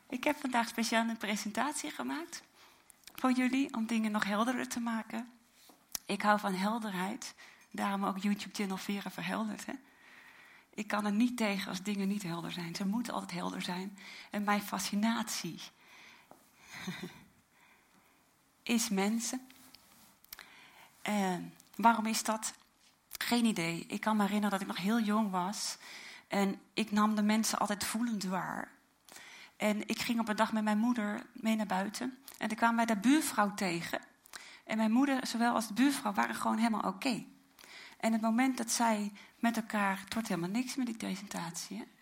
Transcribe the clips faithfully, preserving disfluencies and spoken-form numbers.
Ik heb vandaag speciaal een presentatie gemaakt voor jullie om dingen nog helderder te maken. Ik hou van helderheid, daarom ook YouTube-channel Vera Verhelderd. Hè? Ik kan er niet tegen als dingen niet helder zijn. Ze moeten altijd helder zijn. En mijn fascinatie is mensen. En waarom is dat? Geen idee. Ik kan me herinneren dat ik nog heel jong was. En ik nam de mensen altijd voelend waar. En ik ging op een dag met mijn moeder mee naar buiten. En toen kwamen wij de buurvrouw tegen. En mijn moeder, zowel als de buurvrouw, waren gewoon helemaal oké. Okay. En het moment dat zij met elkaar... Het wordt helemaal niks met die presentatie, hè?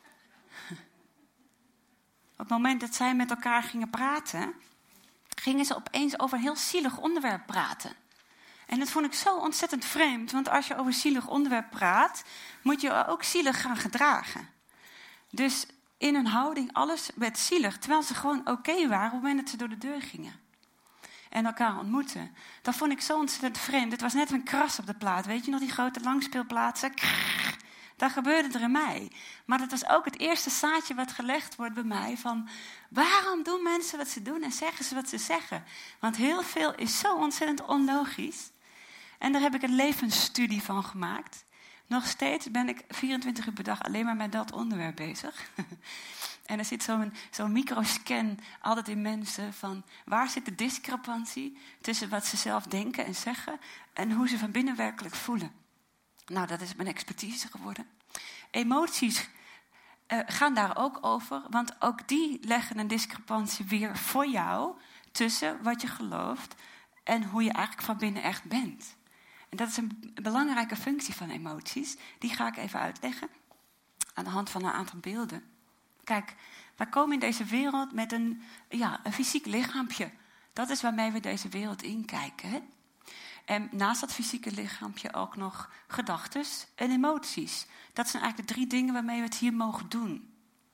Op het moment dat zij met elkaar gingen praten... gingen ze opeens over een heel zielig onderwerp praten. En dat vond ik zo ontzettend vreemd. Want als je over een zielig onderwerp praat... moet je ook zielig gaan gedragen. Dus in hun houding, alles werd zielig. Terwijl ze gewoon oké okay waren op het moment dat ze door de deur gingen. En elkaar ontmoeten. Dat vond ik zo ontzettend vreemd. Het was net een kras op de plaat. Weet je nog die grote langspeelplaatsen? Krrr, dat gebeurde er in mij. Maar dat was ook het eerste zaadje wat gelegd wordt bij mij. Van waarom doen mensen wat ze doen en zeggen ze wat ze zeggen? Want heel veel is zo ontzettend onlogisch. En daar heb ik een levensstudie van gemaakt. Nog steeds ben ik vierentwintig uur per dag alleen maar met dat onderwerp bezig. En er zit zo'n, zo'n microscan altijd in mensen van... waar zit de discrepantie tussen wat ze zelf denken en zeggen... en hoe ze van binnen werkelijk voelen. Nou, dat is mijn expertise geworden. Emoties uh, gaan daar ook over... want ook die leggen een discrepantie weer voor jou... tussen wat je gelooft en hoe je eigenlijk van binnen echt bent. En dat is een belangrijke functie van emoties. Die ga ik even uitleggen aan de hand van een aantal beelden. Kijk, wij komen in deze wereld met een, ja, een fysiek lichaampje. Dat is waarmee we deze wereld inkijken. Hè? En naast dat fysieke lichaampje ook nog gedachten en emoties. Dat zijn eigenlijk de drie dingen waarmee we het hier mogen doen.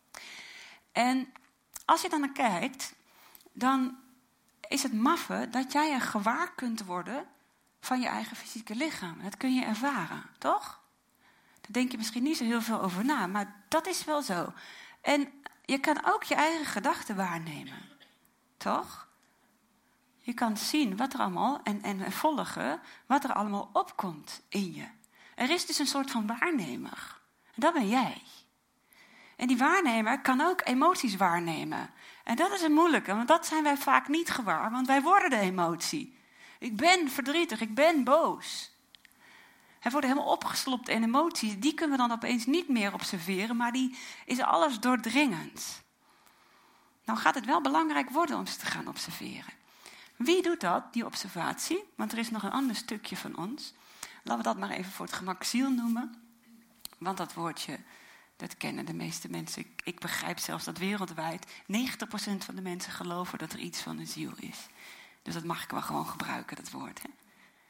En als je dan naar kijkt, dan is het maffe dat jij er gewaar kunt worden van je eigen fysieke lichaam. Dat kun je ervaren, toch? Daar denk je misschien niet zo heel veel over na, maar dat is wel zo. En je kan ook je eigen gedachten waarnemen. Toch? Je kan zien wat er allemaal, en, en volgen, wat er allemaal opkomt in je. Er is dus een soort van waarnemer. En dat ben jij. En die waarnemer kan ook emoties waarnemen. En dat is een moeilijke, want dat zijn wij vaak niet gewaar, want wij worden de emotie. Ik ben verdrietig, ik ben boos. Hij wordt helemaal opgeslopt in emoties. Die kunnen we dan opeens niet meer observeren, maar die is alles doordringend. Nou gaat het wel belangrijk worden om ze te gaan observeren. Wie doet dat, die observatie? Want er is nog een ander stukje van ons. Laten we dat maar even voor het gemak ziel noemen. Want dat woordje, dat kennen de meeste mensen. Ik, ik begrijp zelfs dat wereldwijd negentig procent van de mensen geloven dat er iets van een ziel is. Dus dat mag ik wel gewoon gebruiken, dat woord. Hè?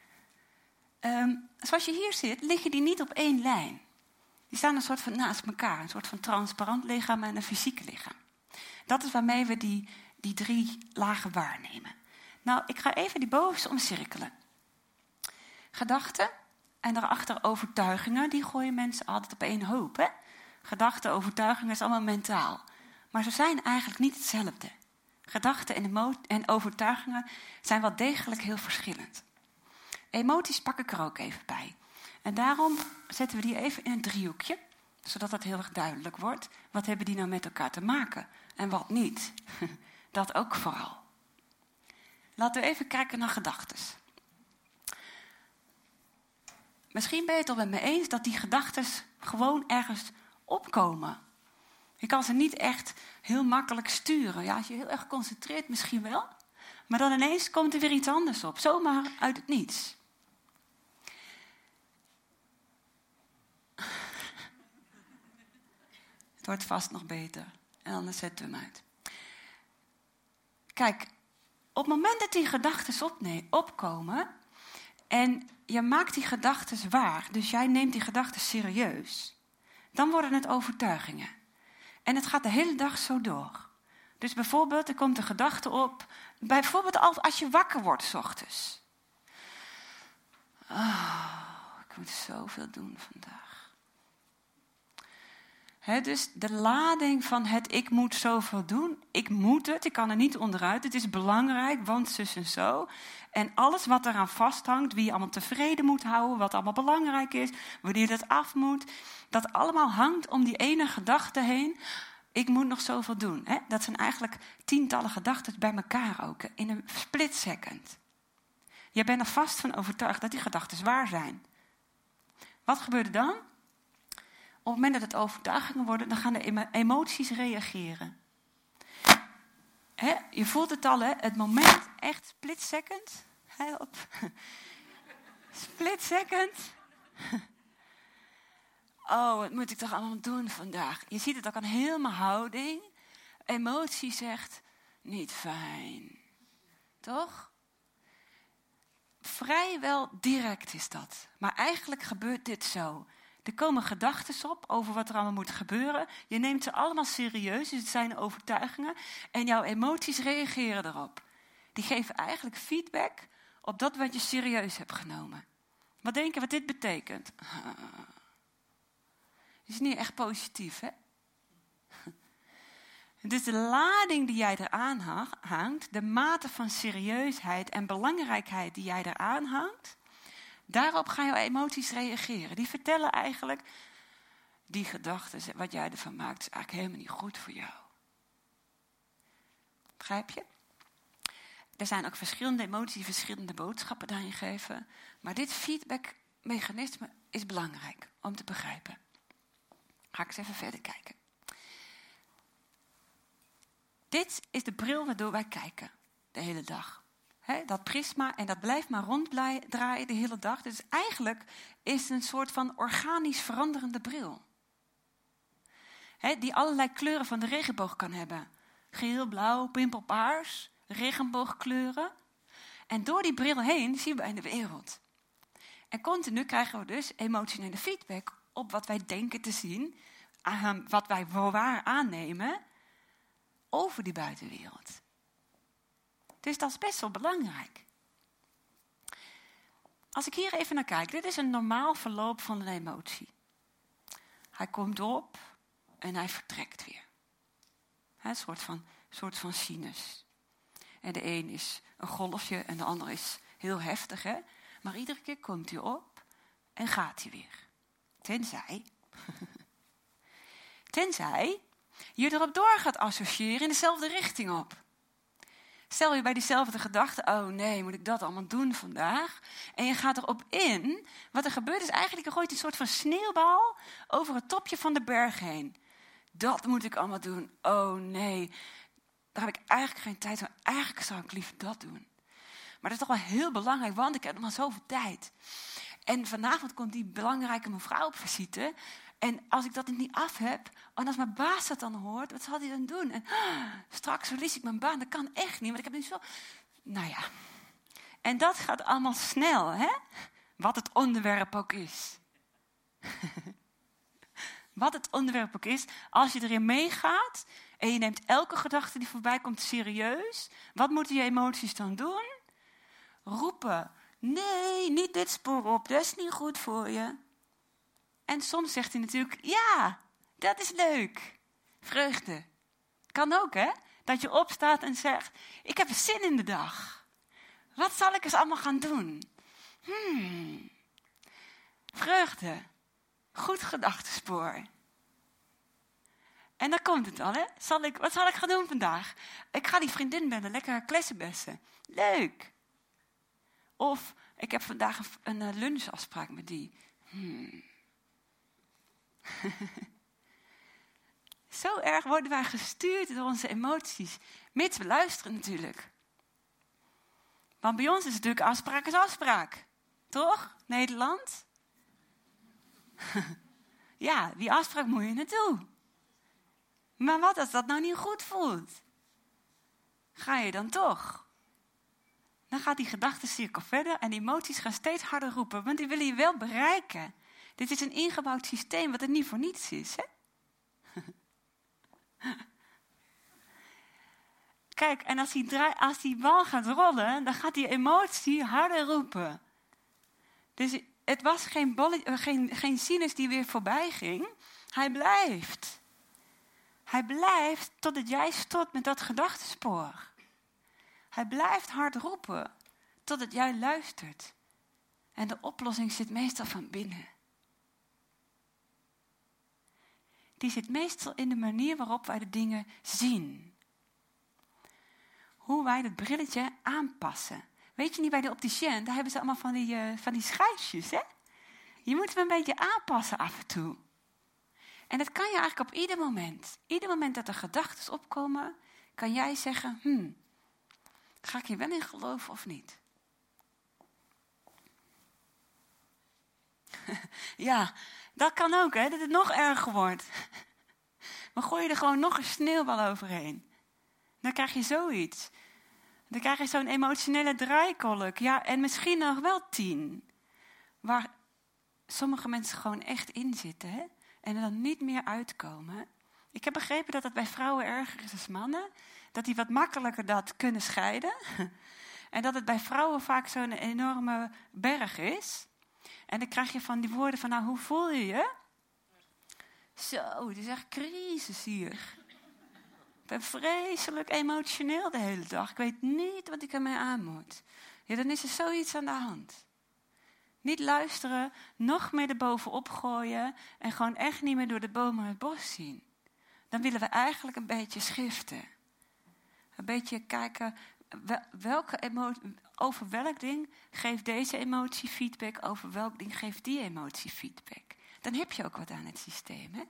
Um, zoals je hier zit, liggen die niet op één lijn. Die staan een soort van naast elkaar. Een soort van transparant lichaam en een fysiek lichaam. Dat is waarmee we die, die drie lagen waarnemen. Nou, ik ga even die bovenste omcirkelen. Gedachten en daarachter overtuigingen, die gooien mensen altijd op één hoop. Hè? Gedachten, overtuigingen is allemaal mentaal. Maar ze zijn eigenlijk niet hetzelfde. Gedachten en, emo- en overtuigingen zijn wel degelijk heel verschillend. Emoties pak ik er ook even bij. En daarom zetten we die even in een driehoekje, zodat dat heel erg duidelijk wordt. Wat hebben die nou met elkaar te maken en wat niet? Dat ook vooral. Laten we even kijken naar gedachten. Misschien ben je het al met me eens dat die gedachten gewoon ergens opkomen. Je kan ze niet echt heel makkelijk sturen. Ja, als je heel erg concentreert misschien wel. Maar dan ineens komt er weer iets anders op. Zomaar uit het niets. Het wordt vast nog beter. En anders zetten we hem uit. Kijk, op het moment dat die gedachten opne- opkomen... en je maakt die gedachten waar... dus jij neemt die gedachten serieus... dan worden het overtuigingen. En het gaat de hele dag zo door. Dus bijvoorbeeld, er komt een gedachte op... bijvoorbeeld als je wakker wordt 's ochtends. Oh, ik moet zoveel doen vandaag. He, dus de lading van het ik moet zoveel doen. Ik moet het, ik kan er niet onderuit. Het is belangrijk, want zus en zo. En alles wat eraan vasthangt, wie je allemaal tevreden moet houden, wat allemaal belangrijk is, wanneer dat af moet. Dat allemaal hangt om die ene gedachte heen. Ik moet nog zoveel doen. He? Dat zijn eigenlijk tientallen gedachten bij elkaar ook. He? In een split second. Je bent er vast van overtuigd dat die gedachten waar zijn. Wat gebeurt er dan? Op het moment dat het overtuigingen worden, dan gaan de emoties reageren. He? Je voelt het al, hè? Het moment, echt split second. Help. Split second. Oh, wat moet ik toch allemaal doen vandaag? Je ziet het ook aan heel mijn houding. Emotie zegt, niet fijn. Toch? Vrijwel direct is dat. Maar eigenlijk gebeurt dit zo. Er komen gedachten op over wat er allemaal moet gebeuren. Je neemt ze allemaal serieus, dus het zijn overtuigingen. En jouw emoties reageren erop. Die geven eigenlijk feedback op dat wat je serieus hebt genomen. Wat denk je wat dit betekent? Het is niet echt positief, hè? Dus de lading die jij eraan hangt, de mate van serieusheid en belangrijkheid die jij eraan hangt, daarop gaan jouw emoties reageren. Die vertellen eigenlijk, die gedachten, wat jij ervan maakt, is eigenlijk helemaal niet goed voor jou. Begrijp je? Er zijn ook verschillende emoties die verschillende boodschappen daarin geven. Maar dit feedbackmechanisme is belangrijk om te begrijpen. Ga ik eens even verder kijken. Dit is de bril waardoor wij kijken de hele dag. He, dat prisma en dat blijft maar ronddraaien de hele dag. Dus eigenlijk is het een soort van organisch veranderende bril. He, die allerlei kleuren van de regenboog kan hebben. Geel, blauw, pimpelpaars, regenboogkleuren. En door die bril heen zien we in de wereld. En continu krijgen we dus emotionele feedback op wat wij denken te zien, wat wij voor waar aannemen over die buitenwereld. Dus dat is best wel belangrijk. Als ik hier even naar kijk, dit is een normaal verloop van een emotie. Hij komt op en hij vertrekt weer. Een soort van, soort van sinus. En de een is een golfje en de ander is heel heftig, hè? Maar iedere keer komt hij op en gaat hij weer. Tenzij, tenzij je erop door gaat associëren in dezelfde richting op. Stel je bij diezelfde gedachte, oh nee, moet ik dat allemaal doen vandaag? En je gaat erop in. Wat er gebeurt is eigenlijk, je gooit een soort van sneeuwbal over het topje van de berg heen. Dat moet ik allemaal doen. Oh nee, daar heb ik eigenlijk geen tijd voor. Eigenlijk zou ik liever dat doen. Maar dat is toch wel heel belangrijk, want ik heb nog maar zoveel tijd. En vanavond komt die belangrijke mevrouw op visite. En als ik dat niet af heb, en als mijn baas dat dan hoort, wat zal hij dan doen? En ah, straks verlies ik mijn baan, dat kan echt niet, want ik heb niet zo... Nou ja, en dat gaat allemaal snel, hè? Wat het onderwerp ook is. Wat het onderwerp ook is, als je erin meegaat en je neemt elke gedachte die voorbij komt serieus, wat moeten je emoties dan doen? Roepen, nee, niet dit spoor op, dat is niet goed voor je. En soms zegt hij natuurlijk, ja, dat is leuk. Vreugde. Kan ook, hè? Dat je opstaat en zegt, ik heb zin in de dag. Wat zal ik eens allemaal gaan doen? Hmm. Vreugde. Goed gedachtenspoor. En dan komt het al, hè? Zal ik, wat zal ik gaan doen vandaag? Ik ga die vriendin bellen, lekker haar klessenbessen. Leuk. Of, ik heb vandaag een, een lunchafspraak met die. Hmm. Zo erg worden wij gestuurd door onze emoties. Mits we luisteren natuurlijk. Want bij ons is natuurlijk afspraak is afspraak. Toch, Nederland? Ja, die afspraak moet je naartoe. Maar wat als dat nou niet goed voelt? Ga je dan toch? Dan gaat die gedachtencirkel verder en die emoties gaan steeds harder roepen. Want die willen je wel bereiken. Dit is een ingebouwd systeem wat er niet voor niets is. Hè? Kijk, en als die, draai, als die bal gaat rollen, dan gaat die emotie harder roepen. Dus het was geen, bolle, geen, geen sinus die weer voorbij ging. Hij blijft. Hij blijft totdat jij stopt met dat gedachtenspoor. Hij blijft hard roepen totdat jij luistert. En de oplossing zit meestal van binnen. Die zit meestal in de manier waarop wij de dingen zien. Hoe wij dat brilletje aanpassen. Weet je niet, bij de opticien, daar hebben ze allemaal van die, uh, van die schijfjes, hè? Je moet hem een beetje aanpassen af en toe. En dat kan je eigenlijk op ieder moment. Ieder moment dat er gedachten opkomen, kan jij zeggen, hmm, ga ik hier wel in geloven of niet? Ja, dat kan ook, hè, dat het nog erger wordt. Maar gooi je er gewoon nog een sneeuwbal overheen. Dan krijg je zoiets. Dan krijg je zo'n emotionele draaikolk. Ja, en misschien nog wel tien. Waar sommige mensen gewoon echt in zitten, hè? En er dan niet meer uitkomen. Ik heb begrepen dat dat bij vrouwen erger is dan mannen. Dat die wat makkelijker dat kunnen scheiden. En dat het bij vrouwen vaak zo'n enorme berg is. En dan krijg je van die woorden van, nou, hoe voel je je? Zo, het is echt crisis hier. Ik ben vreselijk emotioneel de hele dag. Ik weet niet wat ik ermee aan moet. Ja, dan is er zoiets aan de hand. Niet luisteren, nog meer erbovenop gooien en gewoon echt niet meer door de bomen het bos zien. Dan willen we eigenlijk een beetje schiften. Een beetje kijken, welke emotie, over welk ding geeft deze emotie feedback, over welk ding geeft die emotie feedback. Dan heb je ook wat aan het systeem, hè?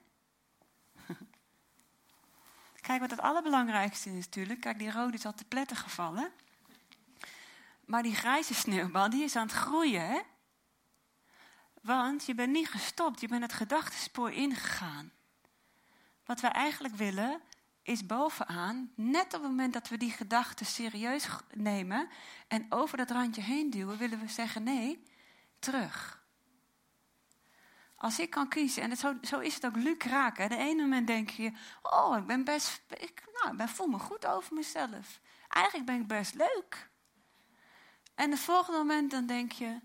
Kijk, wat het allerbelangrijkste is natuurlijk, kijk, die rode is al te pletten gevallen. Maar die grijze sneeuwbal, die is aan het groeien, hè? Want je bent niet gestopt, je bent het gedachtenspoor ingegaan. Wat wij eigenlijk willen, is bovenaan, net op het moment dat we die gedachten serieus nemen en over dat randje heen duwen, willen we zeggen, nee, terug. Als ik kan kiezen, en het zo, zo is het ook lukraak. Hè? De ene moment denk je, oh, ik ben best, ik, nou, ik ben, voel me goed over mezelf. Eigenlijk ben ik best leuk. En het volgende moment dan denk je,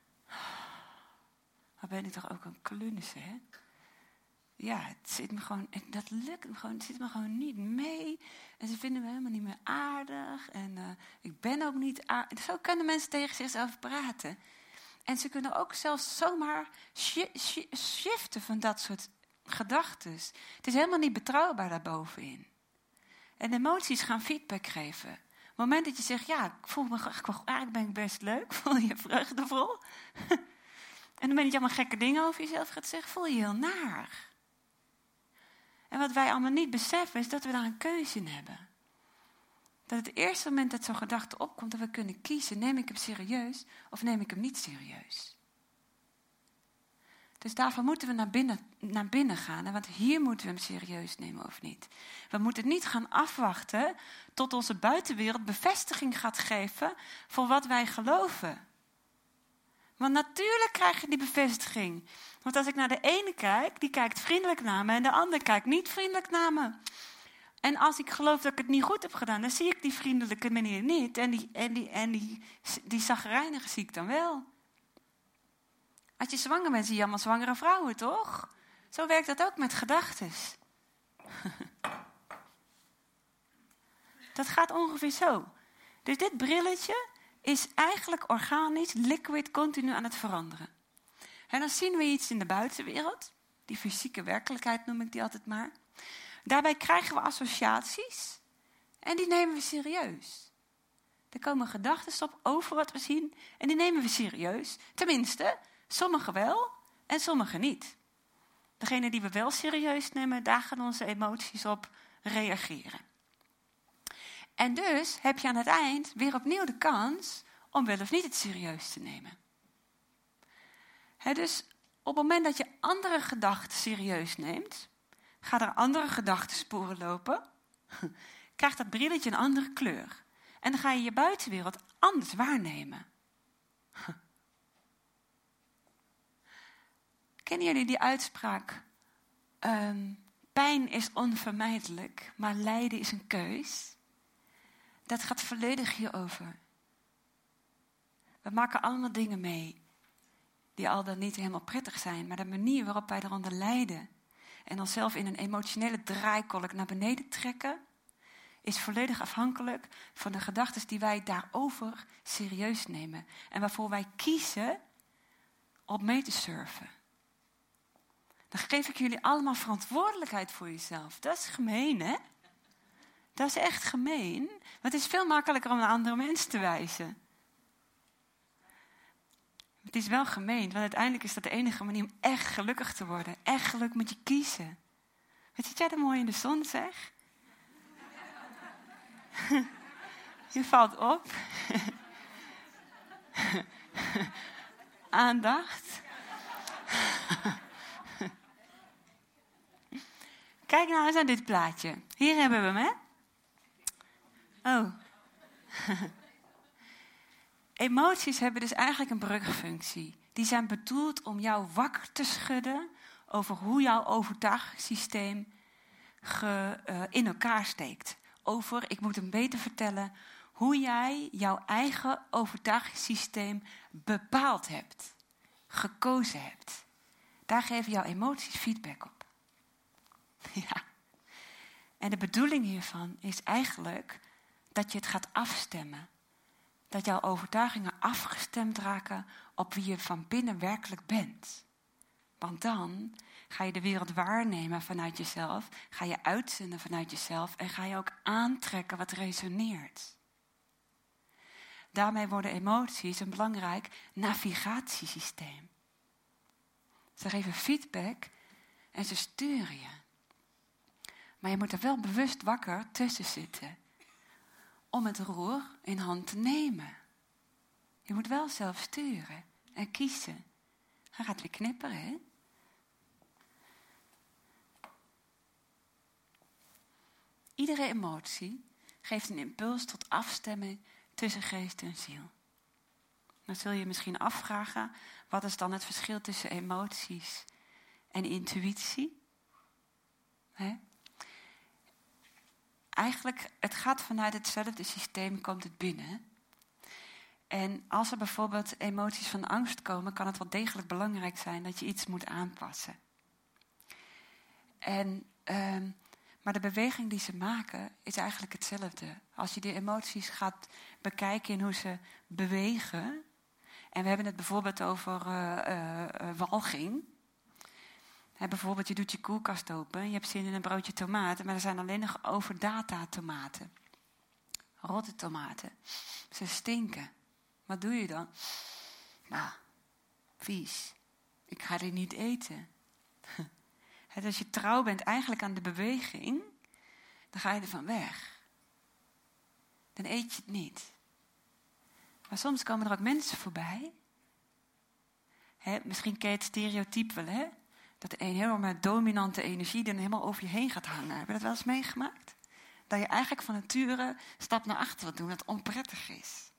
maar ben ik toch ook een klunse, hè? Ja, het zit me gewoon, dat lukt me gewoon, het zit me gewoon niet mee. En ze vinden me helemaal niet meer aardig. En uh, ik ben ook niet aardig. Zo kunnen mensen tegen zichzelf praten. En ze kunnen ook zelfs zomaar shiften van dat soort gedachten. Het is helemaal niet betrouwbaar daarbovenin. En emoties gaan feedback geven. Op het moment dat je zegt, ja, ik voel me, eigenlijk ben ik best leuk. Voel je je vreugdevol. En dan ben je allemaal gekke dingen over jezelf gaat zeggen, voel je je heel naar. En wat wij allemaal niet beseffen is dat we daar een keuze in hebben. Dat het eerste moment dat zo'n gedachte opkomt, dat we kunnen kiezen, neem ik hem serieus of neem ik hem niet serieus. Dus daarvoor moeten we naar binnen, naar binnen gaan. Want hier moeten we hem serieus nemen of niet. We moeten niet gaan afwachten tot onze buitenwereld bevestiging gaat geven voor wat wij geloven. Want natuurlijk krijg je die bevestiging. Want als ik naar de ene kijk, die kijkt vriendelijk naar me en de ander kijkt niet vriendelijk naar me. En als ik geloof dat ik het niet goed heb gedaan, dan zie ik die vriendelijke meneer niet. En die, en die, en die, die chagrijnige zie ik dan wel. Als je zwanger bent, zie je allemaal zwangere vrouwen, toch? Zo werkt dat ook met gedachten. Dat gaat ongeveer zo. Dus dit brilletje is eigenlijk organisch, liquid, continu aan het veranderen. En dan zien we iets in de buitenwereld. Die fysieke werkelijkheid noem ik die altijd maar. Daarbij krijgen we associaties. En die nemen we serieus. Er komen gedachten op over wat we zien. En die nemen we serieus. Tenminste, sommige wel en sommige niet. Degene die we wel serieus nemen, daar gaan onze emoties op reageren. En dus heb je aan het eind weer opnieuw de kans om wel of niet het serieus te nemen. He, dus op het moment dat je andere gedachten serieus neemt, gaan er andere gedachtensporen lopen, krijgt dat brilletje een andere kleur. En dan ga je je buitenwereld anders waarnemen. Kennen jullie die uitspraak? Um, pijn is onvermijdelijk, maar lijden is een keus. Dat gaat volledig hierover. We maken allemaal dingen mee die al dan niet helemaal prettig zijn, maar de manier waarop wij eronder lijden en onszelf in een emotionele draaikolk naar beneden trekken, is volledig afhankelijk van de gedachten die wij daarover serieus nemen. En waarvoor wij kiezen om mee te surfen. Dan geef ik jullie allemaal verantwoordelijkheid voor jezelf. Dat is gemeen, hè? Dat is echt gemeen. Want het is veel makkelijker om naar andere mensen te wijzen. Het is wel gemeen, want uiteindelijk is dat de enige manier om echt gelukkig te worden. Echt geluk moet je kiezen. Wat zit jij er mooi in de zon, zeg? Je valt op. Aandacht. Kijk nou eens naar dit plaatje. Hier hebben we hem, hè? Oh. Emoties hebben dus eigenlijk een brugfunctie. Die zijn bedoeld om jou wakker te schudden over hoe jouw overtuigingssysteem ge, uh, in elkaar steekt. Over, ik moet hem beter vertellen, hoe jij jouw eigen overtuigingssysteem bepaald hebt. Gekozen hebt. Daar geven jouw emoties feedback op. Ja. En de bedoeling hiervan is eigenlijk dat je het gaat afstemmen. Dat jouw overtuigingen afgestemd raken op wie je van binnen werkelijk bent. Want dan ga je de wereld waarnemen vanuit jezelf, ga je uitzenden vanuit jezelf en ga je ook aantrekken wat resoneert. Daarmee worden emoties een belangrijk navigatiesysteem. Ze geven feedback en ze sturen je. Maar je moet er wel bewust wakker tussen zitten om het roer in hand te nemen. Je moet wel zelf sturen en kiezen. Hij gaat weer knipperen, hè? Iedere emotie geeft een impuls tot afstemming tussen geest en ziel. Dan zul je je misschien afvragen, wat is dan het verschil tussen emoties en intuïtie? Hè? Eigenlijk, het gaat vanuit hetzelfde systeem, komt het binnen. En als er bijvoorbeeld emoties van angst komen, kan het wel degelijk belangrijk zijn dat je iets moet aanpassen. En, um, maar de beweging die ze maken is eigenlijk hetzelfde. Als je die emoties gaat bekijken in hoe ze bewegen. En we hebben het bijvoorbeeld over uh, uh, uh, walging. He, bijvoorbeeld, je doet je koelkast open, je hebt zin in een broodje tomaten, maar er zijn alleen nog overdata tomaten. Rotte tomaten. Ze stinken. Wat doe je dan? Nou, vies. Ik ga die niet eten. He, als je trouw bent eigenlijk aan de beweging, dan ga je ervan weg. Dan eet je het niet. Maar soms komen er ook mensen voorbij. He, misschien ken je het stereotype wel, hè? Dat een helemaal dominante energie dan helemaal over je heen gaat hangen. Heb je dat wel eens meegemaakt? Dat je eigenlijk van nature een stap naar achter wilt doen, dat onprettig is.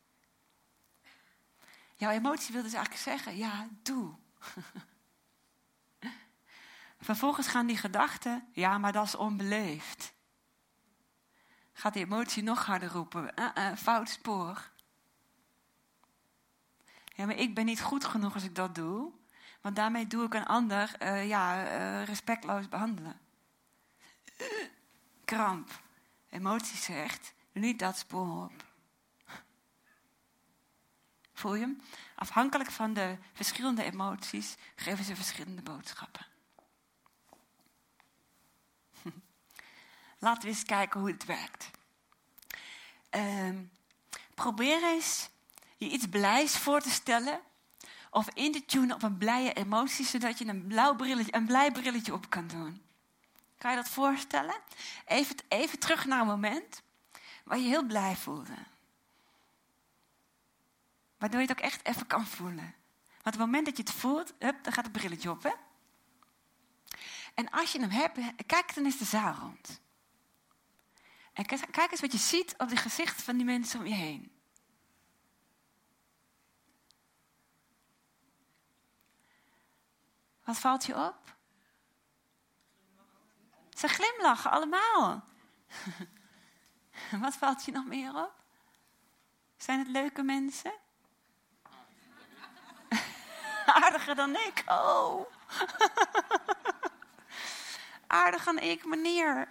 Jouw emotie wil dus eigenlijk zeggen, ja, doe. Vervolgens gaan die gedachten, ja, maar dat is onbeleefd. Gaat die emotie nog harder roepen, uh, uh, fout spoor. Ja, maar ik ben niet goed genoeg als ik dat doe. Want daarmee doe ik een ander uh, ja, uh, respectloos behandelen. Uh, kramp. Emotie zegt, niet dat spoor op. Voel je hem? Afhankelijk van de verschillende emoties geven ze verschillende boodschappen. Laten we eens kijken hoe het werkt. Uh, probeer eens je iets blijs voor te stellen. Of in te tunen op een blije emotie, zodat je een, blauw brilletje, een blij brilletje op kan doen. Kan je dat voorstellen? Even, even terug naar een moment waar je heel blij voelde. Waardoor je het ook echt even kan voelen. Want op het moment dat je het voelt, hup, dan gaat het brilletje op, hè? En als je hem hebt, kijk dan eens de zaal rond. En kijk eens wat je ziet op de gezichten van die mensen om je heen. Wat valt je op? Ze glimlachen allemaal. Wat valt je nog meer op? Zijn het leuke mensen? Aardiger dan ik. Oh. aardig aan ik, meneer.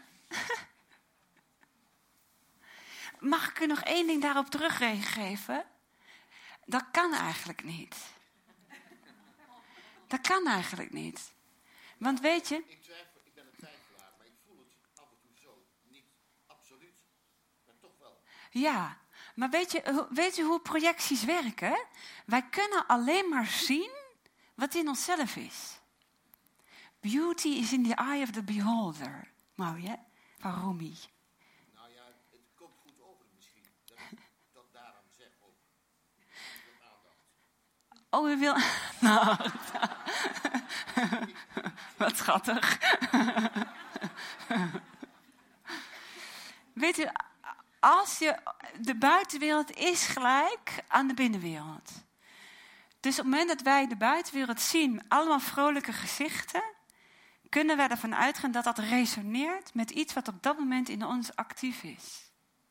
Mag ik u nog één ding daarop teruggeven? Dat kan eigenlijk niet. Dat kan eigenlijk niet. Want weet je... Ik twijfel, ik ben een twijfelaar, maar ik voel het af en toe zo. Niet absoluut, maar toch wel. Ja, maar weet je, weet u hoe projecties werken? Wij kunnen alleen maar zien wat in onszelf is. Beauty is in the eye of the beholder. Mooi, hè? Van Rumi. Nou ja, het komt goed over misschien. Dat ik dat daaraan zeg ook. Met aandacht. Oh, u wil... Nou, wat schattig. Weet u, als je... De buitenwereld is gelijk aan de binnenwereld. Dus op het moment dat wij de buitenwereld zien, allemaal vrolijke gezichten, kunnen wij ervan uitgaan dat dat resoneert met iets wat op dat moment in ons actief is.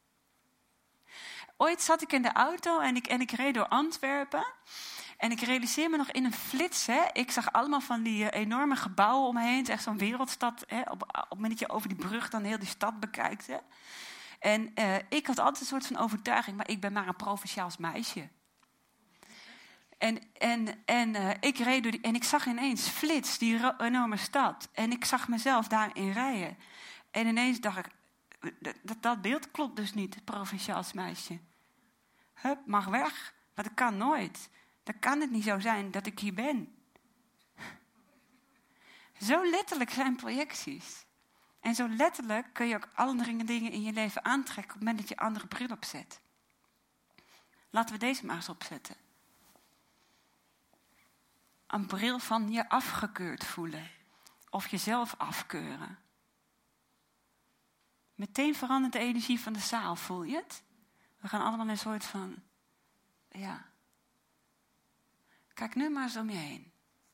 Ooit zat ik in de auto en ik, en ik reed door Antwerpen. En ik realiseer me nog in een flits, hè, ik zag allemaal van die uh, enorme gebouwen omheen. Het is echt zo'n wereldstad. Hè, op, op het moment dat je over die brug dan heel die stad bekijkt. Hè. En uh, ik had altijd een soort van overtuiging, maar ik ben maar een provinciaals meisje. En, en, en uh, ik reed door die, en ik zag ineens flits, die ro- enorme stad. En ik zag mezelf daarin rijden. En ineens dacht ik, dat, dat beeld klopt dus niet, provinciaals meisje. Hup, mag weg, maar dat kan nooit. Dan kan het niet zo zijn dat ik hier ben. Zo letterlijk zijn projecties. En zo letterlijk kun je ook andere dingen in je leven aantrekken op het moment dat je andere bril opzet. Laten we deze maar eens opzetten. Een bril van je afgekeurd voelen. Of jezelf afkeuren. Meteen verandert de energie van de zaal, voel je het? We gaan allemaal een soort van, ja. Kijk nu maar eens om je heen.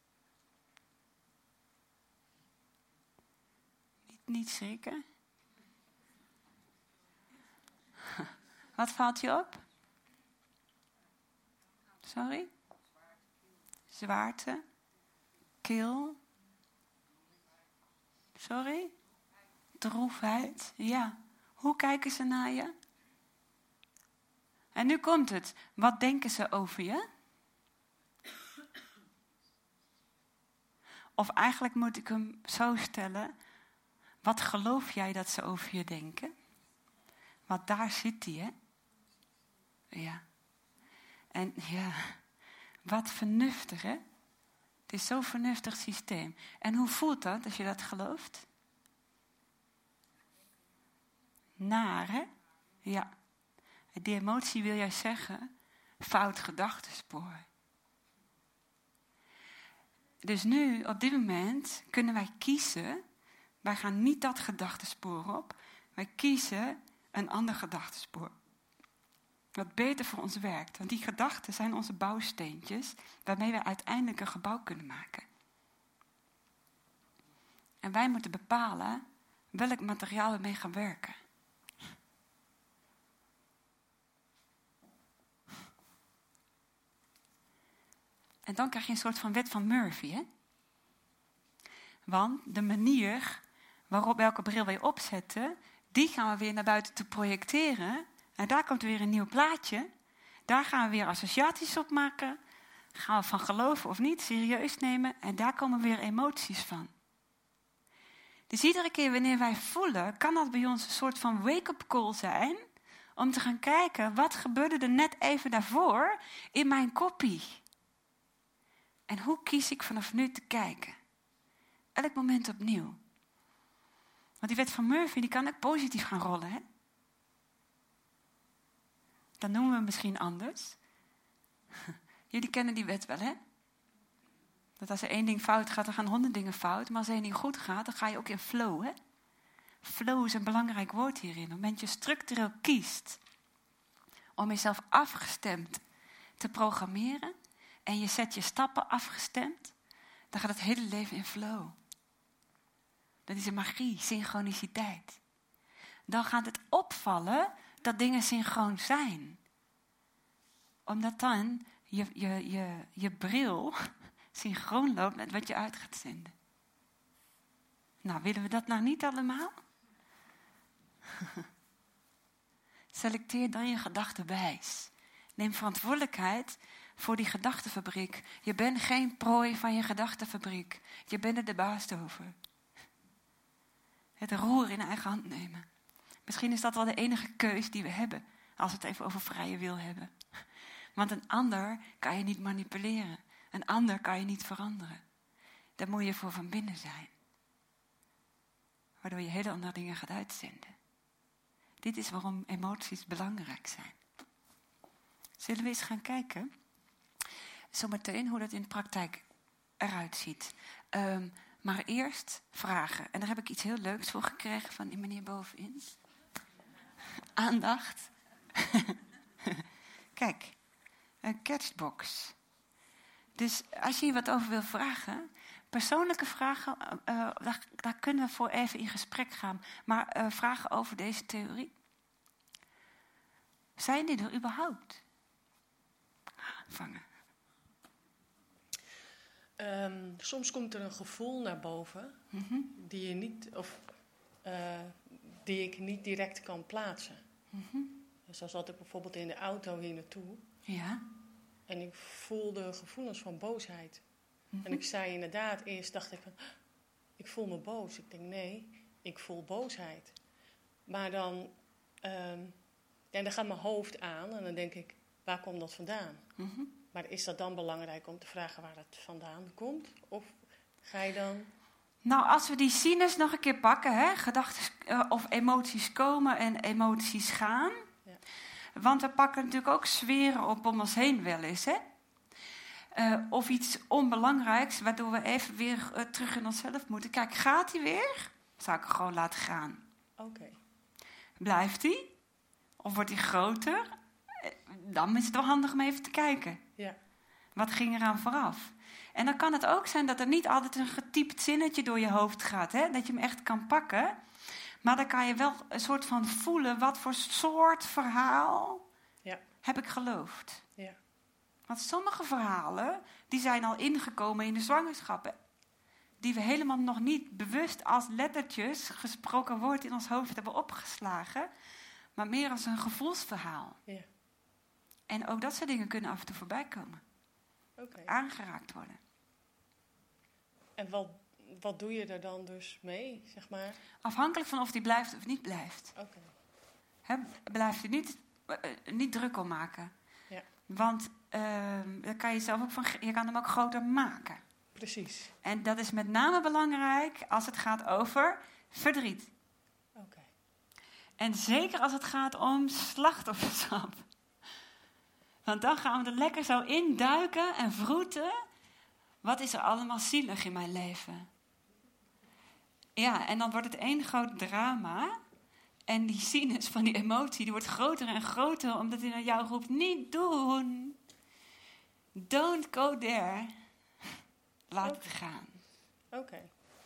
Niet, niet schrikken. Wat valt je op? Sorry? Zwaarte. Kil. Sorry? Droefheid. Ja. Hoe kijken ze naar je? En nu komt het. Wat denken ze over je? Of eigenlijk moet ik hem zo stellen. Wat geloof jij dat ze over je denken? Want daar zit hij, hè? Ja. En ja, wat vernuftig, hè? Het is zo'n vernuftig systeem. En hoe voelt dat als je dat gelooft? Naar, hè? Ja. Die emotie wil jij zeggen, fout gedachtenspoor. Dus nu, op dit moment, kunnen wij kiezen. Wij gaan niet dat gedachtenspoor op. Wij kiezen een ander gedachtenspoor. Wat beter voor ons werkt. Want die gedachten zijn onze bouwsteentjes, waarmee wij uiteindelijk een gebouw kunnen maken. En wij moeten bepalen welk materiaal we mee gaan werken. En dan krijg je een soort van wet van Murphy, hè? Want de manier waarop welke bril wij opzetten, die gaan we weer naar buiten te projecteren. En daar komt weer een nieuw plaatje. Daar gaan we weer associaties op maken. Gaan we van geloven of niet serieus nemen. En daar komen weer emoties van. Dus iedere keer wanneer wij voelen, kan dat bij ons een soort van wake-up call zijn. Om te gaan kijken, wat gebeurde er net even daarvoor in mijn koppie? En hoe kies ik vanaf nu te kijken? Elk moment opnieuw. Want die wet van Murphy, die kan ook positief gaan rollen, hè? Dan noemen we hem misschien anders. Jullie kennen die wet wel, hè? Dat als er één ding fout gaat, dan gaan honderd dingen fout. Maar als er één ding goed gaat, dan ga je ook in flow, hè? Flow is een belangrijk woord hierin. Op het moment dat je structureel kiest om jezelf afgestemd te programmeren en je zet je stappen afgestemd, dan gaat het hele leven in flow. Dat is een magie, synchroniciteit. Dan gaat het opvallen dat dingen synchroon zijn. Omdat dan je, je, je, je bril synchroon loopt met wat je uit gaat zenden. Nou, willen we dat nou niet allemaal? Selecteer dan je gedachten wijs. Neem verantwoordelijkheid voor die gedachtenfabriek. Je bent geen prooi van je gedachtenfabriek. Je bent er de baas over. Het roer in eigen hand nemen. Misschien is dat wel de enige keus die we hebben. Als we het even over vrije wil hebben. Want een ander kan je niet manipuleren. Een ander kan je niet veranderen. Daar moet je voor van binnen zijn. Waardoor je hele andere dingen gaat uitzenden. Dit is waarom emoties belangrijk zijn. Zullen we eens gaan kijken? Zometeen hoe dat in de praktijk eruit ziet. Um, maar eerst vragen. En daar heb ik iets heel leuks voor gekregen van die meneer bovenin. Aandacht. Kijk, een catchbox. Dus als je hier wat over wil vragen, persoonlijke vragen, uh, daar, daar kunnen we voor even in gesprek gaan. Maar uh, vragen over deze theorie. Zijn die er überhaupt? Vangen. Um, soms komt er een gevoel naar boven mm-hmm. die je niet, of uh, die ik niet direct kan plaatsen. Mm-hmm. Dus dan zat ik bijvoorbeeld in de auto hier naartoe. Ja. En ik voelde gevoelens van boosheid. Mm-hmm. En ik zei inderdaad, eerst dacht ik van, ik voel me boos. Ik denk, nee, ik voel boosheid. Maar dan, um, ja, dan gaat mijn hoofd aan en dan denk ik, waar komt dat vandaan? Mm-hmm. Maar is dat dan belangrijk om te vragen waar het vandaan komt? Of ga je dan... Nou, als we die sinus nog een keer pakken, hè, gedachten uh, of emoties komen en emoties gaan. Ja. Want we pakken natuurlijk ook sferen op om ons heen wel eens, hè. Uh, of iets onbelangrijks, waardoor we even weer uh, terug in onszelf moeten. Kijk, gaat hij weer? Zou ik hem gewoon laten gaan. Oké. Okay. Blijft hij? Of wordt hij groter? Dan is het wel handig om even te kijken. Ja. Wat ging eraan vooraf? En dan kan het ook zijn dat er niet altijd een getypt zinnetje door je hoofd gaat. Hè? Dat je hem echt kan pakken. Maar dan kan je wel een soort van voelen, wat voor soort verhaal ja. heb ik geloofd. Ja. Want sommige verhalen, die zijn al ingekomen in de zwangerschap. Hè? Die we helemaal nog niet bewust als lettertjes, gesproken woord in ons hoofd hebben opgeslagen. Maar meer als een gevoelsverhaal. Ja. En ook dat soort dingen kunnen af en toe voorbij komen. Okay. Aangeraakt worden. En wat, wat doe je er dan dus mee, zeg maar? Afhankelijk van of die blijft of niet blijft. Oké. Hè, blijf je niet, uh, niet druk om maken. Ja. Want uh, dan kan je zelf ook van, je kan hem ook groter maken. Precies. En dat is met name belangrijk als het gaat over verdriet. Oké. Okay. En zeker als het gaat om slachtofferschap. Want dan gaan we er lekker zo in duiken en vroeten. Wat is er allemaal zielig in mijn leven? Ja, en dan wordt het één groot drama. En die sinus van die emotie, die wordt groter en groter. Omdat hij naar jou roept, niet doen. Don't go there. Laat okay. het gaan. Oké. Okay.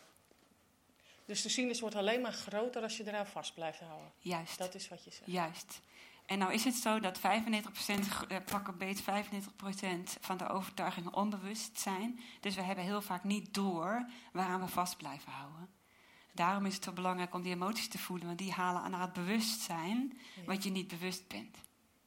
Dus de sinus wordt alleen maar groter als je eraan vast blijft houden. Juist. Dat is wat je zegt. Juist. En nou is het zo dat vijfennegentig procent, uh, pak een beet, vijfennegentig procent van de overtuigingen onbewust zijn. Dus we hebben heel vaak niet door waaraan we vast blijven houden. Daarom is het zo belangrijk om die emoties te voelen, want die halen naar het bewustzijn ja. wat je niet bewust bent.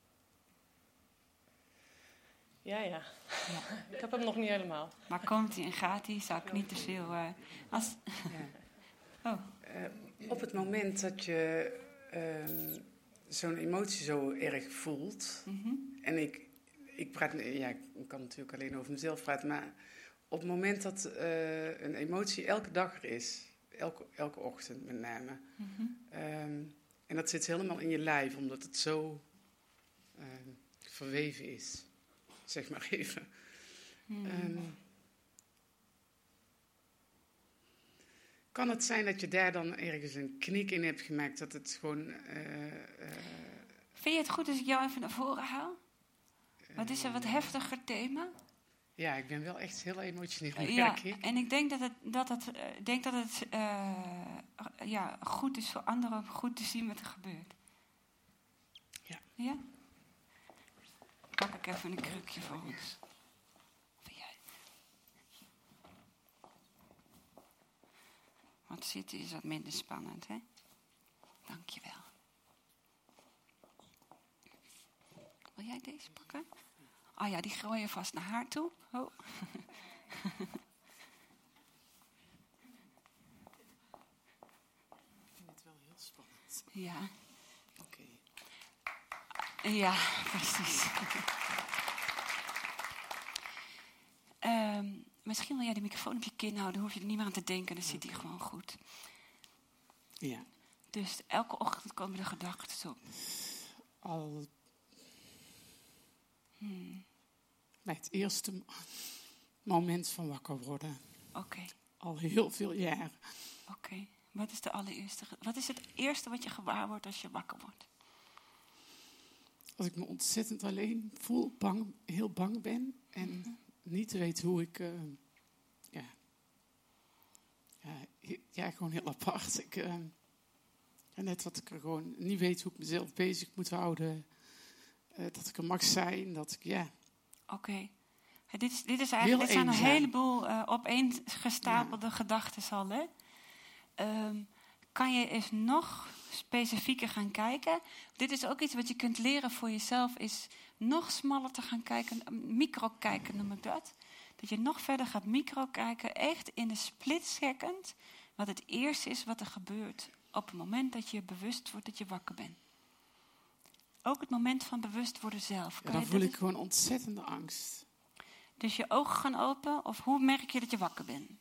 Ja, ja, ja. Ik heb hem nog niet helemaal. Maar komt hij en gaat hij, zou ik niet te veel... Uh, als... ja. oh. uh, op het moment dat je... Uh, zo'n emotie zo erg voelt. Mm-hmm. En ik, ik praat, ja, ik kan natuurlijk alleen over mezelf praten, maar op het moment dat uh, een emotie elke dag er is, elke, elke ochtend met name, mm-hmm. um, en dat zit helemaal in je lijf, omdat het zo uh, verweven is, zeg maar even. Mm. Um, Kan het zijn dat je daar dan ergens een knik in hebt gemaakt, dat het gewoon... Uh, uh, Vind je het goed als ik jou even naar voren haal? Wat is er wat heftiger thema? Ja, ik ben wel echt heel emotioneel, merk ja, ik. En ik denk dat het, dat het, uh, denk dat het uh, ja, goed is voor anderen om goed te zien wat er gebeurt. Ja. Ja? Pak ik even een krukje voor ons. Want Want zitten is wat minder spannend, hè? Dank je wel. Wil jij deze pakken? Oh ja, die gooi je vast naar haar toe. Oh. Ik vind het wel heel spannend. Ja. Oké. Ja, precies. um, misschien wil jij de microfoon op je kin houden. Dan hoef je er niet meer aan te denken. Dan zit hij gewoon goed. Ja. Dus elke ochtend komen de gedachten op. Al Hmm. bij het eerste mo- moment van wakker worden. Oké, okay. Al heel veel jaren. Oké. Okay. Wat is de allereerste? ge- Wat is het eerste wat je gewaar wordt als je wakker wordt? Als ik me ontzettend alleen voel, bang, heel bang ben en Mhm. niet weet hoe ik... Uh, ja, ja, he- ja, gewoon heel apart. Ik, uh, ja, net wat ik er gewoon niet weet hoe ik mezelf bezig moet houden. Uh, dat ik er mag zijn, dat ik, ja... Oké. Okay. Dit, is- dit is eigenlijk dit zijn een eenzaam. heleboel uh, opeengestapelde ja. gedachten al, hè? Um, kan je eens nog specifieker gaan kijken? Dit is ook iets wat je kunt leren voor jezelf, is nog smaller te gaan kijken, micro kijken noem ik dat. Dat je nog verder gaat micro kijken, echt in de split second, wat het eerste is wat er gebeurt op het moment dat je bewust wordt dat je wakker bent. Ook het moment van bewust worden zelf. Ja, dan voel ik gewoon ontzettende angst. Dus je ogen gaan open, of hoe merk je dat je wakker bent?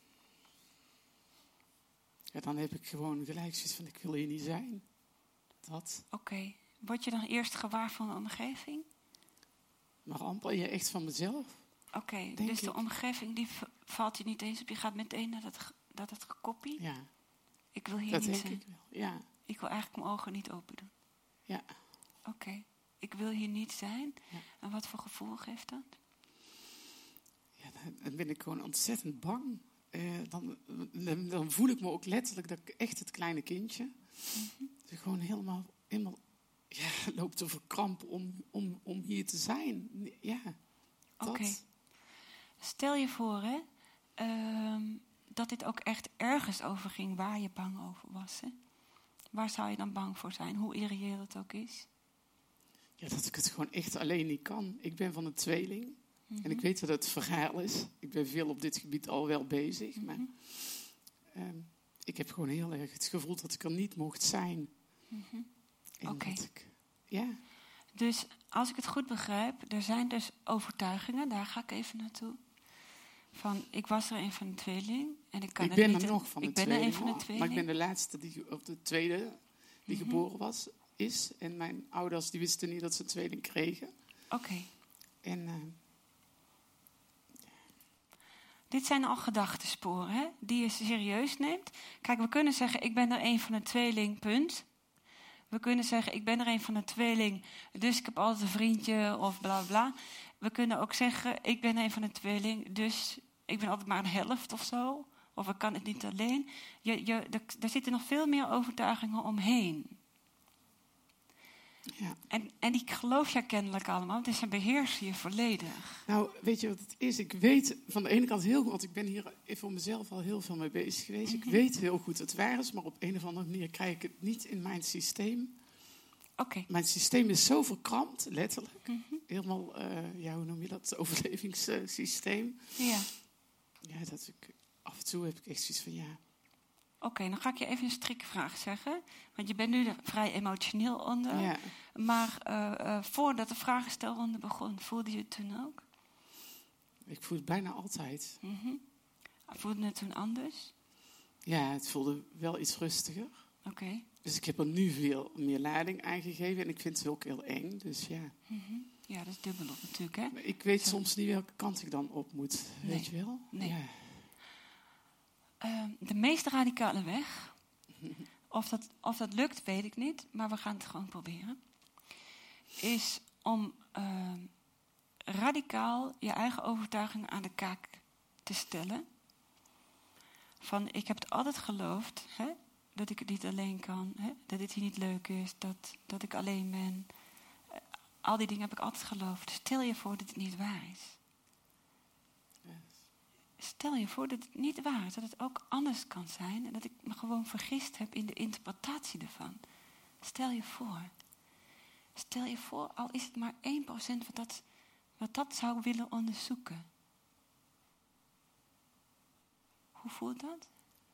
Ja, dan heb ik gewoon gelijk zoiets van, ik wil hier niet zijn. Dat. Oké. Okay. Word je dan eerst gewaar van de omgeving? Maar amper, ja, echt van mezelf. Oké, okay, dus de ik. omgeving die v- valt je niet eens op. Je gaat meteen naar dat, dat het gekoppie. Ja. Ik wil hier dat niet denk zijn. Ik wel. Ja. Ik wil eigenlijk mijn ogen niet open doen. Ja. Oké, okay. Ik wil hier niet zijn. Ja. En wat voor gevoel geeft dat? Ja, dan ben ik gewoon ontzettend bang. Uh, dan, dan, dan voel ik me ook letterlijk dat ik echt het kleine kindje. Mm-hmm. Dus gewoon helemaal, helemaal ja, loop te verkrampen om, om, om hier te zijn. Ja, Oké. Okay. Stel je voor, hè, uh, dat dit ook echt ergens over ging waar je bang over was. Hè? Waar zou je dan bang voor zijn, hoe irreëel het ook is? Ja, dat ik het gewoon echt alleen niet kan. Ik ben van een tweeling. Mm-hmm. En ik weet dat het verhaal is. Ik ben veel op dit gebied al wel bezig. Mm-hmm. Maar um, ik heb gewoon heel erg het gevoel dat ik er niet mocht zijn. Mm-hmm. Oké. Okay. Ja. Dus als ik het goed begrijp, er zijn dus overtuigingen, daar ga ik even naartoe. Van, ik was er een van de tweeling. En ik kan ik het ben niet er nog van de ik ben tweeling. Er een van de tweeling. Maar ik ben de laatste, die, of de tweede, die mm-hmm. geboren was, is. En mijn ouders die wisten niet dat ze een tweeling kregen. Oké. Okay. En... Uh, Dit zijn al gedachtensporen, hè, die je serieus neemt. Kijk, we kunnen zeggen, ik ben er een van de tweeling, punt. We kunnen zeggen, ik ben er een van de tweeling, dus ik heb altijd een vriendje, of bla bla. We kunnen ook zeggen, ik ben een van de tweeling, dus ik ben altijd maar een helft of zo. Of ik kan het niet alleen. Je, je, er zitten nog veel meer overtuigingen omheen. Ja. En, en die geloof je kennelijk allemaal, dus ze beheersen je volledig. Nou, weet je wat het is? Ik weet van de ene kant heel goed, want ik ben hier voor mezelf al heel veel mee bezig geweest. Mm-hmm. Ik weet heel goed het waar is, maar op een of andere manier krijg ik het niet in mijn systeem. Oké. Okay. Mijn systeem is zo verkrampt, letterlijk. Mm-hmm. Helemaal, uh, ja, hoe noem je dat? Overlevingssysteem. Ja. Ja, dat ik, af en toe heb ik echt zoiets van, ja... Oké, okay, dan ga ik je even een strikvraag zeggen. Want je bent nu er vrij emotioneel onder. Ja. Maar uh, uh, voordat de vragenstelronde begon, voelde je het toen ook? Ik voel het bijna altijd. Mm-hmm. Voelde het toen anders? Ja, het voelde wel iets rustiger. Oké. Okay. Dus ik heb er nu veel meer lading aan gegeven. En ik vind het ook heel eng, dus ja. Mm-hmm. Ja, dat is dubbelop natuurlijk, hè? Maar ik weet Zo. soms niet welke kant ik dan op moet. Nee. Weet je wel? Nee. Ja. Uh, de meest radicale weg, of dat, of dat lukt, weet ik niet, maar we gaan het gewoon proberen, is om uh, radicaal je eigen overtuigingen aan de kaak te stellen. Van, ik heb het altijd geloofd, hè, dat ik het niet alleen kan, hè, dat dit hier niet leuk is, dat, dat ik alleen ben. Uh, al die dingen heb ik altijd geloofd. Stel je voor dat het niet waar is. Stel je voor dat het niet waar is, dat het ook anders kan zijn en dat ik me gewoon vergist heb in de interpretatie ervan. Stel je voor. Stel je voor, al is het maar één procent wat dat, wat dat zou willen onderzoeken. Hoe voelt dat?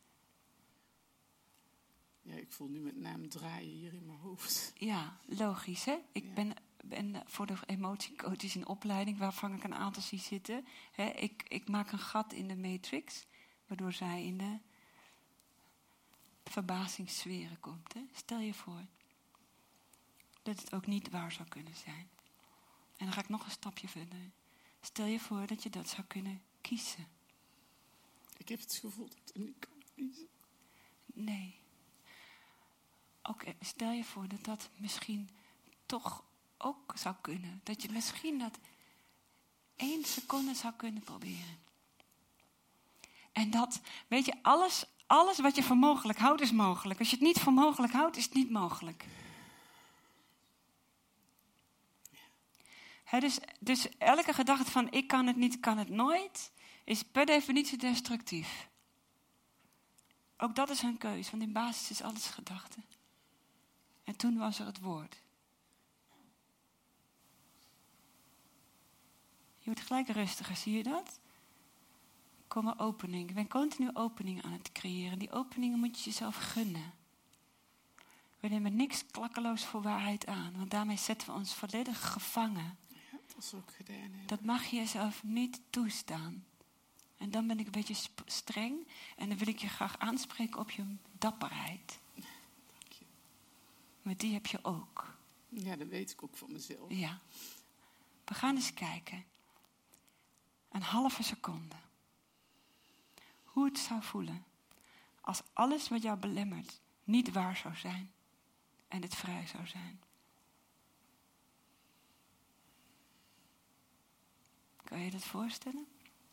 Ja, ik voel nu met name draaien hier in mijn hoofd. Ja, logisch hè. Ik Ja. ben, ben voor de emotiecoaches in opleiding, waarvan ik een aantal zie zitten. Hè, ik, ik maak een gat in de matrix, waardoor zij in de verbazingssferen komt. Hè. Stel je voor dat het ook niet waar zou kunnen zijn. En dan ga ik nog een stapje verder. Stel je voor dat je dat zou kunnen kiezen. Ik heb het gevoel dat ik niet kan kiezen. Nee. Ook, eh, stel je voor dat dat misschien toch ook zou kunnen. Dat je misschien dat één seconde zou kunnen proberen. En dat, weet je, alles, alles wat je voor mogelijk houdt is mogelijk. Als je het niet voor mogelijk houdt, is het niet mogelijk. He, dus, dus elke gedachte van ik kan het niet, ik kan het nooit, is per definitie destructief. Ook dat is een keuze, want in basis is alles gedachte. En toen was er het woord. Je wordt gelijk rustiger, zie je dat? Komen openingen. Ik ben continu openingen aan het creëren. Die openingen moet je jezelf gunnen. We nemen niks klakkeloos voor waarheid aan, want daarmee zetten we ons volledig gevangen. Ja, dat is ook gedaan. Hè. Dat mag je jezelf niet toestaan. En dan ben ik een beetje sp- streng en dan wil ik je graag aanspreken op je dapperheid. Dank je. Maar die heb je ook. Ja, dat weet ik ook van mezelf. Ja. We gaan eens kijken. Een halve seconde. Hoe het zou voelen als alles wat jou belemmert niet waar zou zijn en het vrij zou zijn. Kan je je dat voorstellen?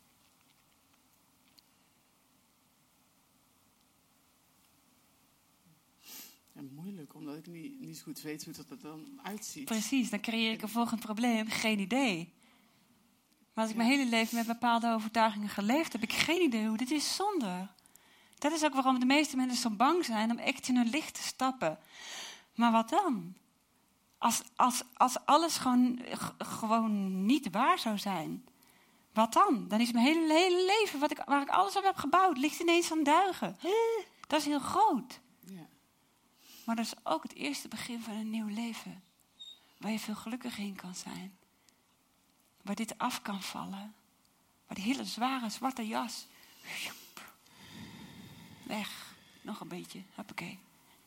Ja, moeilijk, omdat ik niet, niet zo goed weet hoe dat er dan uitziet. Precies, dan creëer ik een volgend probleem. Geen idee. Maar als ik mijn hele leven met bepaalde overtuigingen geleefd heb, heb ik geen idee hoe dit is zonder. Dat is ook waarom de meeste mensen zo bang zijn om echt in hun licht te stappen. Maar wat dan? Als, als, als alles gewoon, g- gewoon niet waar zou zijn. Wat dan? Dan is mijn hele, hele leven, wat ik, waar ik alles op heb gebouwd, ligt ineens aan duigen. Huh, dat is heel groot. Ja. Maar dat is ook het eerste begin van een nieuw leven. Waar je veel gelukkiger in kan zijn. Waar dit af kan vallen. Waar die hele zware zwarte jas. Sjoep, weg. Nog een beetje. Hoppakee.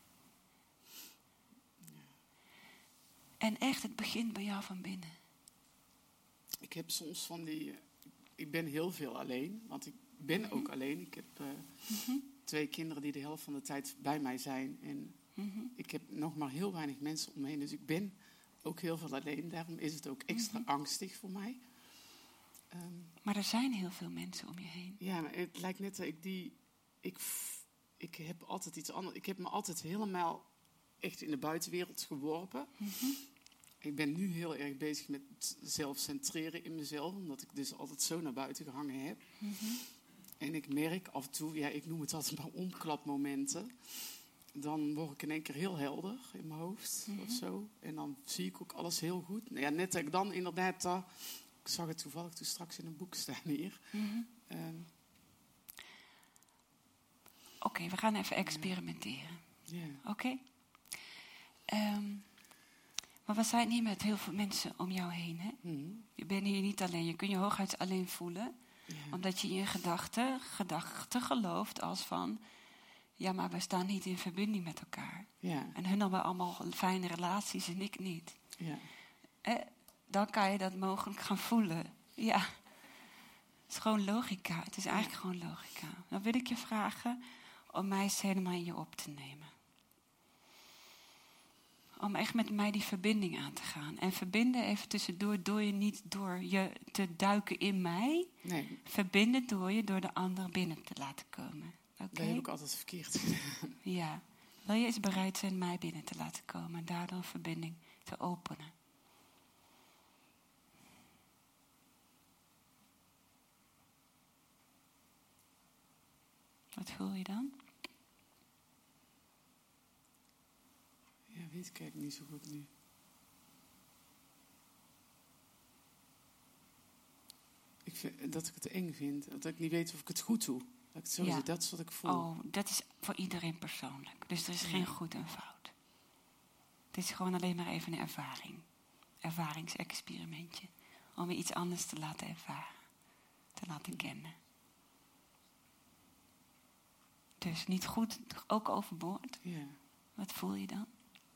En echt, het begint bij jou van binnen. Ik heb soms van die... eh, Ik ben heel veel alleen, want ik ben ook alleen. Ik heb eh, Mm-hmm. twee kinderen die de helft van de tijd bij mij zijn. En Mm-hmm. ik heb nog maar heel weinig mensen om me heen. Dus ik ben ook heel veel alleen. Daarom is het ook extra Mm-hmm. angstig voor mij. Ehm, Maar er zijn heel veel mensen om je heen. ja, maar het lijkt net dat ik die... Ik, f- ik heb altijd iets anders. Ik heb me altijd helemaal echt in de buitenwereld geworpen. Mm-hmm. Ik ben nu heel erg bezig met zelfcentreren in mezelf. Omdat ik dus altijd zo naar buiten gehangen heb. Mm-hmm. En ik merk af en toe, ja, ik noem het altijd maar omklapmomenten. Dan word ik in één keer heel helder in mijn hoofd Mhm. of zo. En dan zie ik ook alles heel goed. Nou ja, net dat ik dan inderdaad, uh, ik zag het toevallig toen straks in een boek staan hier. Mm-hmm. Ehm, Oké, we gaan even experimenteren. ja. Oké? Ehm, maar we zijn hier met heel veel mensen om jou heen. Hè? Mhm. Je bent hier niet alleen. Je kunt je hooguit alleen voelen. Ja. Omdat je in je gedachten gedachten gelooft als van... Ja, maar we staan niet in verbinding met elkaar. Ja. En hun hebben allemaal fijne relaties en ik niet. Ja. Eh, dan kan je dat mogelijk gaan voelen. Ja. Het is gewoon logica. Het is eigenlijk gewoon logica. Dan wil ik je vragen om mij eens helemaal in je op te nemen. Om echt met mij die verbinding aan te gaan. En verbinden even tussendoor door je niet door je te duiken in mij. Nee, Verbinden door je door de ander binnen te laten komen. Oké? dat heb ik altijd verkeerd gedaan. Ja. Wil je eens bereid zijn mij binnen te laten komen en daardoor een verbinding te openen? voel je dan? Ja, weet ik eigenlijk niet zo goed nu. Ik vind, dat ik het eng vind. Dat ik niet weet of ik het goed doe. Dat ik het zo Ja. zie, dat is wat ik voel. Oh, dat is voor iedereen persoonlijk. Dus er is Ja. geen goed en fout. Het is gewoon alleen maar even een ervaring. Ervaringsexperimentje. Om je iets anders te laten ervaren. Te laten kennen. Dus niet goed, ook overboord. Ja. Wat voel je dan?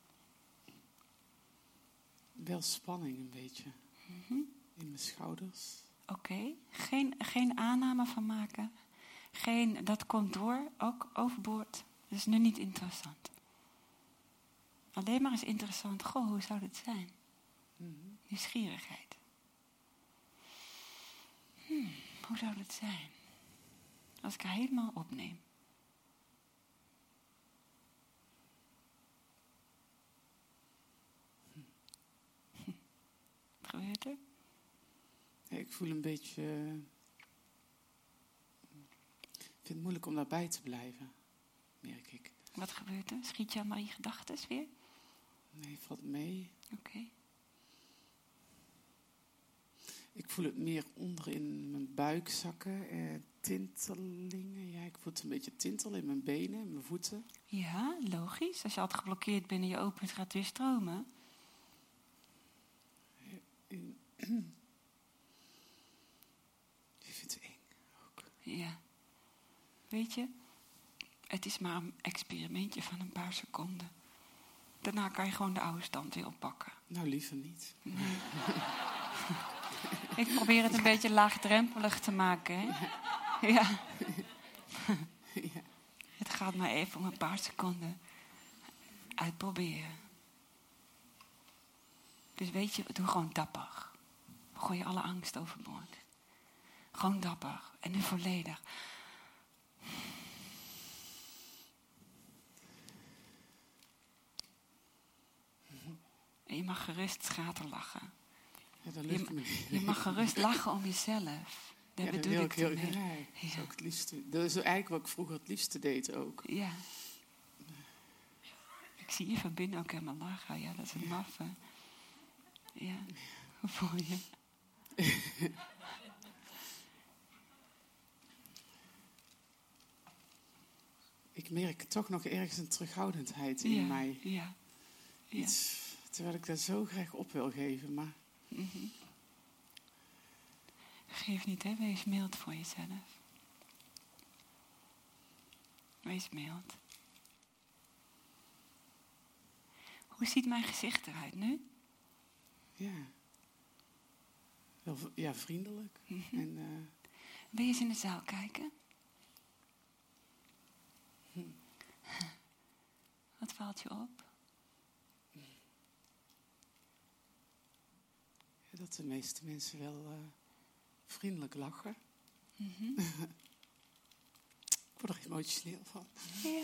Wel spanning een beetje. Mhm. In mijn schouders. Oké, okay. geen, geen aanname van maken. Geen, dat komt door, ook overboord. Dat is nu niet interessant. Alleen maar is interessant, goh, hoe zou dit zijn? Mm-hmm. Nieuwsgierigheid. Hmm, hoe zou dit zijn? Als ik haar helemaal opneem. Hm. Wat gebeurt er? Ja, ik voel een beetje... Uh, ik vind het moeilijk om daarbij te blijven, merk ik. Wat gebeurt er? Schiet je maar je gedachten weer? Nee, valt mee. Oké. Okay. Ik voel het meer onder in mijn buik zakken. Eh, tintelingen. Ja, ik voel het een beetje tintelen in mijn benen, in mijn voeten. Ja, logisch. Als je altijd geblokkeerd bent en je opent, gaat het weer stromen. Ik vind het eng ook. Ja. Weet je, het is maar een experimentje van een paar seconden. Daarna kan je gewoon de oude stand weer oppakken. Nou, liever niet. Nee. Ik probeer het een beetje laagdrempelig te maken, hè? Ja. Ja. Het gaat maar even om een paar seconden uitproberen. Dus weet je, doe gewoon dapper. Gooi je alle angst overboord. Gewoon dapper. En nu volledig. En je mag gerust schaterlachen. Ja, dat lukt je, me niet. je mag gerust lachen om jezelf. Dat Ja, dat bedoel wil ik ik heel ermee. graag. Dat is Ja. ook het liefste. Dat is eigenlijk wat ik vroeger het liefste deed ook. Ja. Ik zie je van binnen ook helemaal lachen. Ja, dat is een maffe. Ja. Hoe voel je? Ik merk toch nog ergens een terughoudendheid in Ja, mij. ja. Ja. Iets, terwijl ik dat zo graag op wil geven, maar... Mm-hmm. Geef niet, hè. Wees mild voor jezelf. Wees mild. Hoe ziet mijn gezicht eruit nu? Ja. Wel, ja, vriendelijk. Mm-hmm. En, uh, wil je eens in de zaal kijken? hm. Wat valt je op? Ja, dat de meeste mensen wel uh, vriendelijk lachen. Mm-hmm. Ik word er emotioneel van. Ja.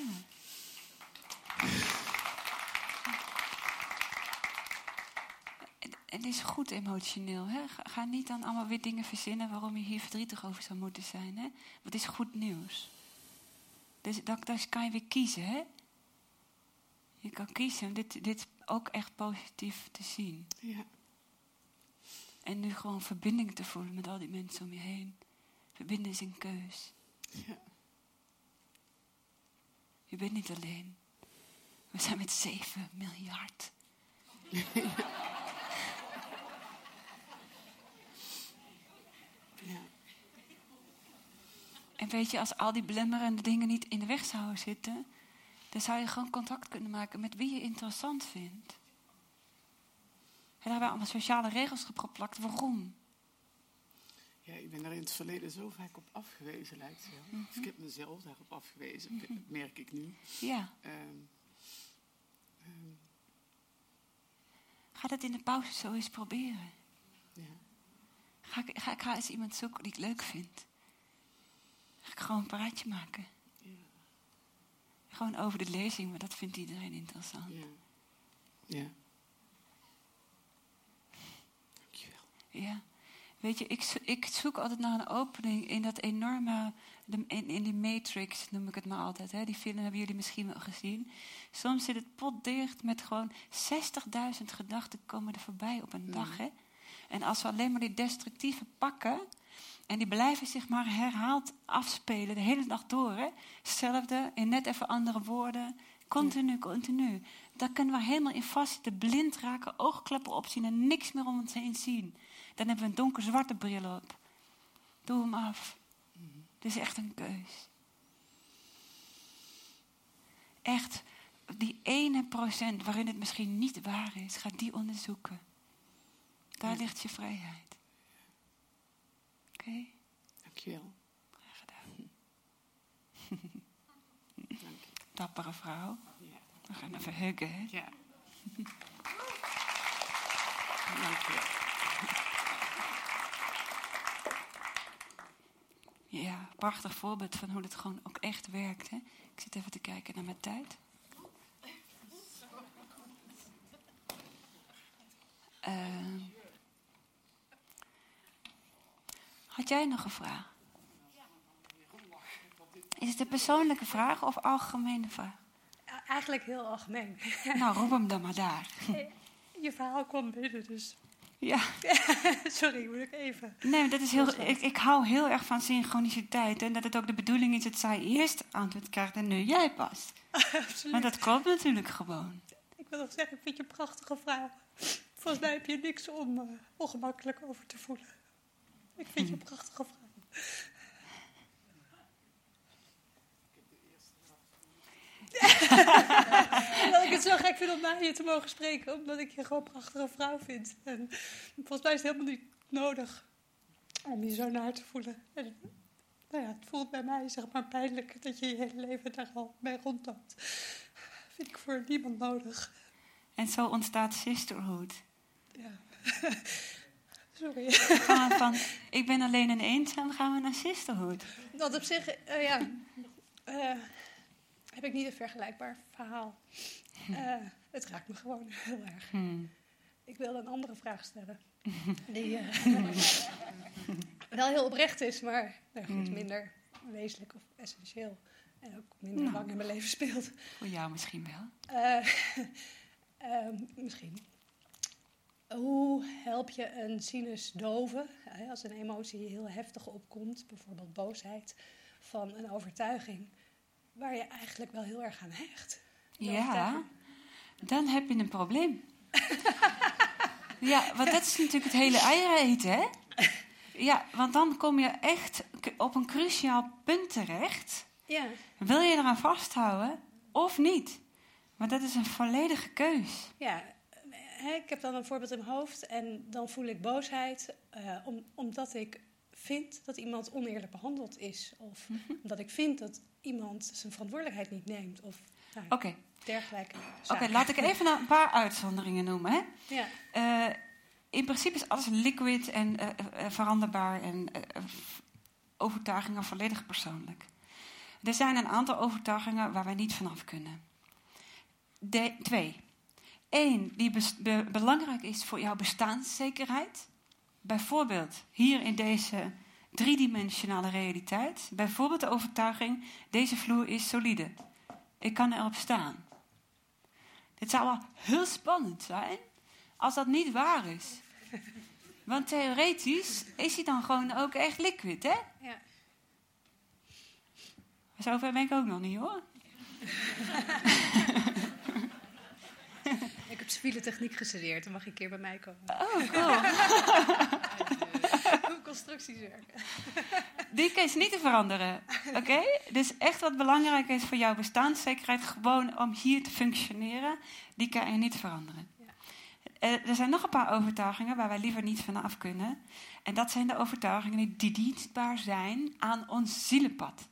Het is goed emotioneel. Hè? Ga, ga niet dan allemaal weer dingen verzinnen waarom je hier verdrietig over zou moeten zijn. Hè? Want het is goed nieuws. Dus dat, dat kan je weer kiezen. Hè? Je kan kiezen om dit, dit ook echt positief te zien. Ja. En nu gewoon verbinding te voelen met al die mensen om je heen. Verbinden is een keus. Ja. Je bent niet alleen. We zijn met zeven miljard. Ja. En weet je, als al die belemmerende dingen niet in de weg zouden zitten, dan zou je gewoon contact kunnen maken met wie je interessant vindt. En daar hebben we allemaal sociale regels geplakt. Waarom? Ja, ik ben daar in het verleden zo vaak op afgewezen, lijkt het wel. Mm-hmm. Of ik heb mezelf daarop afgewezen, Mm-hmm. dat merk ik nu. Ja. Um, um, Ga dat in de pauze zo eens proberen. ja. Ga ik, ga, ik ga eens iemand zoeken die ik leuk vind. Ga ik gewoon een praatje maken. Ja. Gewoon over de lezing, maar dat vindt iedereen interessant. Ja. Ja. Dankjewel. Ja. Weet je, ik, zo- ik zoek altijd naar een opening in dat enorme, de, in, in die Matrix noem ik het maar altijd. Hè? Die film hebben jullie misschien wel gezien. Soms zit het potdicht met gewoon zestigduizend gedachten komen er voorbij op een dag. Hè? En als we alleen maar die destructieve pakken en die blijven zich maar herhaald afspelen de hele dag door. Hè? Hetzelfde, in net even andere woorden. Continu, continu. Daar kunnen we helemaal in vastzitten, blind raken, oogkleppen opzien en niks meer om ons heen zien. Dan hebben we een donkerzwarte bril op. Doe hem af. Het is echt een keus. Echt, die ene procent waarin het misschien niet waar is, ga die onderzoeken. Daar ligt je vrijheid. Oké? Okay? Dankjewel. Graag gedaan. Dappere vrouw. Ja. We gaan even huggen, hè? Ja. Dankjewel. Ja, prachtig voorbeeld van hoe het gewoon ook echt werkt. Hè? Ik zit even te kijken naar mijn tijd. Uh, had jij nog een vraag? Is het een persoonlijke vraag of algemene vraag? Eigenlijk heel algemeen. Nou, roep hem dan maar daar. Je verhaal kwam binnen, dus... Ja. Sorry, moet ik even... Nee, dat is heel, ik, ik hou heel erg van synchroniciteit. En dat het ook de bedoeling is dat zij eerst antwoord krijgt en nu jij pas. Absoluut. Maar dat klopt natuurlijk gewoon. Ik wil nog zeggen, ik vind je een prachtige vraag. Volgens mij heb je niks om uh, ongemakkelijk over te voelen. Ik vind je een prachtige vraag. Omdat ik het zo gek vind om naar je te mogen spreken. Omdat ik je gewoon een prachtige vrouw vind. En volgens mij is het helemaal niet nodig om je zo naar te voelen. En, nou ja, het voelt bij mij zeg maar pijnlijk dat je je hele leven daar al mee rondloopt. Vind ik voor niemand nodig. En zo ontstaat sisterhood. Ja. Sorry. Van, van, ik ben alleen en eenzaam, gaan we naar sisterhood. Dat op zich, uh, ja... Uh, heb ik niet een vergelijkbaar verhaal. Uh, het raakt me gewoon heel erg. Hmm. Ik wil een andere vraag stellen. Die uh, wel heel oprecht is, maar nou, iets minder wezenlijk of essentieel. En ook minder nou, lang in mijn leven speelt. Voor jou misschien wel. Uh, uh, misschien. Hoe help je een sinusdove, uh, als een emotie heel heftig opkomt, bijvoorbeeld boosheid, van een overtuiging waar je eigenlijk wel heel erg aan hecht? Ja, dan heb je een probleem. Ja, want dat is natuurlijk het hele eieren eten, hè? Ja, want dan kom je echt op een cruciaal punt terecht. Ja. Wil je eraan vasthouden of niet? Maar dat is een volledige keus. Ja, ik heb dan een voorbeeld in mijn hoofd en dan voel ik boosheid uh, om, omdat ik vind dat iemand oneerlijk behandeld is. Of mm-hmm. omdat ik vind dat iemand zijn verantwoordelijkheid niet neemt. Of nou, okay. dergelijke Oké, okay, laat ik even een paar uitzonderingen noemen. Hè? Ja. Uh, in principe is alles liquid en uh, uh, veranderbaar en uh, overtuigingen volledig persoonlijk. Er zijn een aantal overtuigingen waar wij niet vanaf kunnen. De, twee. Eén, die bes, be, belangrijk is voor jouw bestaanszekerheid. Bijvoorbeeld hier in deze driedimensionale realiteit. Bijvoorbeeld de overtuiging, deze vloer is solide. Ik kan erop staan. Dit zou wel heel spannend zijn als dat niet waar is. Want theoretisch is hij dan gewoon ook echt liquid, hè? Ja. Zover ben ik ook nog niet, hoor. Ik heb civiele techniek gestudeerd, dan mag je een keer bij mij komen. Oh, cool. Hoe constructies werken. Die is niet te veranderen, oké? Okay? Dus echt wat belangrijk is voor jouw bestaanszekerheid, gewoon om hier te functioneren, die kan je niet veranderen. Ja. Uh, er zijn nog een paar overtuigingen waar wij liever niet vanaf kunnen. En dat zijn de overtuigingen die dienstbaar zijn aan ons zielenpad.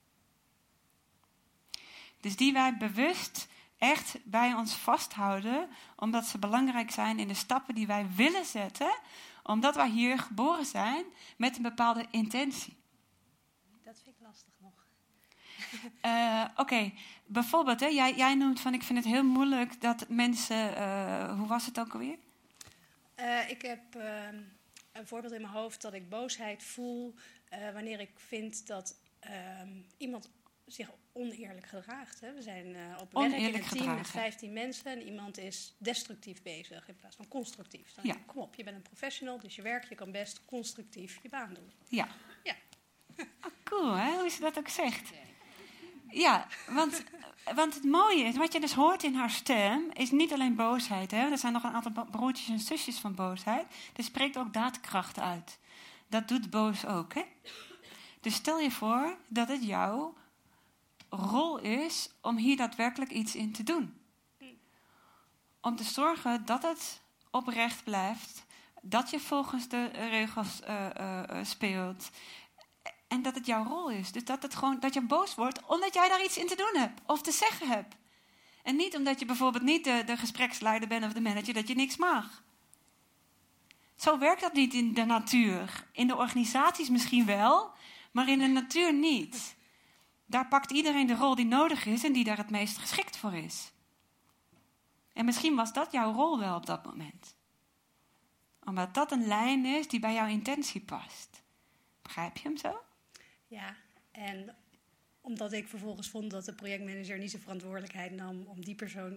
Dus die wij bewust echt bij ons vasthouden, omdat ze belangrijk zijn in de stappen die wij willen zetten, omdat wij hier geboren zijn met een bepaalde intentie. Dat vind ik lastig nog. uh, Oké, okay. Bijvoorbeeld, hè, jij, jij noemt van ik vind het heel moeilijk dat mensen, uh, hoe was het ook alweer? Uh, ik heb uh, een voorbeeld in mijn hoofd dat ik boosheid voel uh, wanneer ik vind dat uh, iemand zich oneerlijk gedraagt. Hè. We zijn uh, op werk in een team gedragen. met vijftien mensen en iemand is destructief bezig in plaats van constructief. Dan ja. Kom op, je bent een professional, dus je werk, je kan best constructief je baan doen. Ja. Ja. Oh, cool, hè? Hoe ze dat ook zegt. Ja, want, want het mooie is, wat je dus hoort in haar stem, is niet alleen boosheid. Hè? Er zijn nog een aantal broertjes en zusjes van boosheid. Er spreekt ook daadkracht uit. Dat doet boos ook, hè? Dus stel je voor dat het jouw rol is om hier daadwerkelijk iets in te doen. Om te zorgen dat het oprecht blijft, dat je volgens de regels uh, uh, speelt en dat het jouw rol is. Dus dat, het gewoon, dat je boos wordt omdat jij daar iets in te doen hebt of te zeggen hebt. En niet omdat je bijvoorbeeld niet de, de gespreksleider bent of de manager, dat je niks mag. Zo werkt dat niet in de natuur. In de organisaties misschien wel, maar in de natuur niet. Daar pakt iedereen de rol die nodig is en die daar het meest geschikt voor is. En misschien was dat jouw rol wel op dat moment. Omdat dat een lijn is die bij jouw intentie past. Begrijp je hem zo? Ja, en omdat ik vervolgens vond dat de projectmanager niet zijn verantwoordelijkheid nam om die persoon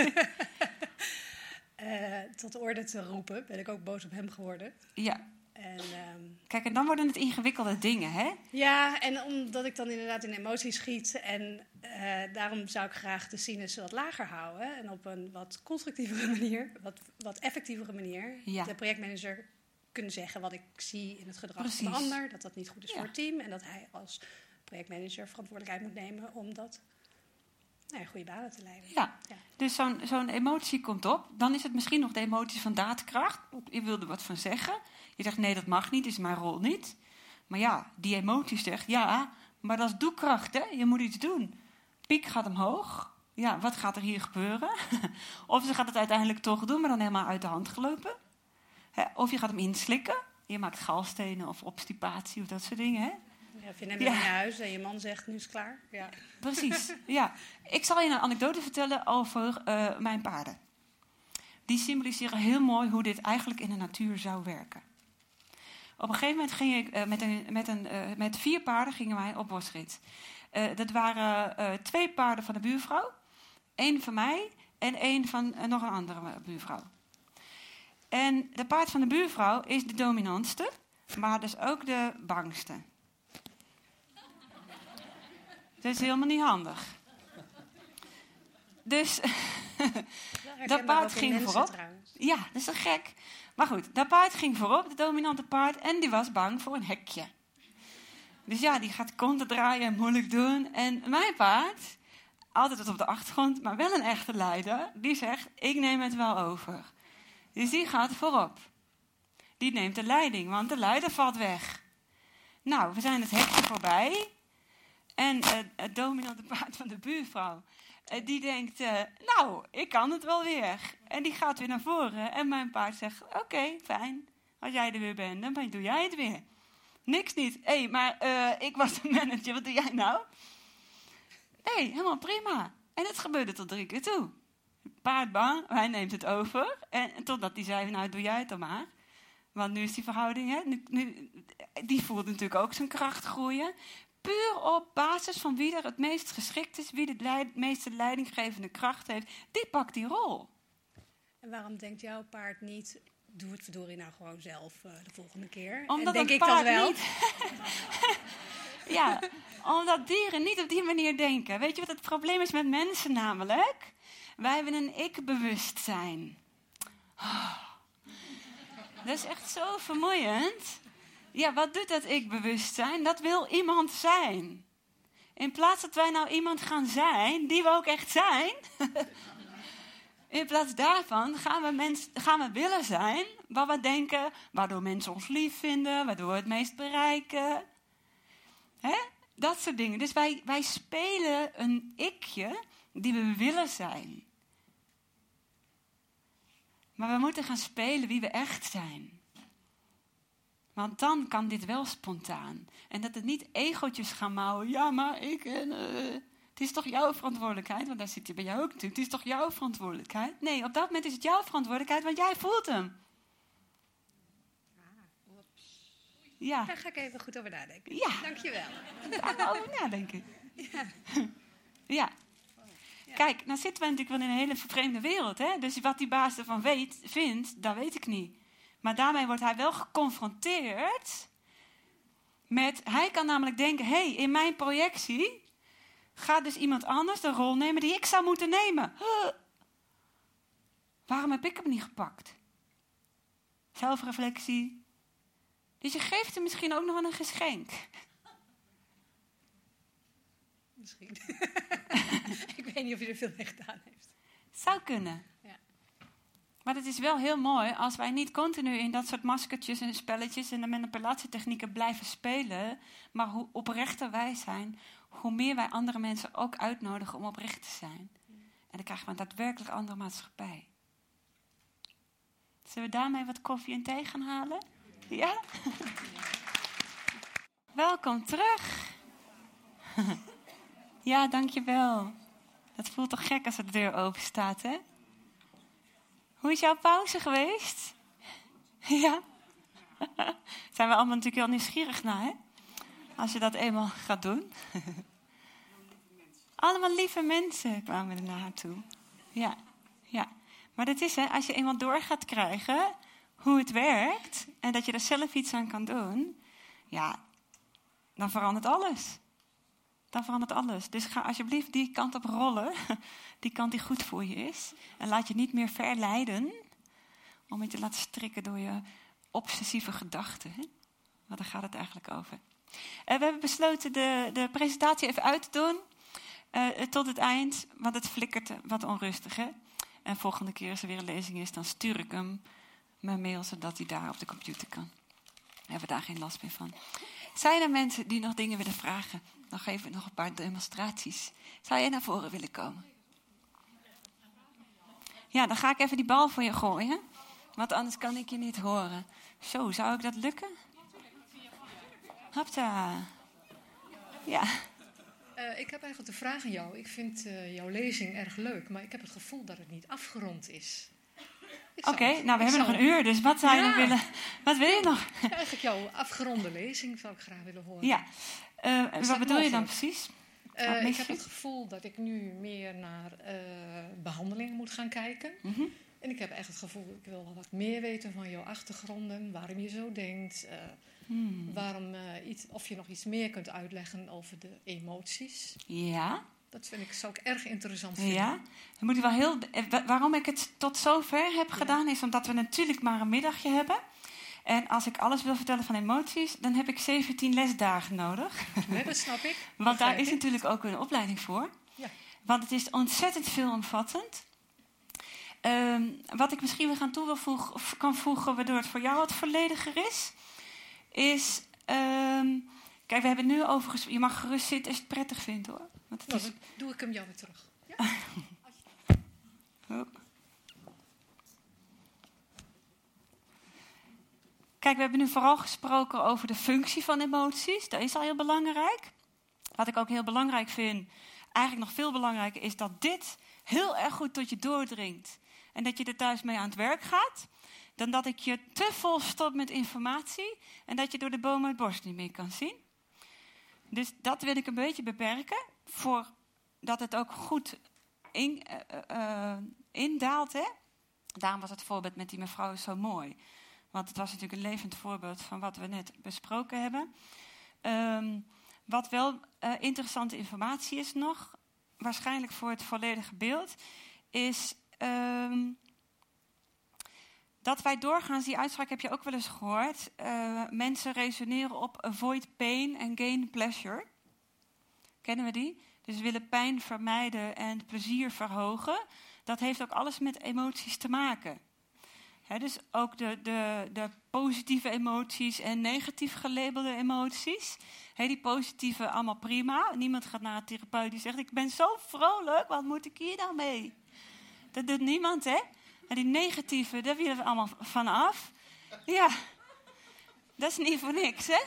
uh, tot orde te roepen, ben ik ook boos op hem geworden. Ja. En, um, Kijk, en dan worden het ingewikkelde dingen, hè? Ja, en omdat ik dan inderdaad in emoties schiet. En uh, daarom zou ik graag de sinus wat lager houden. En op een wat constructievere manier, wat, wat effectievere manier, ja. de projectmanager kunnen zeggen wat ik zie in het gedrag Precies. van de ander. Dat dat niet goed is ja. voor het team. En dat hij als projectmanager verantwoordelijkheid moet nemen om dat nou ja, goede banen te leiden. Ja, ja. Dus zo'n, zo'n emotie komt op. Dan is het misschien nog de emotie van daadkracht. Je wilde wat van zeggen. Je zegt, nee, dat mag niet, is mijn rol niet. Maar ja, die emotie zegt, ja, maar dat is doekracht, hè? Je moet iets doen. Piek gaat omhoog. Ja, wat gaat er hier gebeuren? Of ze gaat het uiteindelijk toch doen, maar dan helemaal uit de hand gelopen. Hè? Of je gaat hem inslikken. Je maakt galstenen of obstipatie of dat soort dingen, hè? Ja, vind hem ja. in huis en je man zegt, nu is het klaar. Ja. Precies, ja. Ik zal je een anekdote vertellen over uh, mijn paarden. Die symboliseren heel mooi hoe dit eigenlijk in de natuur zou werken. Op een gegeven moment ging ik uh, met, een, met, een, uh, met vier paarden gingen wij op bosrit. Uh, dat waren uh, twee paarden van de buurvrouw, één van mij en één van uh, nog een andere buurvrouw. En de paard van de buurvrouw is de dominantste, maar dus ook de bangste. Dat is helemaal niet handig. Dus dat paard ging voorop. Trouwens. Ja, dat is toch gek. Maar goed, dat paard ging voorop, de dominante paard, en die was bang voor een hekje. Dus ja, die gaat konten draaien en moeilijk doen. En mijn paard, altijd wat op de achtergrond, maar wel een echte leider, die zegt, ik neem het wel over. Dus die gaat voorop. Die neemt de leiding, want de leider valt weg. Nou, we zijn het hekje voorbij. En uh, het dominante paard van de buurvrouw, uh, die denkt, uh, nou, ik kan het wel weer. En die gaat weer naar voren. En mijn paard zegt, oké, okay, fijn. Als jij er weer bent, dan doe jij het weer. Niks niet. Hé, hey, maar uh, ik was de manager, wat doe jij nou? Nee, helemaal prima. En het gebeurde tot drie keer toe. Paard bang, hij neemt het over. En, en totdat hij zei, nou, doe jij het dan maar. Want nu is die verhouding, hè, nu, nu, die voelt natuurlijk ook zijn kracht groeien. Puur op basis van wie er het meest geschikt is, wie de leid, meeste leidinggevende kracht heeft, die pakt die rol. En waarom denkt jouw paard niet, doe het verdorie nou gewoon zelf uh, de volgende keer? Omdat en denk een ik paard dan wel? Niet... ja, omdat dieren niet op die manier denken. Weet je wat het probleem is met mensen namelijk? Wij hebben een ik-bewustzijn. Oh. Dat is echt zo vermoeiend. Ja, wat doet dat ik-bewustzijn? Dat wil iemand zijn. In plaats dat wij nou iemand gaan zijn, die we ook echt zijn. In plaats daarvan gaan we, mens, gaan we willen zijn, wat we denken, waardoor mensen ons lief vinden, waardoor we het meest bereiken. Hè? Dat soort dingen. Dus wij, wij spelen een ikje die we willen zijn. Maar we moeten gaan spelen wie we echt zijn. Want dan kan dit wel spontaan. En dat het niet egootjes gaan mouwen. Ja, maar ik... En, uh, het is toch jouw verantwoordelijkheid? Want daar zit je bij jou ook natuurlijk. Het is toch jouw verantwoordelijkheid? Nee, op dat moment is het jouw verantwoordelijkheid, want jij voelt hem. Ja. Daar ga ik even goed over nadenken. Ja. Dankjewel. Daar gaan we over nadenken. Ja. Ja. Kijk, nou zitten we natuurlijk wel in een hele vreemde wereld. Hè? Dus wat die baas ervan weet, vindt, dat weet ik niet. Maar daarmee wordt hij wel geconfronteerd met... Hij kan namelijk denken, hé, hey, in mijn projectie gaat dus iemand anders de rol nemen die ik zou moeten nemen. Huh. Waarom heb ik hem niet gepakt? Zelfreflectie. Dus je geeft hem misschien ook nog wel een geschenk. Misschien. Ik weet niet of je er veel mee gedaan heeft. Zou kunnen. Ja. Maar het is wel heel mooi als wij niet continu in dat soort maskertjes en spelletjes en de manipulatietechnieken blijven spelen, maar hoe oprechter wij zijn, hoe meer wij andere mensen ook uitnodigen om oprecht te zijn. En dan krijgen we een daadwerkelijk andere maatschappij. Zullen we daarmee wat koffie en thee gaan halen? Ja? Welkom terug. Ja, dankjewel. Dat voelt toch gek als de deur open staat, hè? Hoe is jouw pauze geweest? Ja? Zijn we allemaal natuurlijk heel nieuwsgierig naar, hè? Als je dat eenmaal gaat doen. Allemaal lieve mensen kwamen er naar haar toe. Ja, ja. Maar dat is, hè, als je eenmaal door gaat krijgen hoe het werkt en dat je er zelf iets aan kan doen, ja, dan verandert alles. Dan verandert alles. Dus ga alsjeblieft die kant op rollen, die kant die goed voor je is. En laat je niet meer verleiden om je te laten strikken door je obsessieve gedachten. Hè? Want daar gaat het eigenlijk over. En we hebben besloten de, de presentatie even uit te doen uh, tot het eind, want het flikkert wat onrustig, hè? En volgende keer als er weer een lezing is, dan stuur ik hem mijn mail, zodat hij daar op de computer kan. Dan hebben we daar geen last meer van. Zijn er mensen die nog dingen willen vragen? Dan geven we nog een paar demonstraties. Zou jij naar voren willen komen? Ja, dan ga ik even die bal voor je gooien. Want anders kan ik je niet horen. Zo, zou ik dat lukken? Hopta. Ja. Uh, ik heb eigenlijk de vraag aan jou. Ik vind uh, jouw lezing erg leuk, maar ik heb het gevoel dat het niet afgerond is. Oké, okay, nou we hebben nog een uur, dus wat zou je ja. nog willen? Wat wil je nog? Ja, eigenlijk jouw afgeronde lezing zou ik graag willen horen. Ja, uh, wat bedoel mogelijk? je dan precies? Uh, ik heb het gevoel dat ik nu meer naar uh, behandelingen moet gaan kijken. Mm-hmm. En ik heb echt het gevoel, ik wil wel wat meer weten van jouw achtergronden, waarom je zo denkt. Uh, hmm. waarom, uh, iets, of je nog iets meer kunt uitleggen over de emoties. Ja. Dat vind ik, zou ik erg interessant vinden. Ja, dan moet ik wel heel, waarom ik het tot zover heb ja. gedaan is omdat we natuurlijk maar een middagje hebben. En als ik alles wil vertellen van emoties, dan heb ik zeventien lesdagen nodig. Nee, dat snap ik. Want daar is natuurlijk ook een opleiding voor. Ja. Want het is ontzettend veelomvattend. Um, wat ik misschien weer aan toe wil voegen, of kan voegen, waardoor het voor jou wat vollediger is, is... Um, kijk, we hebben het nu over gesproken. Je mag gerust zitten als je het prettig vindt, hoor. Want het nou, is... dan doe ik hem jou weer terug. Ja? oh. Kijk, we hebben nu vooral gesproken over de functie van emoties. Dat is al heel belangrijk. Wat ik ook heel belangrijk vind, eigenlijk nog veel belangrijker, is dat dit heel erg goed tot je doordringt. En dat je er thuis mee aan het werk gaat. Dan dat ik je te vol stop met informatie en dat je door de bomen het bos niet meer kan zien. Dus dat wil ik een beetje beperken, voordat het ook goed in, uh, uh, indaalt. Hè? Daarom was het voorbeeld met die mevrouw zo mooi. Want het was natuurlijk een levend voorbeeld van wat we net besproken hebben. Um, wat wel uh, interessante informatie is nog, waarschijnlijk voor het volledige beeld, is um, dat wij doorgaans, die uitspraak heb je ook wel eens gehoord, uh, mensen resoneren op avoid pain and gain pleasure. Kennen we die? Dus we willen pijn vermijden en plezier verhogen. Dat heeft ook alles met emoties te maken. He, dus ook de, de, de positieve emoties en negatief gelabelde emoties. He, die positieve, allemaal prima. Niemand gaat naar een therapeut die zegt, ik ben zo vrolijk, wat moet ik hier nou mee? Dat doet niemand, hè? En die negatieve, daar willen we allemaal van af. Ja, dat is niet voor niks, hè?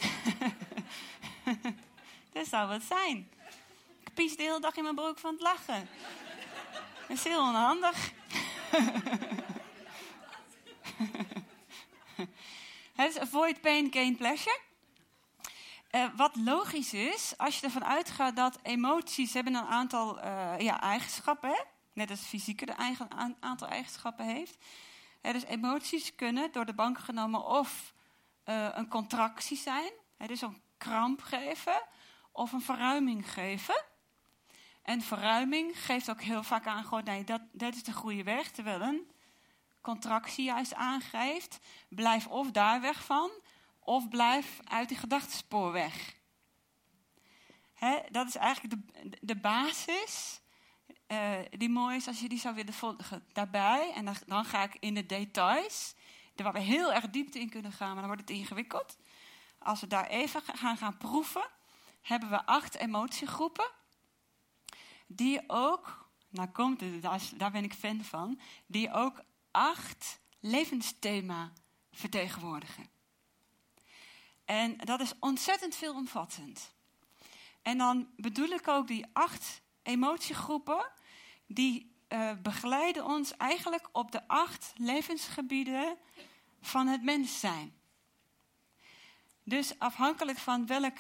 Dat zou wat zijn. Ik pies de hele dag in mijn broek van het lachen. Dat is heel onhandig. He, Het is avoid pain, gain pleasure. Uh, wat logisch is, als je ervan uitgaat dat emoties hebben een aantal uh, ja, eigenschappen hebben. Net als fysieke een eigen, aantal eigenschappen heeft. He, dus emoties kunnen door de bank genomen of uh, een contractie zijn. He, dus een kramp geven of een verruiming geven. En verruiming geeft ook heel vaak aan, gewoon, nee, dat, dat is de goede weg. Terwijl een contractie juist aangeeft, blijf of daar weg van, of blijf uit die gedachtenspoor weg. He, dat is eigenlijk de, de basis, uh, die mooi is als je die zou willen volgen. Daarbij, en dan, dan ga ik in de details, waar we heel erg diepte in kunnen gaan, maar dan wordt het ingewikkeld. Als we daar even gaan gaan proeven, hebben we acht emotiegroepen, die ook, nou komt het, daar, daar ben ik fan van, die ook acht levensthema vertegenwoordigen. En dat is ontzettend veelomvattend. En dan bedoel ik ook die acht emotiegroepen, die uh, begeleiden ons eigenlijk op de acht levensgebieden van het mens zijn. Dus afhankelijk van welk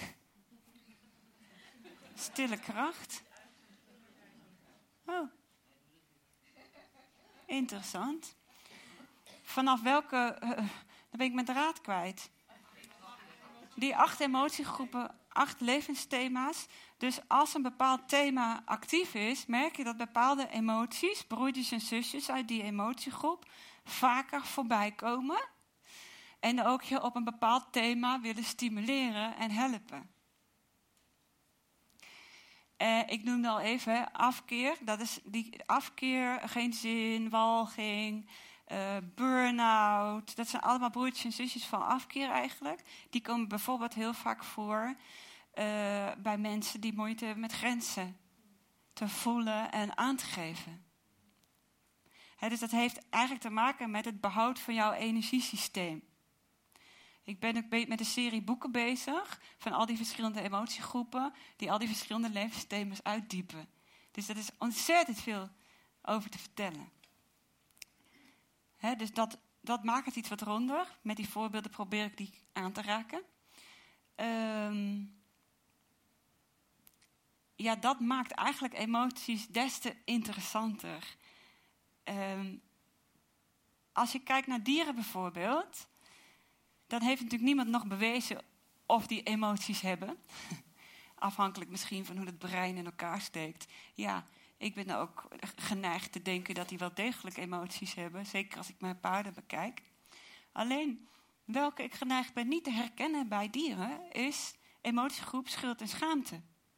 stille kracht. Oh, interessant. Vanaf welke, uh, dan ben ik mijn draad kwijt. Die acht emotiegroepen, acht levensthema's. Dus als een bepaald thema actief is, merk je dat bepaalde emoties, broertjes en zusjes uit die emotiegroep, vaker voorbij komen. En ook je op een bepaald thema willen stimuleren en helpen. Uh, ik noemde al even afkeer. Dat is die afkeer, geen zin, walging, uh, burn-out. Dat zijn allemaal broertjes en zusjes van afkeer eigenlijk. Die komen bijvoorbeeld heel vaak voor uh, bij mensen die moeite hebben met grenzen te voelen en aan te geven. He, dus dat heeft eigenlijk te maken met het behoud van jouw energiesysteem. Ik ben ook met een serie boeken bezig van al die verschillende emotiegroepen, die al die verschillende levensthema's uitdiepen. Dus dat is ontzettend veel over te vertellen. He, dus dat, dat maakt het iets wat ronder. Met die voorbeelden probeer ik die aan te raken. Um, ja, dat maakt eigenlijk emoties des te interessanter. Um, als je kijkt naar dieren bijvoorbeeld, dan heeft natuurlijk niemand nog bewezen of die emoties hebben. Afhankelijk misschien van hoe het brein in elkaar steekt. Ja, ik ben ook geneigd te denken dat die wel degelijk emoties hebben. Zeker als ik mijn paarden bekijk. Alleen, welke ik geneigd ben niet te herkennen bij dieren, is emotiegroep schuld en schaamte.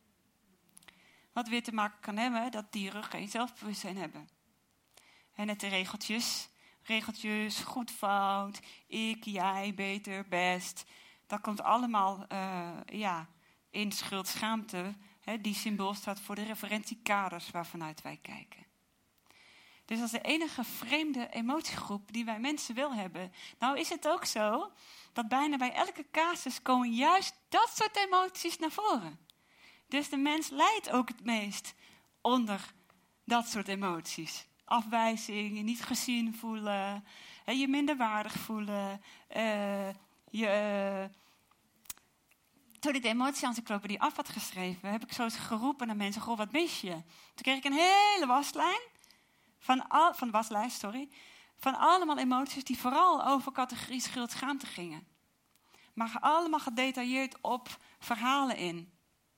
Wat weer te maken kan hebben dat dieren geen zelfbewustzijn hebben. En het de regeltjes... Regeltjes, goed, fout, ik, jij, beter, best. Dat komt allemaal uh, ja, in schuld, schaamte. Hè, die symbool staat voor de referentiekaders waarvanuit wij kijken. Dus dat is de enige vreemde emotiegroep die wij mensen wel hebben. Nou is het ook zo dat bijna bij elke casus komen juist dat soort emoties naar voren. Dus de mens lijdt ook het meest onder dat soort emoties. Afwijzing, je niet gezien voelen, hè, je minderwaardig voelen. Uh, je, uh, toen ik de emotie-encyclopedie af had geschreven, heb ik zo eens geroepen naar mensen, goh, wat mis je? Toen kreeg ik een hele waslijn, van, al, van waslijst, sorry, van allemaal emoties die vooral over categorie schuld, schaamte gingen. Maar allemaal gedetailleerd op verhalen in.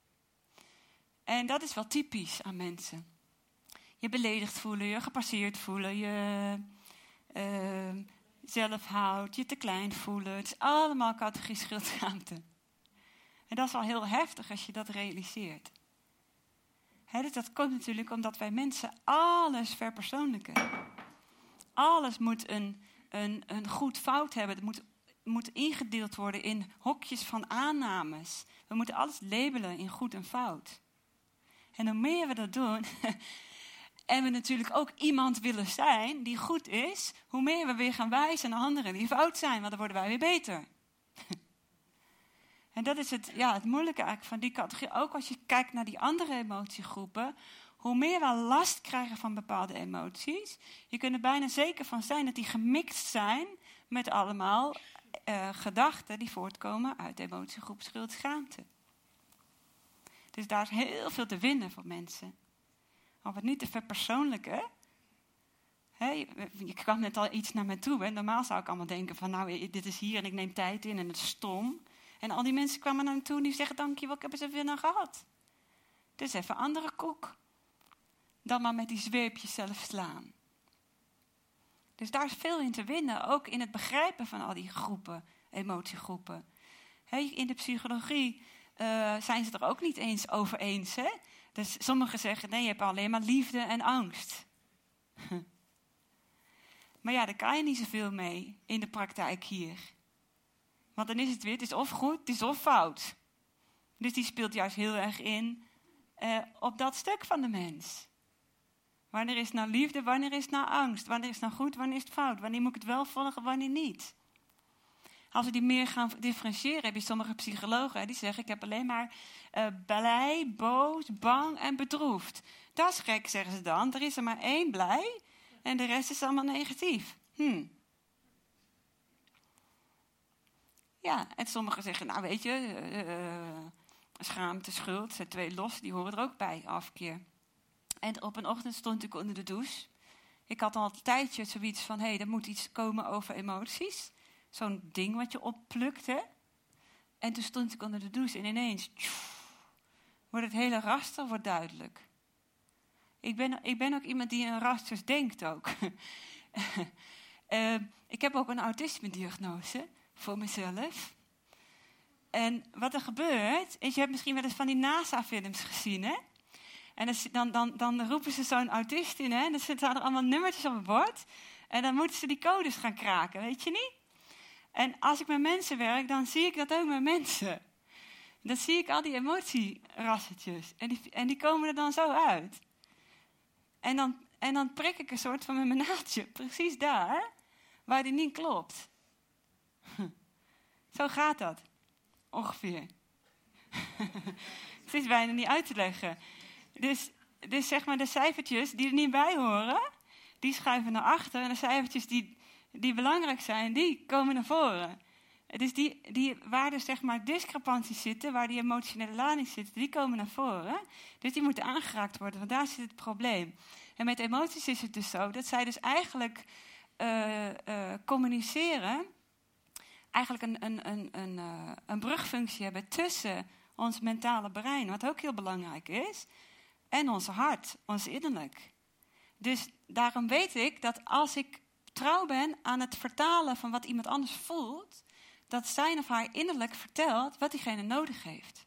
En dat is wel typisch aan mensen. Je beledigd voelen, je gepasseerd voelen, je uh, zelfhoud, je te klein voelen. Het is allemaal categorie schuld, schaamte. En dat is al heel heftig als je dat realiseert. He, dus dat komt natuurlijk omdat wij mensen alles verpersoonlijken. Alles moet een, een, een goed fout hebben. Het moet, moet ingedeeld worden in hokjes van aannames. We moeten alles labelen in goed en fout. En hoe meer we dat doen... En we natuurlijk ook iemand willen zijn die goed is, hoe meer we weer gaan wijzen naar anderen die fout zijn, want dan worden wij weer beter. En dat is het, ja, het moeilijke eigenlijk van die categorie. Ook als je kijkt naar die andere emotiegroepen, hoe meer we last krijgen van bepaalde emoties, je kunt er bijna zeker van zijn dat die gemixt zijn met allemaal uh, gedachten die voortkomen uit de emotiegroep schuld-schaamte. Dus daar is heel veel te winnen voor mensen. Om het niet te verpersoonlijken. He, je, je kwam net al iets naar me toe. Hè. Normaal zou ik allemaal denken van nou, dit is hier en ik neem tijd in en het is stom. En al die mensen kwamen naar me toe en die zeggen dankjewel, ik heb er zoveel aan gehad. Dus even een andere koek. Dan maar met die zweepjes zelf slaan. Dus daar is veel in te winnen. Ook in het begrijpen van al die groepen, emotiegroepen. He, in de psychologie uh, zijn ze er ook niet eens over eens. Hè? Dus sommigen zeggen, nee, je hebt alleen maar liefde en angst. Maar ja, daar kan je niet zoveel mee in de praktijk hier. Want dan is het weer, het is of goed, het is of fout. Dus die speelt juist heel erg in uh, op dat stuk van de mens. Wanneer is nou liefde, wanneer is nou angst? Wanneer is nou goed, wanneer is het fout? Wanneer moet ik het wel volgen, wanneer niet? Als we die meer gaan differentiëren, heb je sommige psychologen hè, die zeggen, ik heb alleen maar uh, blij, boos, bang en bedroefd. Dat is gek, zeggen ze dan. Er is er maar één blij en de rest is allemaal negatief. Hm. Ja, en sommigen zeggen, nou weet je, uh, schaamte, schuld, zijn twee los, die horen er ook bij, afkeer. En op een ochtend stond ik onder de douche. Ik had al een tijdje zoiets van, hé, hey, er moet iets komen over emoties. Zo'n ding wat je opplukt, hè. En toen stond ik onder de douche en ineens, tjoef, wordt het hele raster wordt duidelijk. Ik ben, ik ben ook iemand die in rasters denkt ook. uh, ik heb ook een autisme-diagnose voor mezelf. En wat er gebeurt, is, je hebt misschien wel eens van die NASA-films gezien, hè. En dan, dan, dan roepen ze zo'n autist in, hè. En dan zitten er allemaal nummertjes op het bord. En dan moeten ze die codes gaan kraken, weet je niet? En als ik met mensen werk, dan zie ik dat ook met mensen. Dan zie ik al die emotierassetjes. En die, en die komen er dan zo uit. En dan, en dan prik ik een soort van met mijn naaldje, precies daar, waar die niet klopt. Zo gaat dat, ongeveer. Het is bijna niet uit te leggen. Dus, dus zeg maar de cijfertjes die er niet bij horen, die schuiven naar achter. En de cijfertjes die, die belangrijk zijn, die komen naar voren. Dus die, die, waar dus zeg maar discrepanties zitten, waar die emotionele lading zit, die komen naar voren. Dus die moeten aangeraakt worden, want daar zit het probleem. En met emoties is het dus zo, dat zij dus eigenlijk uh, uh, communiceren, eigenlijk een, een, een, een, uh, een brugfunctie hebben tussen ons mentale brein, wat ook heel belangrijk is, en ons hart, ons innerlijk. Dus daarom weet ik dat als ik trouw ben aan het vertalen van wat iemand anders voelt, dat zijn of haar innerlijk vertelt wat diegene nodig heeft.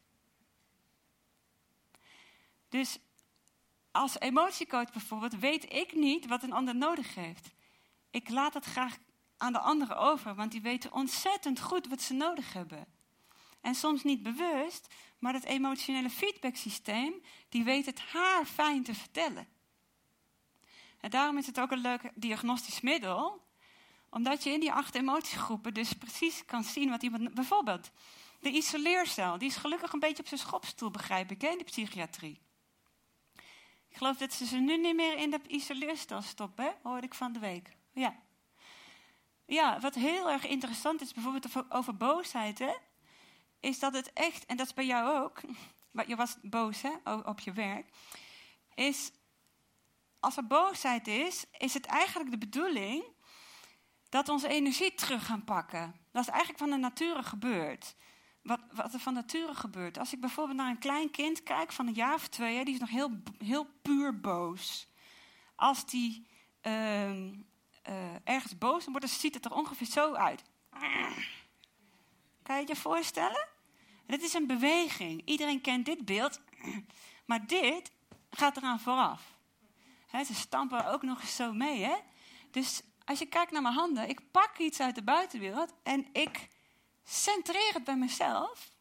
Dus als emotiecoach bijvoorbeeld weet ik niet wat een ander nodig heeft. Ik laat het graag aan de anderen over, want die weten ontzettend goed wat ze nodig hebben. En soms niet bewust, maar het emotionele feedbacksysteem, die weet het haar fijn te vertellen. En daarom is het ook een leuk diagnostisch middel, omdat je in die acht emotiegroepen dus precies kan zien wat iemand... Bijvoorbeeld, de isoleercel, die is gelukkig een beetje op zijn schopstoel, begrijp ik, hè, in de psychiatrie. Ik geloof dat ze ze nu niet meer in de isoleercel stoppen, hè? Hoorde ik van de week. Ja. Ja, wat heel erg interessant is, bijvoorbeeld over boosheid, hè, is dat het echt, en dat is bij jou ook, maar je was boos, hè, op je werk, is, als er boosheid is, is het eigenlijk de bedoeling dat we onze energie terug gaan pakken. Dat is eigenlijk van de nature gebeurd. Wat, wat er van nature gebeurt. Als ik bijvoorbeeld naar een klein kind kijk van een jaar of twee, hè, die is nog heel, heel puur boos. Als die uh, uh, ergens boos wordt, dan ziet het er ongeveer zo uit. Kan je het je voorstellen? Dit is een beweging. Iedereen kent dit beeld. Maar dit gaat eraan vooraf. He, ze stampen ook nog eens zo mee. Hè? Dus als je kijkt naar mijn handen, ik pak iets uit de buitenwereld en ik centreer het bij mezelf.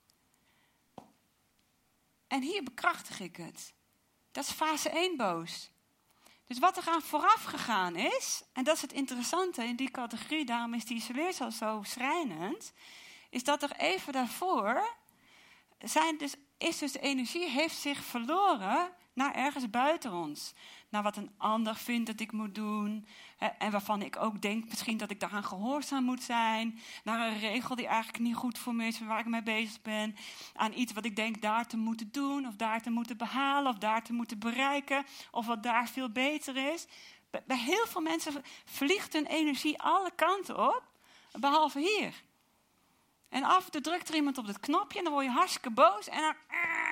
En hier bekrachtig ik het. Dat is fase één boos. Dus wat er aan vooraf gegaan is, en dat is het interessante in die categorie, daarom is die isoleercel zo schrijnend, is dat er even daarvoor zijn dus, is dus de energie heeft zich verloren naar ergens buiten ons. Naar wat een ander vindt dat ik moet doen. Hè, en waarvan ik ook denk misschien dat ik daaraan gehoorzaam moet zijn. Naar een regel die eigenlijk niet goed voor me is, waar ik mee bezig ben. Aan iets wat ik denk daar te moeten doen, of daar te moeten behalen, of daar te moeten bereiken. Of wat daar veel beter is. Bij, bij heel veel mensen vliegt hun energie alle kanten op, behalve hier. En af en toe drukt er iemand op het knopje en dan word je hartstikke boos. En dan...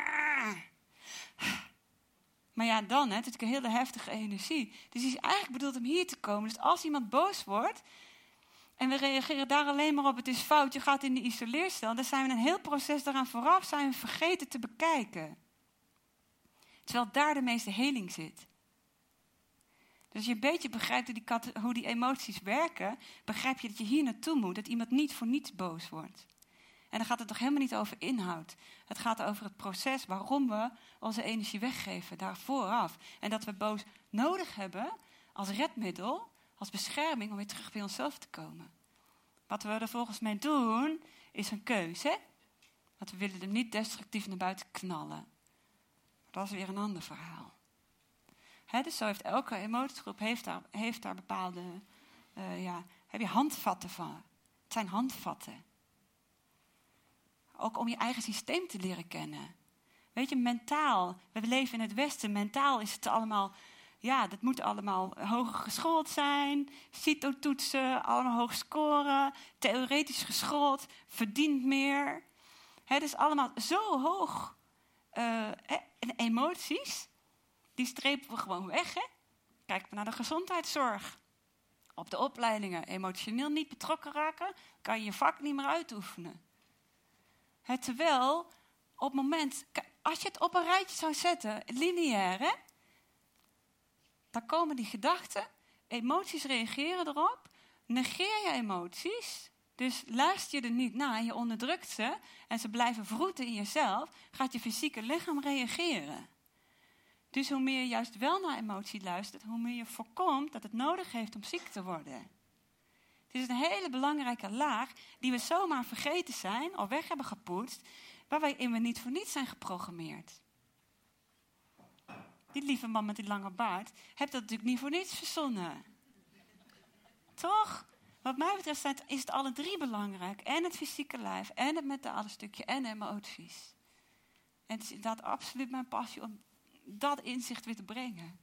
Maar ja, dan, hè, het is een hele heftige energie. Dus die is eigenlijk bedoeld om hier te komen. Dus als iemand boos wordt en we reageren daar alleen maar op, het is fout, je gaat in de isoleercel, dan zijn we een heel proces daaraan vooraf, zijn we vergeten te bekijken. Terwijl daar de meeste heling zit. Dus als je een beetje begrijpt hoe die, kat, hoe die emoties werken, begrijp je dat je hier naartoe moet, dat iemand niet voor niets boos wordt. En dan gaat het toch helemaal niet over inhoud. Het gaat over het proces waarom we onze energie weggeven, daar vooraf. En dat we boos nodig hebben als redmiddel, als bescherming om weer terug bij onszelf te komen. Wat we er volgens mij doen, is een keuze. Want we willen er niet destructief naar buiten knallen. Dat is weer een ander verhaal. He, dus zo heeft elke emotiegroep heeft daar, heeft daar bepaalde, uh, ja, heb je handvatten van. Het zijn handvatten. Ook om je eigen systeem te leren kennen. Weet je, mentaal, we leven in het Westen, mentaal is het allemaal, ja, dat moet allemaal hoger geschoold zijn, CITO-toetsen, allemaal hoog scoren, theoretisch geschoold, verdient meer. Het is allemaal zo hoog. Uh, en emoties, die strepen we gewoon weg, hè? Kijk maar naar de gezondheidszorg. Op de opleidingen, emotioneel niet betrokken raken, kan je je vak niet meer uitoefenen. He, terwijl, op het moment, als je het op een rijtje zou zetten, lineair, hè, dan komen die gedachten, emoties reageren erop, negeer je emoties, dus luister je er niet naar, je onderdrukt ze en ze blijven vroeten in jezelf, gaat je fysieke lichaam reageren. Dus hoe meer je juist wel naar emotie luistert, hoe meer je voorkomt dat het nodig heeft om ziek te worden. Het is een hele belangrijke laag die we zomaar vergeten zijn, of weg hebben gepoetst, waarin we niet voor niets zijn geprogrammeerd. Die lieve man met die lange baard heeft dat natuurlijk niet voor niets verzonnen. Toch? Wat mij betreft is het alle drie belangrijk. En het fysieke lijf, en het mentale stukje, en de emoties. En het is inderdaad absoluut mijn passie om dat inzicht weer te brengen.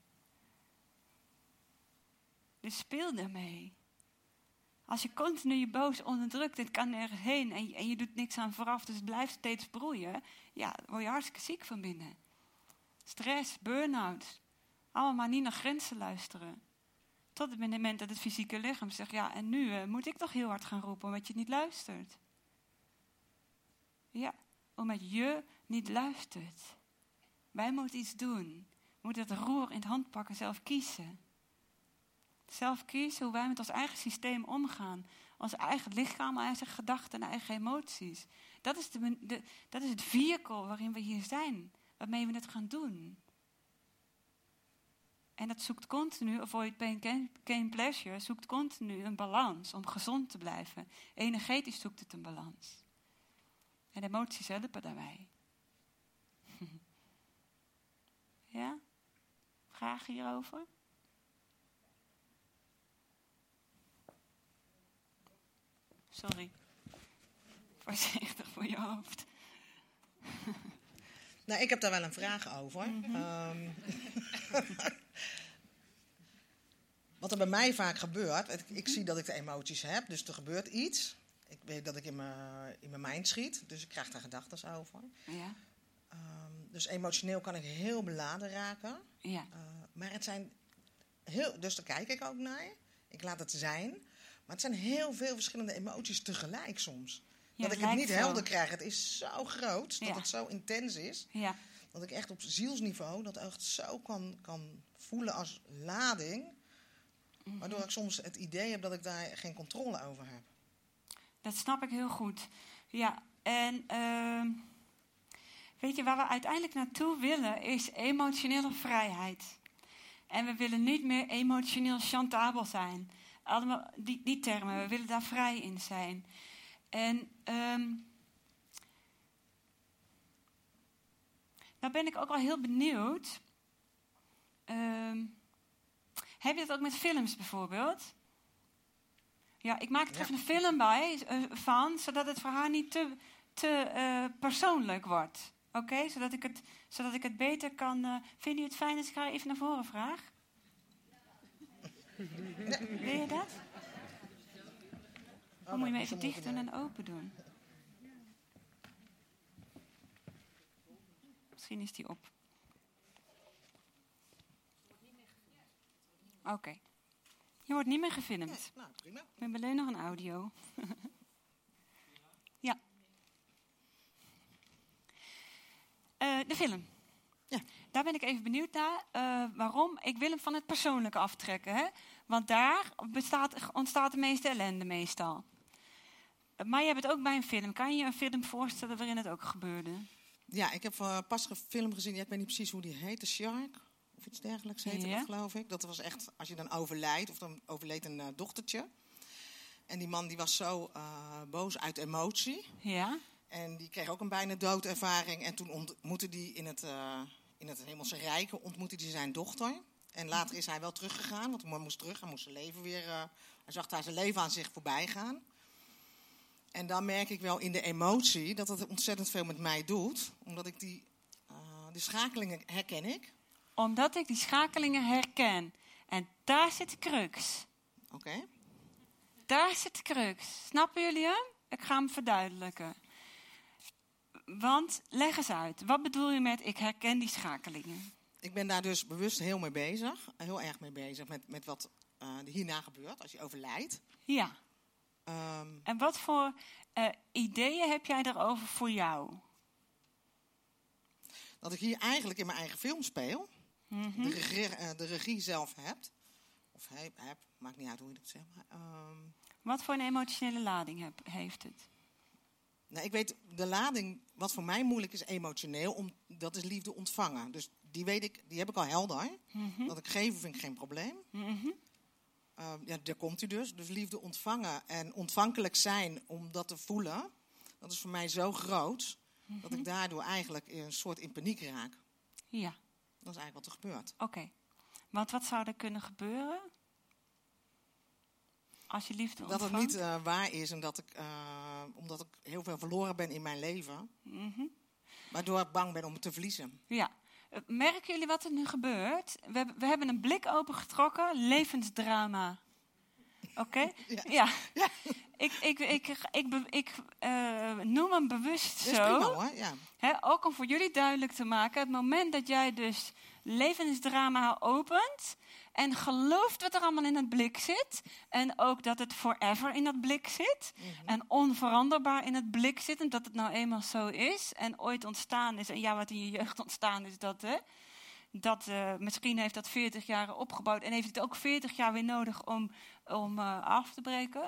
Dus speel daarmee. Als je continu je boos onderdrukt, het kan nergens heen en je, en je doet niks aan vooraf, dus het blijft steeds broeien, ja, dan word je hartstikke ziek van binnen. Stress, burn-out, allemaal maar niet naar grenzen luisteren. Tot het moment dat het fysieke lichaam zegt, ja, en nu uh, moet ik toch heel hard gaan roepen omdat je niet luistert. Ja, omdat je niet luistert. Wij moeten iets doen. We moeten het roer in de hand pakken, zelf kiezen. Zelf kiezen hoe wij met ons eigen systeem omgaan. Ons eigen lichaam, eigen gedachten en eigen emoties. Dat is, de, de, dat is het vehicle waarin we hier zijn. Waarmee we het gaan doen. En dat zoekt continu, avoid pain, gain pleasure, zoekt continu een balans om gezond te blijven. Energetisch zoekt het een balans. En emoties helpen daarbij. Ja? Vragen hierover? Sorry. Voorzichtig voor je hoofd. Nou, ik heb daar wel een vraag over. Mm-hmm. Um, wat er bij mij vaak gebeurt, ik, ik zie dat ik de emoties heb, dus er gebeurt iets. Ik weet dat ik in mijn, in mijn mind schiet, dus ik krijg daar gedachten over. Ja. Um, dus emotioneel kan ik heel beladen raken. Ja. Uh, maar het zijn heel, dus daar kijk ik ook naar. Ik laat het zijn. Maar het zijn heel veel verschillende emoties tegelijk soms. Ja, dat ik het niet zo. helder krijg. Het is zo groot, dat ja. het zo intens is. Ja. Dat ik echt op zielsniveau dat echt zo kan, kan voelen als lading. Mm-hmm. Waardoor ik soms het idee heb dat ik daar geen controle over heb. Dat snap ik heel goed. Ja, en uh, weet je, waar we uiteindelijk naartoe willen is emotionele vrijheid. En we willen niet meer emotioneel chantabel zijn. Allemaal die, die termen, we willen daar vrij in zijn. En um, nou ben ik ook wel heel benieuwd Um, heb je dat ook met films bijvoorbeeld? Ja, ik maak er Ja. even een film bij uh, van, zodat het voor haar niet te, te uh, persoonlijk wordt. Oké, okay? zodat, ik het, zodat ik het beter kan... Uh, vind je het fijn als ik haar even naar voren vraag? Ja. Wil je dat? Of moet je hem even dicht doen en open doen? Misschien is die op. Oké. Okay. Je wordt niet meer gefilmd. Nee, nou, prima. We hebben alleen nog een audio. ja. Uh, de film. Ja. Daar ben ik even benieuwd naar. Uh, waarom? Ik wil hem van het persoonlijke aftrekken. Hè? Want daar bestaat, ontstaat de meeste ellende meestal. Uh, maar je hebt het ook bij een film. Kan je je een film voorstellen waarin het ook gebeurde? Ja, ik heb uh, pas een film gezien. Ja, ik weet niet precies hoe die heet. The Shark. Of iets dergelijks heette ja. dat, geloof ik. Dat was echt, als je dan overlijdt, of dan overleed een uh, dochtertje. En die man die was zo uh, boos uit emotie. Ja. En die kreeg ook een bijna doodervaring. En toen ontmoette hij in het, uh, in het hemelse rijk ontmoette hij zijn dochter. En later is hij wel teruggegaan, want hij moest terug. Hij moest zijn leven weer... Uh, hij zag daar zijn leven aan zich voorbij gaan. En dan merk ik wel in de emotie dat het ontzettend veel met mij doet. Omdat ik die, uh, die schakelingen herken ik. Omdat ik die schakelingen herken. En daar zit de crux. Oké. Okay. Daar zit de crux. Snappen jullie hem? Ik ga hem verduidelijken. Want, leg eens uit. Wat bedoel je met ik herken die schakelingen? Ik ben daar dus bewust heel mee bezig. Heel erg mee bezig met, met wat uh, hierna gebeurt als je overlijdt. Ja. Um, en wat voor uh, ideeën heb jij daarover voor jou? Dat ik hier eigenlijk in mijn eigen film speel. Mm-hmm. de, regie, uh, de regie zelf hebt. Of heb, heb, maakt niet uit hoe je dat zegt. Maar, um, wat voor een emotionele lading heb, heeft het? Nou, ik weet, de lading, wat voor mij moeilijk is emotioneel, om, dat is liefde ontvangen. Dus die weet ik, die heb ik al helder. Mm-hmm. Dat ik geven vind ik geen probleem. Mm-hmm. Uh, ja, daar komt u dus. Dus liefde ontvangen en ontvankelijk zijn om dat te voelen, dat is voor mij zo groot, mm-hmm. dat ik daardoor eigenlijk een soort in paniek raak. Ja. Dat is eigenlijk wat er gebeurt. Oké. Okay. Want wat zou er kunnen gebeuren? Als je liefde ontvangt? Dat het niet uh, waar is en dat ik, uh, omdat ik heel veel verloren ben in mijn leven. Mm-hmm. Waardoor ik bang ben om het te verliezen. Ja. Uh, merken jullie wat er nu gebeurt? We, hebben, we hebben een blik opengetrokken. Levensdrama. Oké? Okay? Ja. ja. ja. ik ik, ik, ik, ik, ik uh, noem hem bewust zo. Dat is prima, hoor. Ja. Hè, ook om voor jullie duidelijk te maken. Het moment dat jij dus levensdrama opent en gelooft wat er allemaal in het blik zit. En ook dat het forever in dat blik zit. Mm-hmm. En onveranderbaar in het blik zit. En dat het nou eenmaal zo is. En ooit ontstaan is. En ja, wat in je jeugd ontstaan is, dat hè. Dat, uh, misschien heeft dat veertig jaar opgebouwd. En heeft het ook veertig jaar weer nodig om, om uh, af te breken.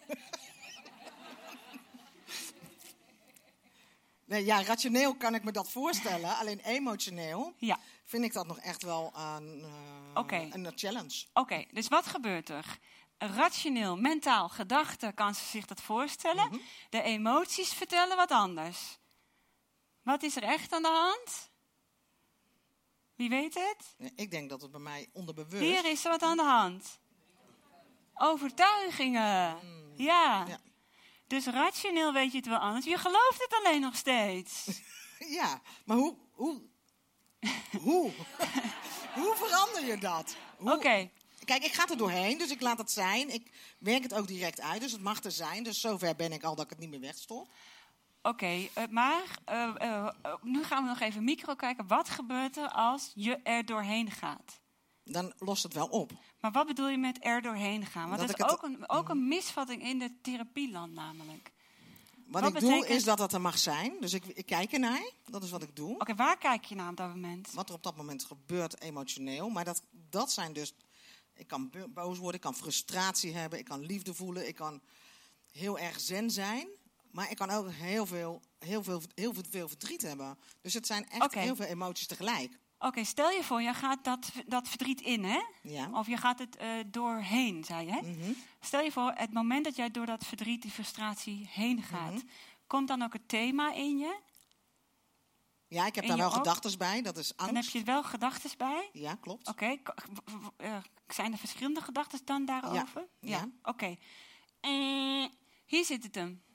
Nee, ja, rationeel kan ik me dat voorstellen. Alleen emotioneel ja. vind ik dat nog echt wel een, uh, okay. een challenge. Oké, okay, dus wat gebeurt er? Rationeel, mentaal, gedachten kan ze zich dat voorstellen. Mm-hmm. De emoties vertellen wat anders. Wat is er echt aan de hand? Wie weet het? Ja, ik denk dat het bij mij onderbewust... Hier is er wat aan de hand. Overtuigingen. Mm. Ja. ja. Dus rationeel weet je het wel anders. Je gelooft het alleen nog steeds. Ja, maar hoe... Hoe? hoe? hoe verander je dat? Oké. Okay. Kijk, ik ga er doorheen, dus ik laat het zijn. Ik werk het ook direct uit, dus het mag er zijn. Dus zover ben ik al dat ik het niet meer wegstop. Oké, okay, uh, maar uh, uh, uh, nu gaan we nog even micro kijken. Wat gebeurt er als je er doorheen gaat? Dan lost het wel op. Maar wat bedoel je met er doorheen gaan? Want dat, dat is ook, het... een, ook een misvatting in de therapieland namelijk. Wat, wat ik betekent... doe is dat het er mag zijn. Dus ik, ik kijk ernaar. Dat is wat ik doe. Oké, okay, waar kijk je naar op dat moment? Wat er op dat moment gebeurt emotioneel. Maar dat, dat zijn dus... Ik kan boos worden, ik kan frustratie hebben, ik kan liefde voelen, ik kan heel erg zen zijn. Maar ik kan ook heel veel, heel veel, heel veel, veel verdriet hebben. Dus het zijn echt okay. heel veel emoties tegelijk. Oké, okay, stel je voor, je gaat dat, dat verdriet in, hè? Ja. Of je gaat het uh, doorheen, zei je, hè? Mm-hmm. Stel je voor, het moment dat jij door dat verdriet, die frustratie heen gaat, mm-hmm. komt dan ook het thema in je? Ja, ik heb In daar je wel op- gedachten bij. Dat is angst. Dan heb je wel gedachten bij. Ja, klopt. Oké, k- w- w- eh, zijn er verschillende gedachten dan daarover? Ja. Oké. Eh, hier zit het hem.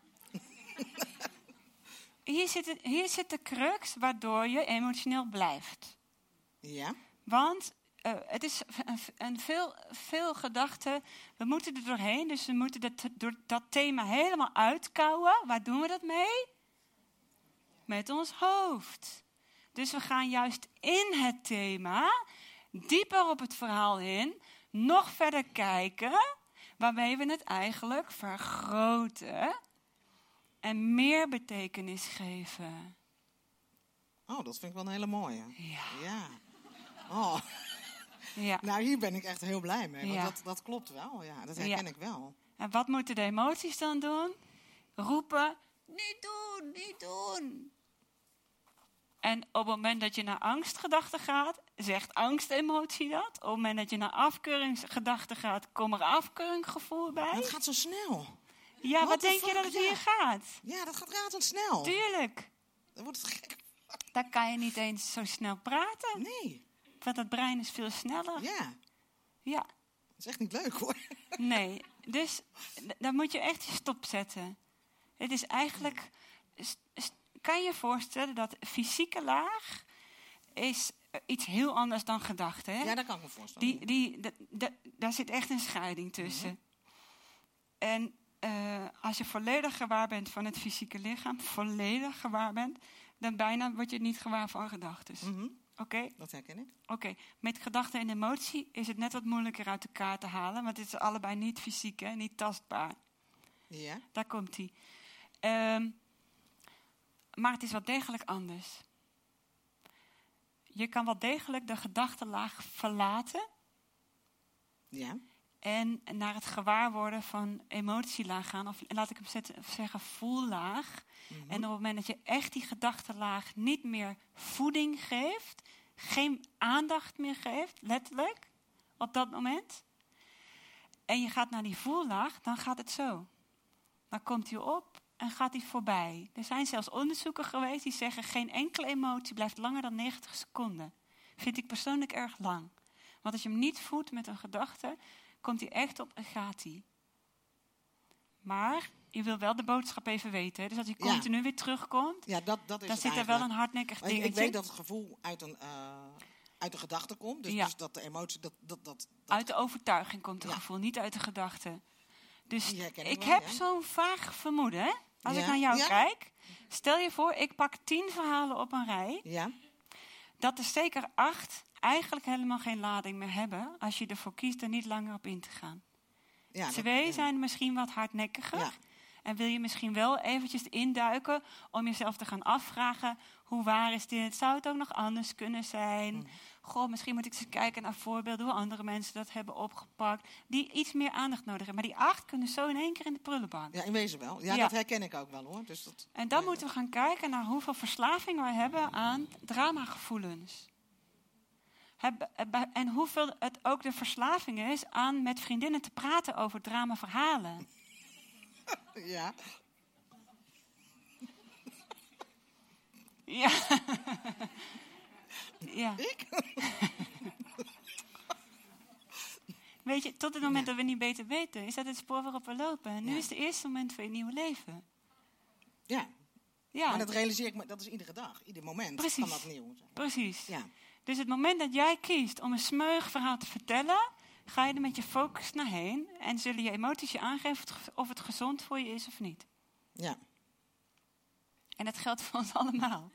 hier, zit het, hier zit de crux waardoor je emotioneel blijft. Ja. Want uh, het is een, een veel, veel gedachten. We moeten er doorheen, dus we moeten dat, door dat thema helemaal uitkouwen. Waar doen we dat mee? Met ons hoofd. Dus we gaan juist in het thema, dieper op het verhaal in, nog verder kijken, waarmee we het eigenlijk vergroten en meer betekenis geven. Oh, dat vind ik wel een hele mooie. Ja. Ja. Oh. Ja. Nou, hier ben ik echt heel blij mee. Want Ja. dat, dat klopt wel. Ja, dat herken Ja. ik wel. En wat moeten de emoties dan doen? Roepen, niet doen, niet doen. En op het moment dat je naar angstgedachten gaat, zegt angstemotie dat. Op het moment dat je naar afkeuringsgedachten gaat, komt er afkeuringsgevoel bij. Maar het gaat zo snel. Ja, What wat the denk je fuck, dat het ja. hier gaat? Ja, dat gaat razendsnel. Tuurlijk. Dan wordt het gek. Dan kan je niet eens zo snel praten. Nee. Want het brein is veel sneller. Ja. Ja. Dat is echt niet leuk hoor. Nee. Dus d- dan moet je echt je stop zetten. Het is eigenlijk... s- s- Kan je je voorstellen dat fysieke laag is iets heel anders dan gedachten, hè? Ja, dat kan ik me voorstellen. Die, die, d- d- daar zit echt een scheiding tussen. Mhm. En uh, als je volledig gewaar bent van het fysieke lichaam, volledig gewaar bent, dan bijna word je niet gewaar van gedachten. Mm-hmm. Oké? Okay? Dat herken ik. Oké. Okay. Met gedachten en emotie is het net wat moeilijker uit elkaar te halen, want het is allebei niet fysiek, hè? Niet tastbaar. Ja. Daar komt hij. Um, maar het is wel degelijk anders. Je kan wel degelijk de gedachtenlaag verlaten. Ja. En naar het gewaarworden van emotielaag gaan. Of laat ik hem zetten, zeggen voellaag. Mm-hmm. En op het moment dat je echt die gedachtenlaag niet meer voeding geeft. Geen aandacht meer geeft, letterlijk. Op dat moment. En je gaat naar die voellaag, dan gaat het zo. Dan komt hij op en gaat hij voorbij. Er zijn zelfs onderzoeken geweest die zeggen geen enkele emotie blijft langer dan negentig seconden. Vind ik persoonlijk erg lang. Want als je hem niet voedt met een gedachte, komt hij echt op en gaat hij. Maar je wil wel de boodschap even weten. Hè? Dus als hij Ja. continu weer terugkomt, Ja, dat, dat is dan het zit er wel eigenlijk. een hardnekkig Maar ik, dingetje. ik weet dat het gevoel uit een, uh, uit een gedachte komt. Dus, Ja. dus dat de emotie... Dat, dat, dat, dat Uit de overtuiging komt het Ja. gevoel, niet uit de gedachte. Dus Die herken ik ik wel, heb ja. zo'n vaag vermoeden. Hè? Als Ja. ik naar jou Ja. kijk, stel je voor, ik pak tien verhalen op een rij. Ja. Dat er zeker acht eigenlijk helemaal geen lading meer hebben, als je ervoor kiest er niet langer op in te gaan. Ja, dat- Twee ja. zijn misschien wat hardnekkiger. Ja. En wil je misschien wel eventjes induiken om jezelf te gaan afvragen, hoe waar is dit? Zou het ook nog anders kunnen zijn? Mm. Goh, misschien moet ik eens kijken naar voorbeelden hoe andere mensen dat hebben opgepakt, die iets meer aandacht nodig hebben. Maar die acht kunnen zo in één keer in de prullenbak. Ja, in wezen wel. Ja, Ja. dat herken ik ook wel hoor. Dus dat, En dan ja, moeten we gaan kijken naar hoeveel verslaving we hebben aan dramagevoelens. Heb- En hoeveel het ook de verslaving is aan met vriendinnen te praten over dramaverhalen. Ja. Ja. Ja. Ik? Weet je, tot het moment dat we niet beter weten, is dat het spoor waarop we lopen. En nu Ja. is het eerste moment voor je nieuwe leven. Ja. Ja, Maar dat realiseer ik me, dat is iedere dag. Ieder moment Precies. kan dat nieuw zijn. precies. Ja. Dus het moment dat jij kiest om een smeuig verhaal te vertellen, ga je er met je focus naar heen en zullen je emoties je aangeven of het ge- of het gezond voor je is of niet. Ja. En dat geldt voor ons allemaal.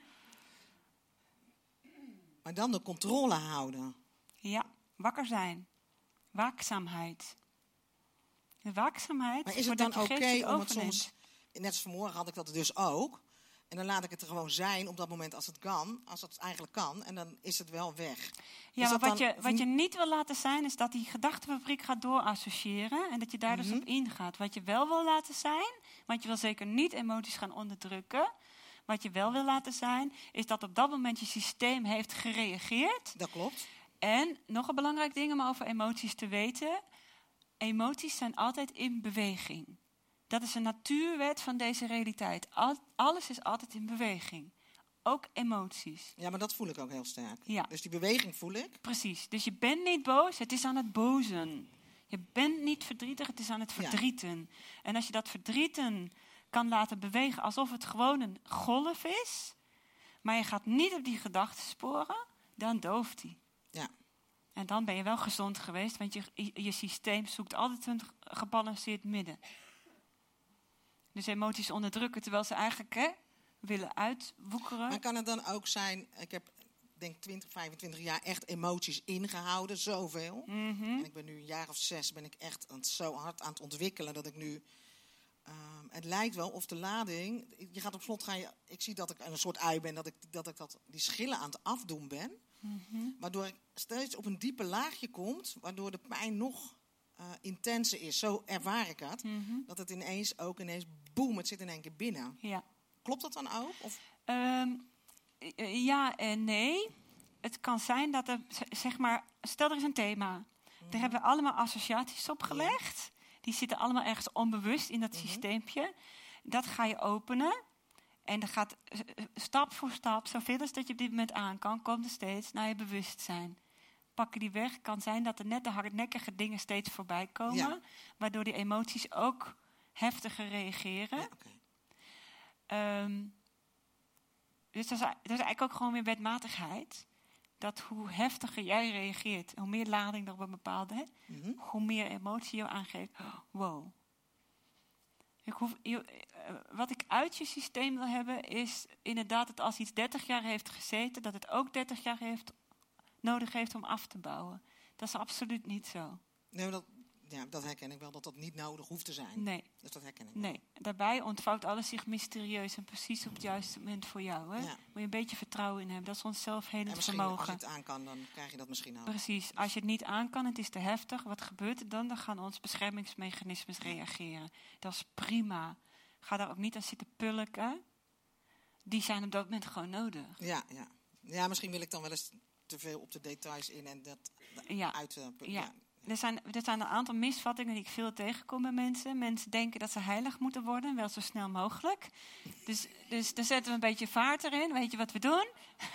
Maar dan de controle houden. Ja, wakker zijn. Waakzaamheid. De waakzaamheid. Maar is het dan voordat je oké geest om het overneemt. soms... Net als vanmorgen had ik dat dus ook. En dan laat ik het er gewoon zijn op dat moment als het kan. Als het eigenlijk kan. En dan is het wel weg. Ja, Is maar dat wat dan- je, wat je niet wil laten zijn, is dat die gedachtenfabriek gaat doorassociëren. En dat je daar Mhm. dus op ingaat. Wat je wel wil laten zijn, want je wil zeker niet emoties gaan onderdrukken. Wat je wel wil laten zijn, is dat op dat moment je systeem heeft gereageerd. Dat klopt. En nog een belangrijk ding om over emoties te weten. Emoties zijn altijd in beweging. Dat is een natuurwet van deze realiteit. Al, alles is altijd in beweging. ook emoties. Ja, maar dat voel ik ook heel sterk. Ja. Dus die beweging voel ik. Precies. Dus je bent niet boos, het is aan het bozen. Je bent niet verdrietig, het is aan het verdrieten. Ja. En als je dat verdrieten kan laten bewegen alsof het gewoon een golf is, maar je gaat niet op die gedachten sporen, dan dooft die. Ja. En dan ben je wel gezond geweest, want je, je, je systeem zoekt altijd een gebalanceerd midden. Dus emoties onderdrukken, terwijl ze eigenlijk hè, willen uitwoekeren. Maar kan het dan ook zijn, ik heb denk twintig, vijfentwintig jaar echt emoties ingehouden, zoveel. Mm-hmm. En ik ben nu een jaar of zes, ben ik echt aan het, zo hard aan het ontwikkelen dat ik nu... Um, het lijkt wel of de lading, je gaat op slot gaan, je, ik zie dat ik een soort ui ben, dat ik, dat ik dat, die schillen aan het afdoen ben. Mm-hmm. Waardoor ik steeds op een diepe laagje komt, waardoor de pijn nog uh, intenser is. Zo ervaar ik het. Mm-hmm. Dat het ineens ook ineens, boem, het zit in één keer binnen. Ja. Klopt dat dan ook? Of? Um, ja en nee. Het kan zijn dat er, zeg maar, stel er is een thema. Mm-hmm. Daar hebben we allemaal associaties op gelegd. Ja. Die zitten allemaal ergens onbewust in dat mm-hmm. systeempje. Dat ga je openen. En dan gaat stap voor stap, zoveel als dat je op dit moment aan kan, komt er steeds naar je bewustzijn. Pakken die weg, kan zijn dat er net de hardnekkige dingen steeds voorbij komen. Ja. Waardoor die emoties ook heftiger reageren. Ja, okay. um, dus dat is, dat is eigenlijk ook gewoon weer wetmatigheid. Dat hoe heftiger jij reageert, hoe meer lading er op een bepaalde, mm-hmm. hoe meer emotie je aangeeft. Oh, wow. Ik hoef, je, uh, wat ik uit je systeem wil hebben, is inderdaad dat als iets dertig jaar heeft gezeten, dat het ook dertig jaar heeft, nodig heeft om af te bouwen. Dat is absoluut niet zo. Nee, dat, ja, dat herken ik wel, dat dat niet nodig hoeft te zijn. Nee. Dus dat herken ik nee. wel. Daarbij ontvouwt alles zich mysterieus en precies op het juiste moment voor jou. Hè? Ja. Moet je een beetje vertrouwen in hebben. Dat is ons zelfhelend en vermogen. Als je het aan kan, dan krijg je dat misschien ook. Precies. Als je het niet aan kan, het is te heftig. Wat gebeurt er dan? Dan gaan ons beschermingsmechanismes reageren. Dat is prima. Ga daar ook niet aan zitten pulken. Die zijn op dat moment gewoon nodig. Ja, ja. ja misschien wil ik dan wel eens te veel op de details in en dat ja. uit uh, ja. ja. Er zijn, er zijn een aantal misvattingen die ik veel tegenkom bij mensen. Mensen denken dat ze heilig moeten worden, wel zo snel mogelijk. Dus, dus daar zetten we een beetje vaart erin. Weet je wat we doen?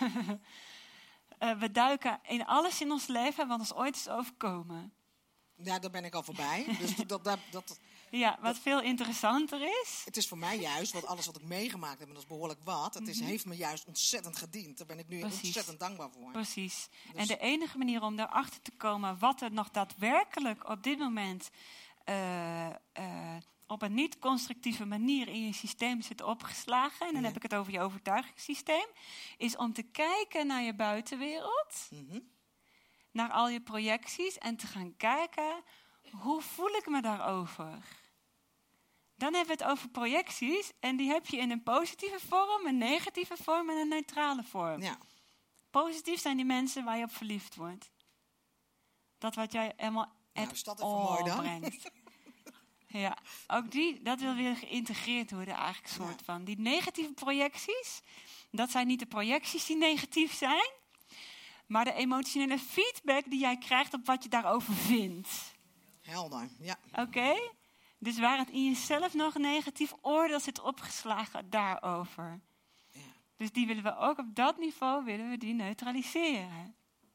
uh, we duiken in alles in ons leven wat ons ooit is overkomen. Ja, daar ben ik al voorbij. Dus dat, dat, dat, ja, wat dat, veel interessanter is. Het is voor mij juist, want alles wat ik meegemaakt heb, en dat is behoorlijk wat. Het is, mm-hmm. heeft me juist ontzettend gediend. Daar ben ik nu Precies. ontzettend dankbaar voor. Precies. Dus. En de enige manier om daarachter te komen wat er nog daadwerkelijk op dit moment uh, uh, op een niet-constructieve manier in je systeem zit opgeslagen, en dan ja. heb ik het over je overtuigingssysteem, is om te kijken naar je buitenwereld, mm-hmm. naar al je projecties en te gaan kijken, hoe voel ik me daarover? Dan hebben we het over projecties en die heb je in een positieve vorm, een negatieve vorm en een neutrale vorm. Ja. Positief zijn die mensen waar je op verliefd wordt. Dat wat jij helemaal nou, is dat even mooi dan? Brengt. Ja, ook die, dat wil weer geïntegreerd worden eigenlijk soort ja. van. Die negatieve projecties, dat zijn niet de projecties die negatief zijn, maar de emotionele feedback die jij krijgt op wat je daarover vindt. Helder, ja. Oké? Okay? Dus waar het in jezelf nog een negatief oordeel zit opgeslagen daarover. Ja. Dus die willen we ook op dat niveau willen we die neutraliseren.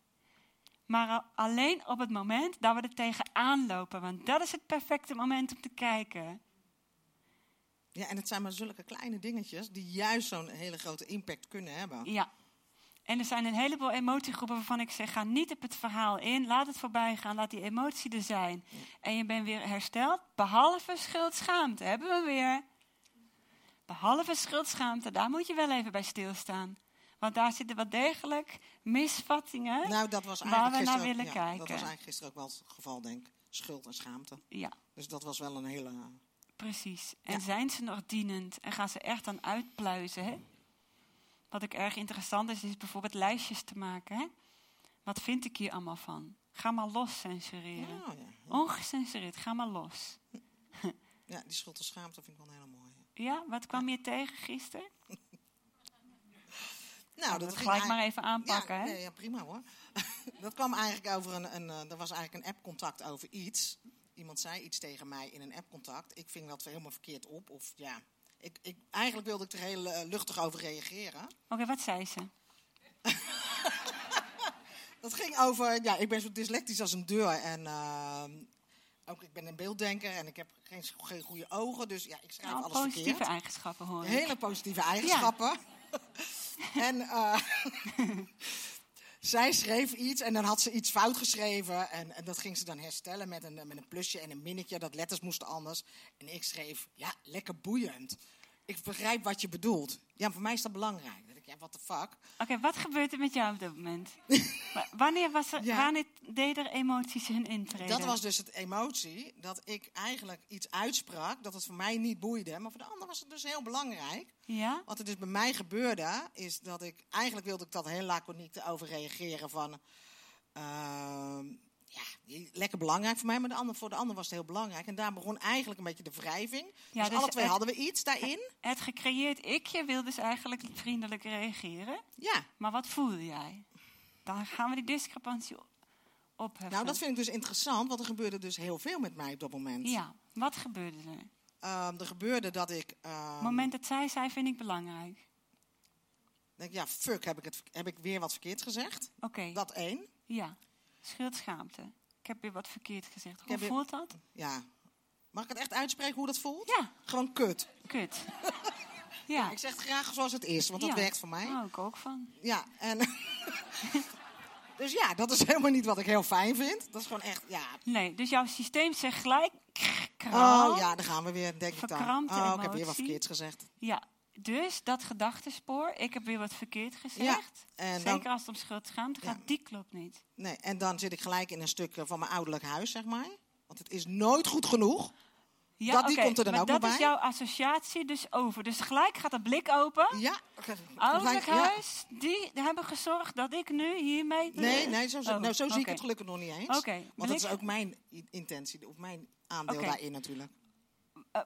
Maar alleen op het moment dat we er tegenaan lopen. Want dat is het perfecte moment om te kijken. Ja, en het zijn maar zulke kleine dingetjes die juist zo'n hele grote impact kunnen hebben. Ja. En er zijn een heleboel emotiegroepen waarvan ik zeg, ga niet op het verhaal in. Laat het voorbij gaan, laat die emotie er zijn. Ja. En je bent weer hersteld. Behalve schuld, schaamte. Hebben we weer. Behalve schuld, schaamte. Daar moet je wel even bij stilstaan. Want daar zitten wel degelijk misvattingen nou, dat was waar we naar ook, willen ja, kijken. Dat was eigenlijk gisteren ook wel het geval, denk ik. Schuld en schaamte. Ja. Dus dat was wel een hele... Precies. En ja. zijn ze nog dienend? En gaan ze echt aan uitpluizen, hè? Wat ook erg interessant is, is bijvoorbeeld lijstjes te maken. Hè? Wat vind ik hier allemaal van? Ga maar los censureren. Oh, ja, ja. Ongecensureerd, ga maar los. Ja, die schuld en schaamte vind ik wel een hele mooie. Ja, wat kwam je tegen gisteren? Nou, dat, dat gelijk eigenlijk... maar even aanpakken, ja, hè? Nee, ja, prima hoor. Dat kwam eigenlijk over een, een, uh, er was eigenlijk een appcontact over iets. Iemand zei iets tegen mij in een appcontact. Ik ving dat helemaal verkeerd op. Of ja, ik, ik, eigenlijk wilde ik er heel uh, luchtig over reageren. Oké, okay, wat zei ze? Dat ging over, ja, ik ben zo dyslectisch als een deur. En uh, ook ik ben een beelddenker en ik heb geen, geen goede ogen. Dus ja, ik schrijf nou, alles verkeerd. Positieve eigenschappen hoor ik. Hele positieve eigenschappen. Ja. en uh, zij schreef iets en dan had ze iets fout geschreven. En, en dat ging ze dan herstellen met een, met een plusje en een minnetje. Dat letters moesten anders. En ik schreef, ja, lekker boeiend. Ik begrijp wat je bedoelt. Ja, voor mij is dat belangrijk. Dat ik, ja, what the fuck. Oké, okay, wat gebeurt er met jou op dat moment? wanneer, was er, ja. wanneer deden er emoties hun intreden? Dat was dus het emotie. Dat ik eigenlijk iets uitsprak. Dat het voor mij niet boeide. Maar voor de ander was het dus heel belangrijk. Ja? Wat er dus bij mij gebeurde. Is dat ik, eigenlijk wilde ik dat heel laconiek over reageren. Van, uh, ja, lekker belangrijk voor mij. Maar de ander, voor de ander was het heel belangrijk. En daar begon eigenlijk een beetje de wrijving. Ja, dus, dus alle twee het, hadden we iets daarin. Het gecreëerd ikje wil dus eigenlijk vriendelijk reageren. Ja. Maar wat voelde jij? Dan gaan we die discrepantie opheffen. Nou, dat vind ik dus interessant. Want er gebeurde dus heel veel met mij op dat moment. Ja, wat gebeurde er? Uh, er gebeurde dat ik... Uh, het moment dat zij zei, vind ik belangrijk. Denk, ja, fuck, heb ik, het, heb ik weer wat verkeerd gezegd? Oké. Okay. Dat één. Ja. Schuld, schaamte. Ik heb weer wat verkeerd gezegd. Hoe weer, voelt dat? Ja. Mag ik het echt uitspreken hoe dat voelt? Ja. Gewoon kut. Kut. ja. ja. Ik zeg het graag zoals het is, want dat ja. werkt voor mij. Daar hou ik ook van. Ja, en... dus ja, dat is helemaal niet wat ik heel fijn vind. Dat is gewoon echt, ja... Nee, dus jouw systeem zegt gelijk... Kramp, oh ja, daar gaan we weer, denk ik dan. Oh, emotie. ik heb weer wat verkeerd gezegd. Ja, dus dat gedachtespoor, ik heb weer wat verkeerd gezegd. Ja, en zeker dan, als het om schuld gaat, ja. die klopt niet. Nee, en dan zit ik gelijk in een stuk van mijn ouderlijk huis, zeg maar. Want het is nooit goed genoeg. Ja, dat, die okay, komt er dan ook nog bij. Dat is jouw associatie dus over. Dus gelijk gaat de blik open. Ja. Ouderlijk huis, ja. die hebben gezorgd dat ik nu hiermee... Nee, nee zo, oh, nou, zo zie okay. ik het gelukkig nog niet eens. Oké. Okay, want dat is ook mijn intentie, of mijn aandeel okay. daarin natuurlijk. Uh,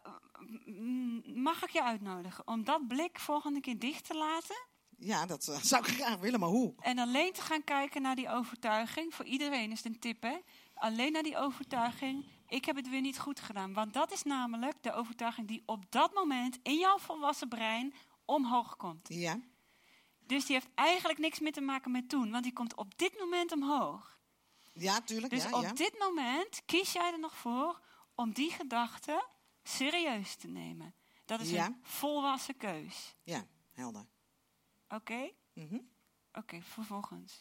mag ik je uitnodigen om dat blik volgende keer dicht te laten? Ja, dat uh, zou ik graag willen, maar hoe? En alleen te gaan kijken naar die overtuiging. Voor iedereen is het een tip, hè? Alleen naar die overtuiging, ik heb het weer niet goed gedaan. Want dat is namelijk de overtuiging die op dat moment in jouw volwassen brein omhoog komt. Ja. Dus die heeft eigenlijk niks meer te maken met toen, want die komt op dit moment omhoog. Ja, tuurlijk. Dus ja, op ja. dit moment kies jij er nog voor om die gedachte serieus te nemen. Dat is ja. een volwassen keus. Ja, helder. Oké? Okay? Mm-hmm. Oké, okay, vervolgens.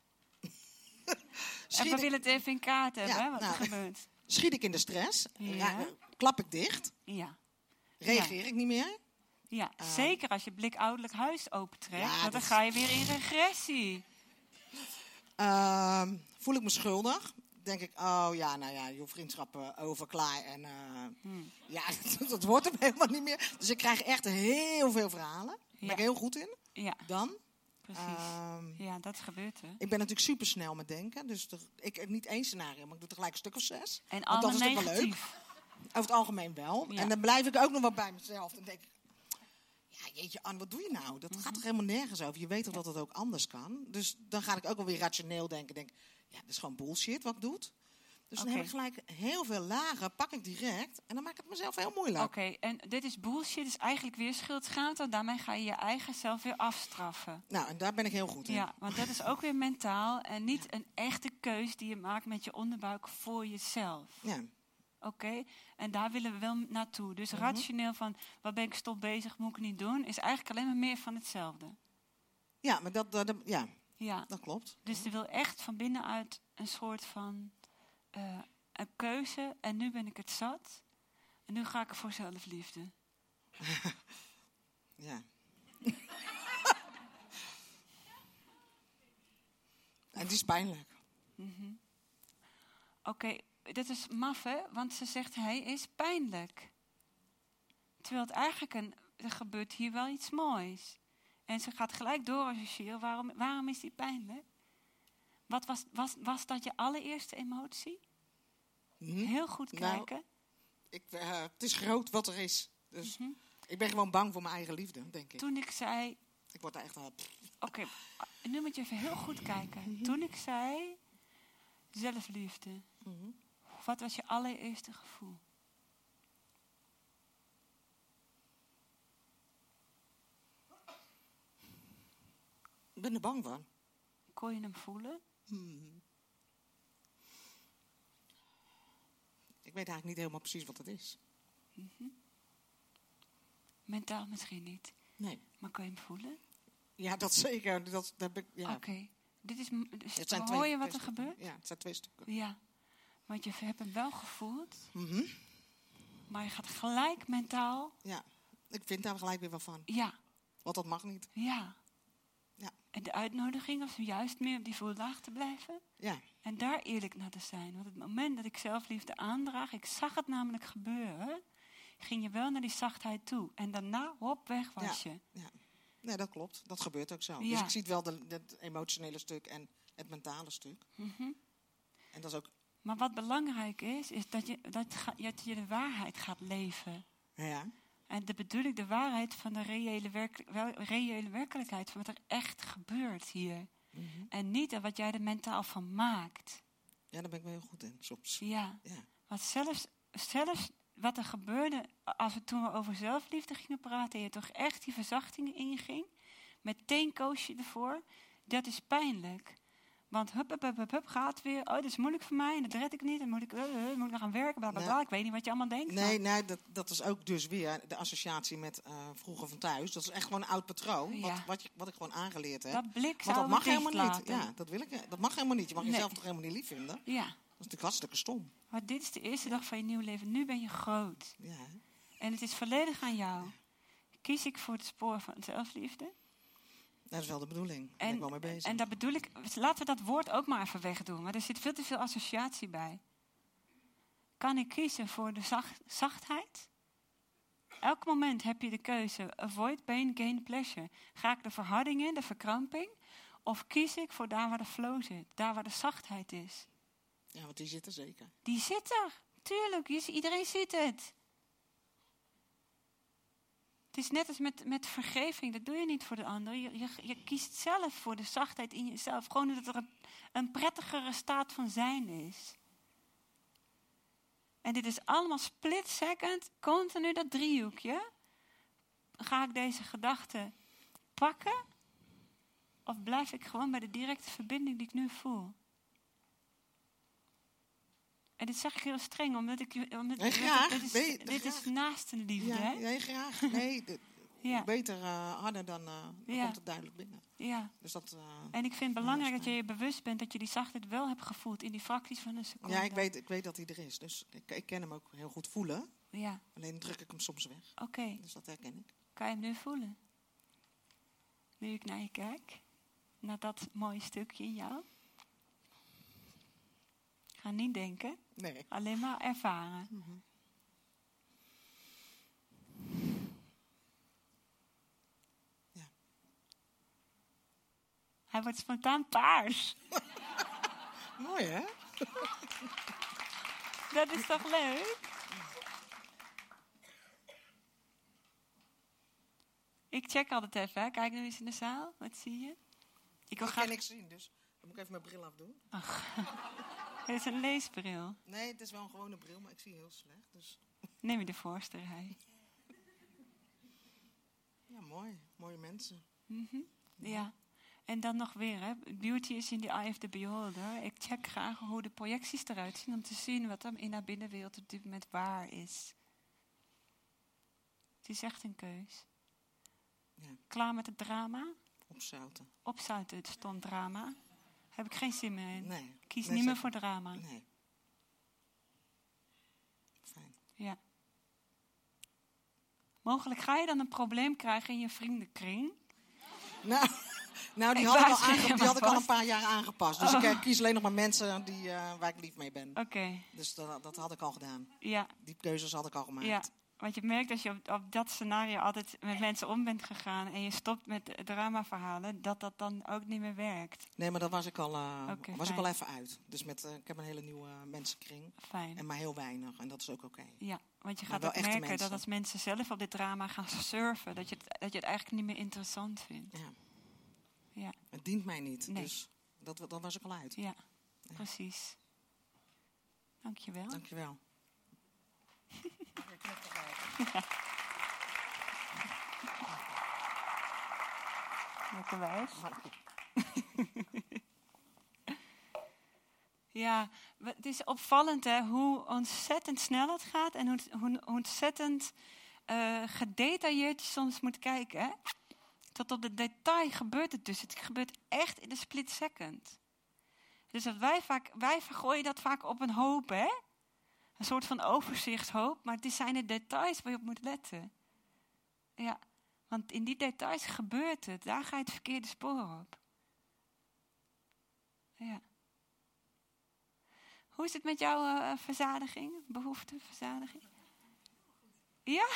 En we ik... willen het even in kaart hebben, ja, hè, wat nou, er gebeurt. Schiet ik in de stress, ja. Ja, klap ik dicht, ja. reageer ja. ik niet meer. Ja, uh, zeker als je blik ouderlijk huis opentrekt, ja, want dan dat... ga je weer in regressie. Uh, voel ik me schuldig? Denk ik, oh ja, nou ja, je vriendschappen over, klaar. En uh, hmm. ja, dat, dat wordt hem helemaal niet meer. Dus ik krijg echt heel veel verhalen. Daar ja. ben ik heel goed in. Ja. Dan. Precies. Um, ja, dat gebeurt er. Ik ben natuurlijk super snel met denken. Dus er, ik heb niet één scenario, maar ik doe tegelijk een stuk of zes. En allemaal dat is negatief. Wel leuk. Over het algemeen wel. Ja. En dan blijf ik ook nog wat bij mezelf. Dan denk ik, ja, jeetje Anne, wat doe je nou? Dat mm-hmm. gaat toch helemaal nergens over? Je weet toch ja. dat het ook anders kan? Dus dan ga ik ook wel weer rationeel denken. Denk, ja, dat is gewoon bullshit wat ik doe. Dus dan okay. heb ik gelijk heel veel lagen, pak ik direct en dan maak ik het mezelf heel moeilijk. Oké, okay, en dit is bullshit, dus eigenlijk weer schuld-schaamte. Daarmee ga je je eigen zelf weer afstraffen. Nou, en daar ben ik heel goed in. Ja, want dat is ook weer mentaal en niet ja. een echte keus die je maakt met je onderbuik voor jezelf. Ja. Oké, okay? En daar willen we wel naartoe. Dus mm-hmm. rationeel van, wat ben ik stop bezig, moet ik niet doen, is eigenlijk alleen maar meer van hetzelfde. Ja, maar dat, dat, ja, ja. dat klopt. Dus er wil echt van binnenuit een soort van... Uh, een keuze en nu ben ik het zat. En nu ga ik voor zelfliefde. ja. En die is pijnlijk. Mm-hmm. Oké, okay, dit is maf, hè? Want ze zegt hij is pijnlijk. Terwijl het eigenlijk een, er gebeurt hier wel iets moois. En ze gaat gelijk doorassociëren. Waarom, waarom is die pijnlijk? Wat was, was, was dat je allereerste emotie? Mm-hmm. Heel goed kijken. Nou, ik, uh, het is groot wat er is. Dus mm-hmm. ik ben gewoon bang voor mijn eigen liefde, denk ik. Toen ik zei... Ik word daar echt al... Oké, okay, nu moet je even heel goed kijken. Mm-hmm. Toen ik zei zelfliefde. Mm-hmm. Wat was je allereerste gevoel? Ik ben er bang van. Kon je hem voelen? Hmm. Ik weet eigenlijk niet helemaal precies wat het is. Mm-hmm. Mentaal misschien niet. Nee. Maar kon je hem voelen? Ja, dat zeker. Dat, dat heb ik, ja. Oké. Okay. Dit is, dus het zijn hoor twee, je wat twee er gebeurt? Ja, het zijn twee stukken. Ja. Want je hebt hem wel gevoeld. Mm-hmm. Maar je gaat gelijk mentaal. Ja. Ik vind daar gelijk weer wat van. Ja. Want dat mag niet. Ja. Ja. En de uitnodiging was juist meer op die voellaag te blijven. Ja. En daar eerlijk naar te zijn. Want het moment dat ik zelfliefde aandraag, ik zag het namelijk gebeuren, ging je wel naar die zachtheid toe. En daarna, hop, weg was ja. je. Ja. Nee, dat klopt. Dat gebeurt ook zo. Ja. Dus ik zie wel de, het emotionele stuk en het mentale stuk. Mm-hmm. En dat is ook... Maar wat belangrijk is, is dat je, dat, ga, dat je de waarheid gaat leven. Ja. En de bedoel ik de waarheid van de reële, werk, wel, reële werkelijkheid, van wat er echt gebeurt hier. Mm-hmm. En niet wat jij er mentaal van maakt. Ja, daar ben ik wel heel goed in, soms. Ja. Ja. Want zelfs, zelfs wat er gebeurde als we toen we over zelfliefde gingen praten, en je toch echt die verzachting inging, meteen koos je ervoor, dat is pijnlijk. Want hup, hup, hup, hup, hup, gaat weer, oh, dat is moeilijk voor mij, en dat red ik niet, en moet ik, uh, uh, moet ik nog gaan werken, bla, bla, bla. Nee. Ik weet niet wat je allemaal denkt. Nee, nee dat, dat is ook dus weer de associatie met uh, vroeger van thuis. Dat is echt gewoon een oud patroon, Ja. wat, wat, je, wat ik gewoon aangeleerd heb. Dat blik Want zou dat mag we helemaal niet. dichtlaten. Ja, dat, wil ik, dat mag helemaal niet. Je mag Nee. jezelf toch helemaal niet lief vinden? Dat Ja, is natuurlijk hartstikke stom. maar dit is de eerste dag van je nieuw leven. Nu ben je groot. Ja, hè? En het is volledig aan jou. Kies ik voor het spoor van zelfliefde? Dat is wel de bedoeling. Daar ben ik wel mee bezig. En dat bedoel ik, laten we dat woord ook maar even wegdoen. Maar er zit veel te veel associatie bij. Kan ik kiezen voor de zacht, zachtheid? Elk moment heb je de keuze. Avoid pain, gain pleasure. Ga ik de verharding in, de verkramping? Of kies ik voor daar waar de flow zit? Daar waar de zachtheid is? Ja, want die zit er zeker. Die zit er. Tuurlijk, je, iedereen ziet het. Het is net als met, met vergeving. Dat doe je niet voor de ander. Je, je, je kiest zelf voor de zachtheid in jezelf. Gewoon dat er een, een prettigere staat van zijn is. En dit is allemaal split second. Continu dat driehoekje. Ga ik deze gedachte pakken? Of blijf ik gewoon bij de directe verbinding die ik nu voel? En dit zeg ik heel streng, omdat ik... Omdat, Nee, graag. Dit is, Nee, dit graag. is naastenliefde, Ja, hè? nee, graag. Nee, de, Ja. beter uh, harder dan, uh, dan Ja. komt het duidelijk binnen. Ja. Dus dat, uh, En ik vind het belangrijk dat je je bewust bent dat je die zachtheid wel hebt gevoeld in die fracties van een seconde. ja, ik weet, ik weet dat hij er is. Dus ik, ik kan hem ook heel goed voelen. Ja, Alleen druk ik hem soms weg. oké. Okay. Dus dat herken ik. Kan je hem nu voelen? Nu ik naar je kijk. Naar dat mooie stukje in jou. Ga niet denken. Nee. Alleen maar ervaren. Mm-hmm. Ja. Hij wordt spontaan paars. Mooi, hè? Dat is toch leuk? Ik check altijd even, hè. Kijk nu eens in de zaal. Wat zie je? Ik wil Ik graag... kan niks zien, dus dan moet ik even mijn bril afdoen. Het is een leesbril. Nee, het is wel een gewone bril, maar ik zie heel slecht. Dus... Neem je de voorste rij. Ja, mooi. Mooie mensen. Mm-hmm. Ja. En dan nog weer, hè. Beauty is in the eye of the beholder. Ik check graag hoe de projecties eruit zien om te zien wat er in haar binnenwereld op dit moment waar is. Het is echt een keus. Ja. Klaar met het drama? Opzouten. Opzouten, het stond drama. Heb ik geen zin meer in. Nee. Kies Nee, niet meer zeker. voor drama. Nee. Fijn. Ja. Mogelijk ga je dan een probleem krijgen in je vriendenkring. Nou, nou die, Ik had ik, al waarschuw je aange- die maar had ik al een vast. paar jaar aangepast. Dus Oh. ik uh, kies alleen nog maar mensen die, uh, waar ik lief mee ben. Oké, okay. Dus dat, dat had ik al gedaan. Ja. Die keuzes had ik al gemaakt. Ja. Want je merkt als je op, op dat scenario altijd met mensen om bent gegaan en je stopt met dramaverhalen, dat dat dan ook niet meer werkt. Nee, maar dat was ik al, uh, Okay, was ik fijn. al even uit. Dus met, uh, ik heb een hele nieuwe uh, mensenkring. Fijn. En maar heel weinig. En dat is ook oké. Okay. Ja, want je Maar gaat wel ook echte merken mensen. dat als mensen zelf op dit drama gaan surfen, dat je het, dat je het eigenlijk niet meer interessant vindt. Ja. Ja, Het dient mij niet. Nee. Dus dat, dat was ik al uit. ja, precies. Dankjewel. Dankjewel. Lekker wijs. Ja, het is opvallend hè, hoe ontzettend snel het gaat en hoe, hoe ontzettend uh, gedetailleerd je soms moet kijken. Hè? Tot op de detail gebeurt het dus. Het gebeurt echt in een split second. Dus dat wij, vaak, wij vergooien dat vaak op een hoop, hè? Een soort van overzichtshoop, maar het zijn de details waar je op moet letten. Ja, want in die details gebeurt het. Daar ga je het verkeerde spoor op. Ja. Hoe is het met jouw uh, verzadiging? Behoefte, verzadiging? Ja?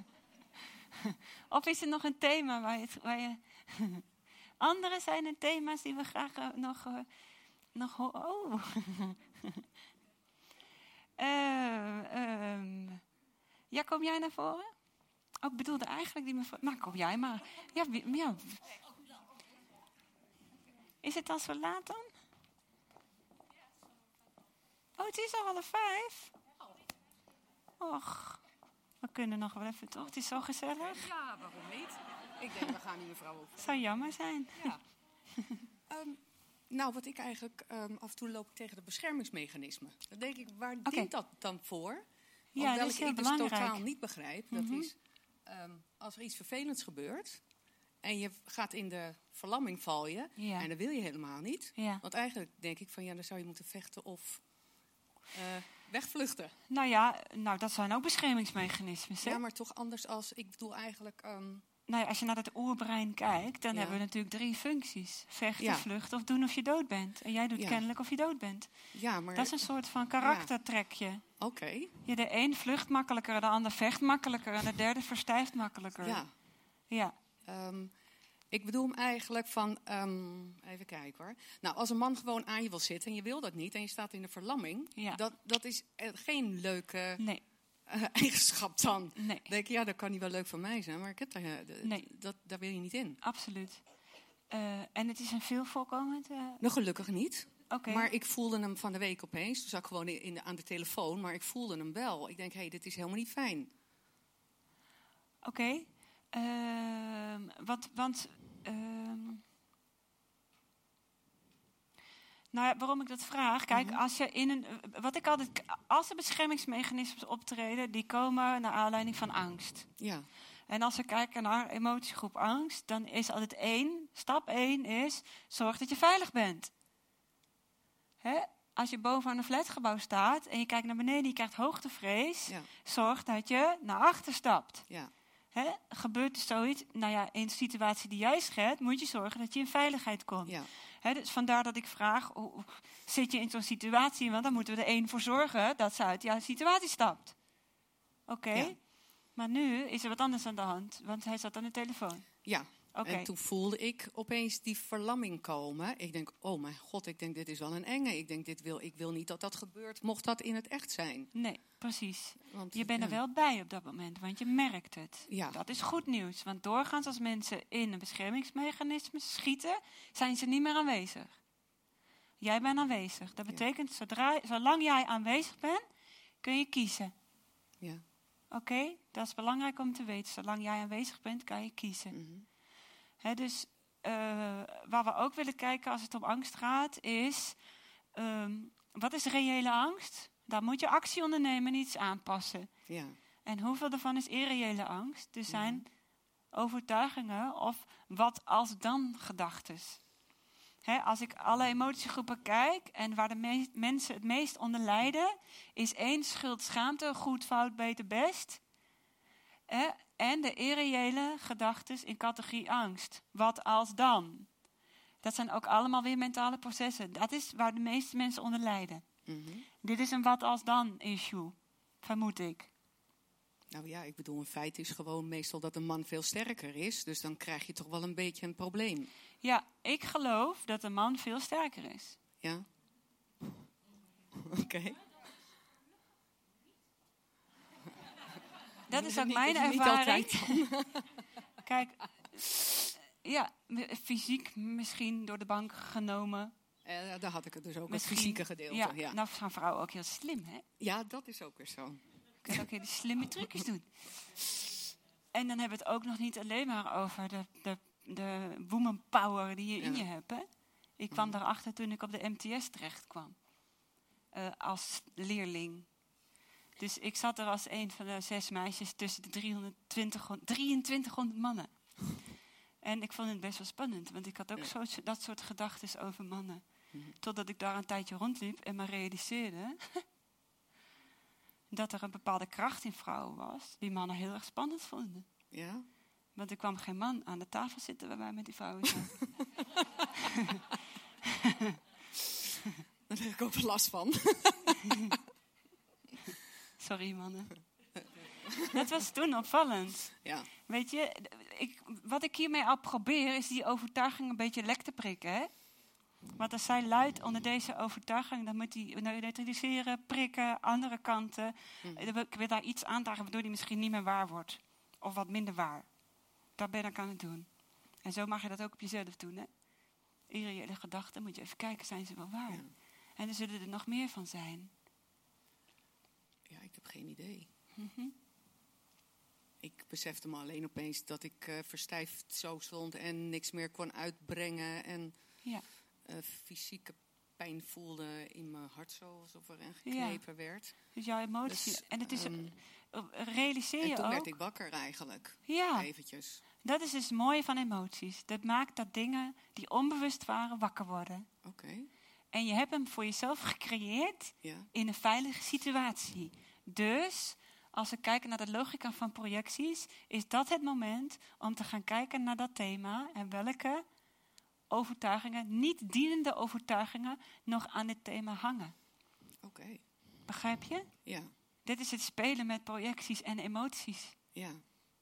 Of is er nog een thema waar je... Waar je andere zijn er thema's die we graag uh, nog... Uh, nog oh. uh, um. Ja, kom jij naar voren? Oh, ik bedoelde eigenlijk die mevrouw... Nou, kom jij maar. Ja, ja. Is het al zo laat dan? Oh, het is al half vijf. Och, we kunnen nog wel even, toch? Het is zo gezellig. Ja, waarom niet? Ik denk, we gaan die mevrouw ook. Het zou jammer zijn. Ja. um, nou, wat ik eigenlijk... Um, af en toe loop ik tegen de beschermingsmechanismen. Dan denk ik, waar okay. dient dat dan voor? Ja, Want dat is heel ik dus belangrijk. totaal niet begrijp. Mm-hmm. Dat is, um, als er iets vervelends gebeurt... en je gaat in de verlamming val je... Ja. en dat wil je helemaal niet. Ja. Want eigenlijk denk ik van... ja, dan zou je moeten vechten of... Uh, wegvluchten. Nou ja, nou, dat zijn ook beschermingsmechanismes. Hè? Ja, maar toch anders als... Ik bedoel eigenlijk... Um... Nou ja, als je naar het oerbrein kijkt... dan ja. hebben we natuurlijk drie functies. Vechten, ja. vluchten of doen of je dood bent. En jij doet ja. kennelijk of je dood bent. Ja, maar... Dat is een soort van karaktertrekje. Ja. Oké. Okay. Ja, de een vlucht makkelijker, de ander vecht makkelijker... en de derde verstijft makkelijker. Ja. Ja. Um, ik bedoel hem eigenlijk van... Um, even kijken hoor. Nou, als een man gewoon aan je wil zitten en je wil dat niet... en je staat in de verlamming... Ja. Dat, dat is geen leuke nee. uh, eigenschap dan. Nee. Dan denk je, ja, dat kan niet wel leuk van mij zijn... maar ik heb daar, uh, d- nee. dat, daar wil je niet in. Absoluut. Uh, en het is een veel voorkomend... Uh... Nou, gelukkig niet. Okay. Maar ik voelde hem van de week opeens. Toen zat ik gewoon in de, aan de telefoon, maar ik voelde hem wel. Ik denk, hé, hey, dit is helemaal niet fijn. Oké. Okay. Uh, wat, want... Uh, nou ja, waarom ik dat vraag... Kijk, mm-hmm. als je in een... Wat ik altijd... Als er beschermingsmechanismes optreden... die komen naar aanleiding van angst. Ja. En als we kijken naar emotiegroep angst... dan is altijd één... Stap één is... Zorg dat je veilig bent. Hè? Als je bovenaan een flatgebouw staat... en je kijkt naar beneden... je krijgt hoogtevrees... Ja. Zorg dat je naar achter stapt. Ja. Hè? Gebeurt er zoiets, nou ja, in de situatie die jij schetst, moet je zorgen dat je in veiligheid komt. Ja. Hè, dus vandaar dat ik vraag, hoe, zit je in zo'n situatie? Want dan moeten we er één voor zorgen dat ze uit jouw situatie stapt. Oké, okay. ja. Maar nu is er wat anders aan de hand, want hij zat aan de telefoon. Ja, okay. En toen voelde ik opeens die verlamming komen. Ik denk, oh mijn god, ik denk dit is wel een enge. Ik denk, dit wil, ik wil niet dat dat gebeurt, mocht dat in het echt zijn. Nee, precies. Want, je bent ja. er wel bij op dat moment, want je merkt het. Ja. Dat is goed nieuws, want doorgaans als mensen in een beschermingsmechanisme schieten, zijn ze niet meer aanwezig. Jij bent aanwezig. Dat betekent, ja. zodra, zolang jij aanwezig bent, kun je kiezen. Ja. Oké, okay? Dat is belangrijk om te weten. Zolang jij aanwezig bent, kan je kiezen. Mm-hmm. He, dus uh, waar we ook willen kijken als het om angst gaat, is... Um, wat is reële angst? Dan moet je actie ondernemen en iets aanpassen. Ja. En hoeveel daarvan is irreële angst? Er zijn mm-hmm. overtuigingen of wat als dan gedachtes. He, als ik alle emotiegroepen kijk en waar de meest, mensen het meest onder lijden, is één schuld, schaamte, goed, fout, beter, best. He, en de irreële gedachtes in categorie angst. Wat als dan? Dat zijn ook allemaal weer mentale processen. Dat is waar de meeste mensen onder lijden. Mm-hmm. Dit is een wat als dan issue, vermoed ik. Nou ja, ik bedoel, een feit is gewoon meestal dat een man veel sterker is. Dus dan krijg je toch wel een beetje een probleem. Ja, ik geloof dat een man veel sterker is. Ja? Oké. Okay. Dat is ook niet, mijn is ervaring. Kijk, ja, fysiek misschien door de bank genomen. Uh, daar had ik het dus ook, misschien, het fysieke gedeelte. Ja, ja. Nou zijn vrouwen ook heel slim, hè? Ja, dat is ook weer zo. Kun je ook hele slimme trucjes doen. En dan hebben we het ook nog niet alleen maar over de, de de woman power die je Ja. in je hebt. Hè? Ik kwam daarachter toen ik op de M T S terecht kwam. Uh, als leerling. Dus ik zat er als een van de zes meisjes tussen de driehonderdtwintig, drieëntwintighonderd mannen. En ik vond het best wel spannend, want ik had ook Ja. zo, dat soort gedachten over mannen. Mhm. Totdat ik daar een tijdje rondliep en me realiseerde dat er een bepaalde kracht in vrouwen was die mannen heel erg spannend vonden. Ja? Want er kwam geen man aan de tafel zitten waar wij met die vrouwen zaten. Daar heb ik ook wel last van. Sorry mannen. Dat was toen opvallend. Ja. Weet je, ik, wat ik hiermee al probeer is die overtuiging een beetje lek te prikken. Hè? Want als zij luidt onder deze overtuiging, dan moet die neutraliseren, prikken, andere kanten. Hm. Dan wil ik weer daar iets aandragen waardoor die misschien niet meer waar wordt. Of wat minder waar. Dat ben ik aan het doen. En zo mag je dat ook op jezelf doen. Hè? Irreële gedachten moet je even kijken, zijn ze wel waar? Ja. En er zullen er nog meer van zijn. Ja, ik heb geen idee. Mm-hmm. Ik besefte me alleen opeens dat ik uh, verstijfd zo stond en niks meer kon uitbrengen. En Ja. uh, fysieke pijn voelde in mijn hart, zo alsof er een geknepen Ja. werd. Dus jouw emotie. Dus, en het is, um, realiseer en je toen ook. werd ik wakker eigenlijk. Ja. Eventjes. Dat is dus het mooie van emoties. Dat maakt dat dingen die onbewust waren wakker worden. Oké. Okay. En je hebt hem voor jezelf gecreëerd Ja. in een veilige situatie. Dus, als we kijken naar de logica van projecties, is dat het moment om te gaan kijken naar dat thema en welke overtuigingen, niet dienende overtuigingen, nog aan dit thema hangen. Oké. Okay. Begrijp je? Ja. Dit is het spelen met projecties en emoties. Ja.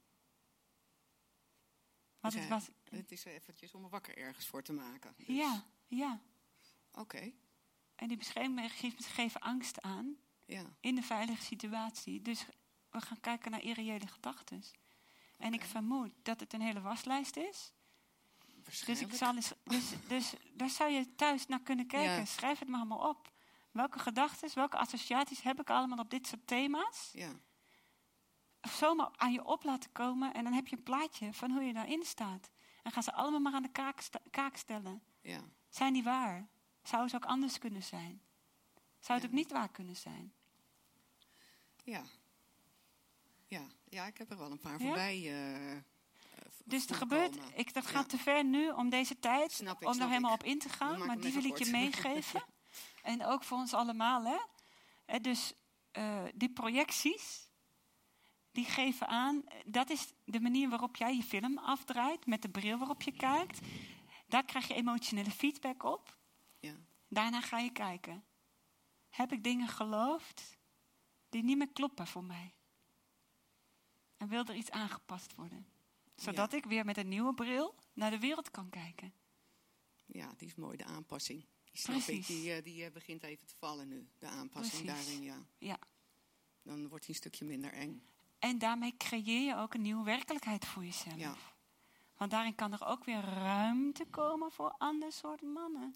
Want dus het was. Het is eventjes om er wakker ergens voor te maken. Dus. Ja, ja. Oké. Okay. En die beschermingsmechanismen geven angst aan ja. in de veilige situatie. Dus we gaan kijken naar irreële gedachten. Okay. En ik vermoed dat het een hele waslijst is. Dus, ik zal eens, dus, dus daar zou je thuis naar kunnen kijken. Ja. Schrijf het maar allemaal op. Welke gedachten, welke associaties heb ik allemaal op dit soort thema's? Ja. Zomaar aan je op laten komen en dan heb je een plaatje van hoe je daarin staat. En gaan ze allemaal maar aan de kaak, sta- kaak stellen. Ja. Zijn die waar? Zou ze ook anders kunnen zijn? Zou het ja. ook niet waar kunnen zijn? Ja. Ja, ja ik heb er wel een paar voorbij. Ja? Uh, dus er gebeurt, ik, dat gaat ja. te ver nu om deze tijd, snap ik, om daar helemaal ik. op in te gaan. Maar die wil ik je meegeven. En ook voor ons allemaal. Hè? En dus uh, die projecties, die geven aan, dat is de manier waarop jij je film afdraait, met de bril waarop je kijkt. Daar krijg je emotionele feedback op. Ja. Daarna ga je kijken. Heb ik dingen geloofd die niet meer kloppen voor mij? En wil er iets aangepast worden? Zodat ja. ik weer met een nieuwe bril naar de wereld kan kijken. Ja, die is mooi, de aanpassing. Die snap ik, die, die uh, begint even te vallen nu. De aanpassing Precies. daarin, ja. ja. Dan wordt hij een stukje minder eng. En daarmee creëer je ook een nieuwe werkelijkheid voor jezelf. Ja. Want daarin kan er ook weer ruimte komen voor ander soort mannen.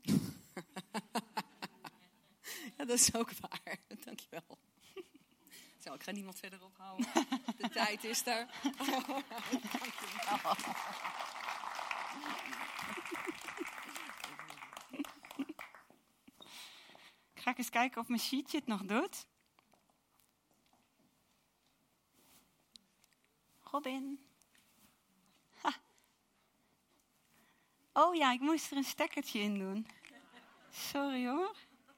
Ja, dat is ook waar. Dankjewel. Zo, ik ga niemand verder ophouden. De tijd is er. Oh, dankjewel. Ga ik eens kijken of mijn sheetje het nog doet. Robin. Ha. Oh ja, ik moest er een stekkertje in doen. Sorry hoor.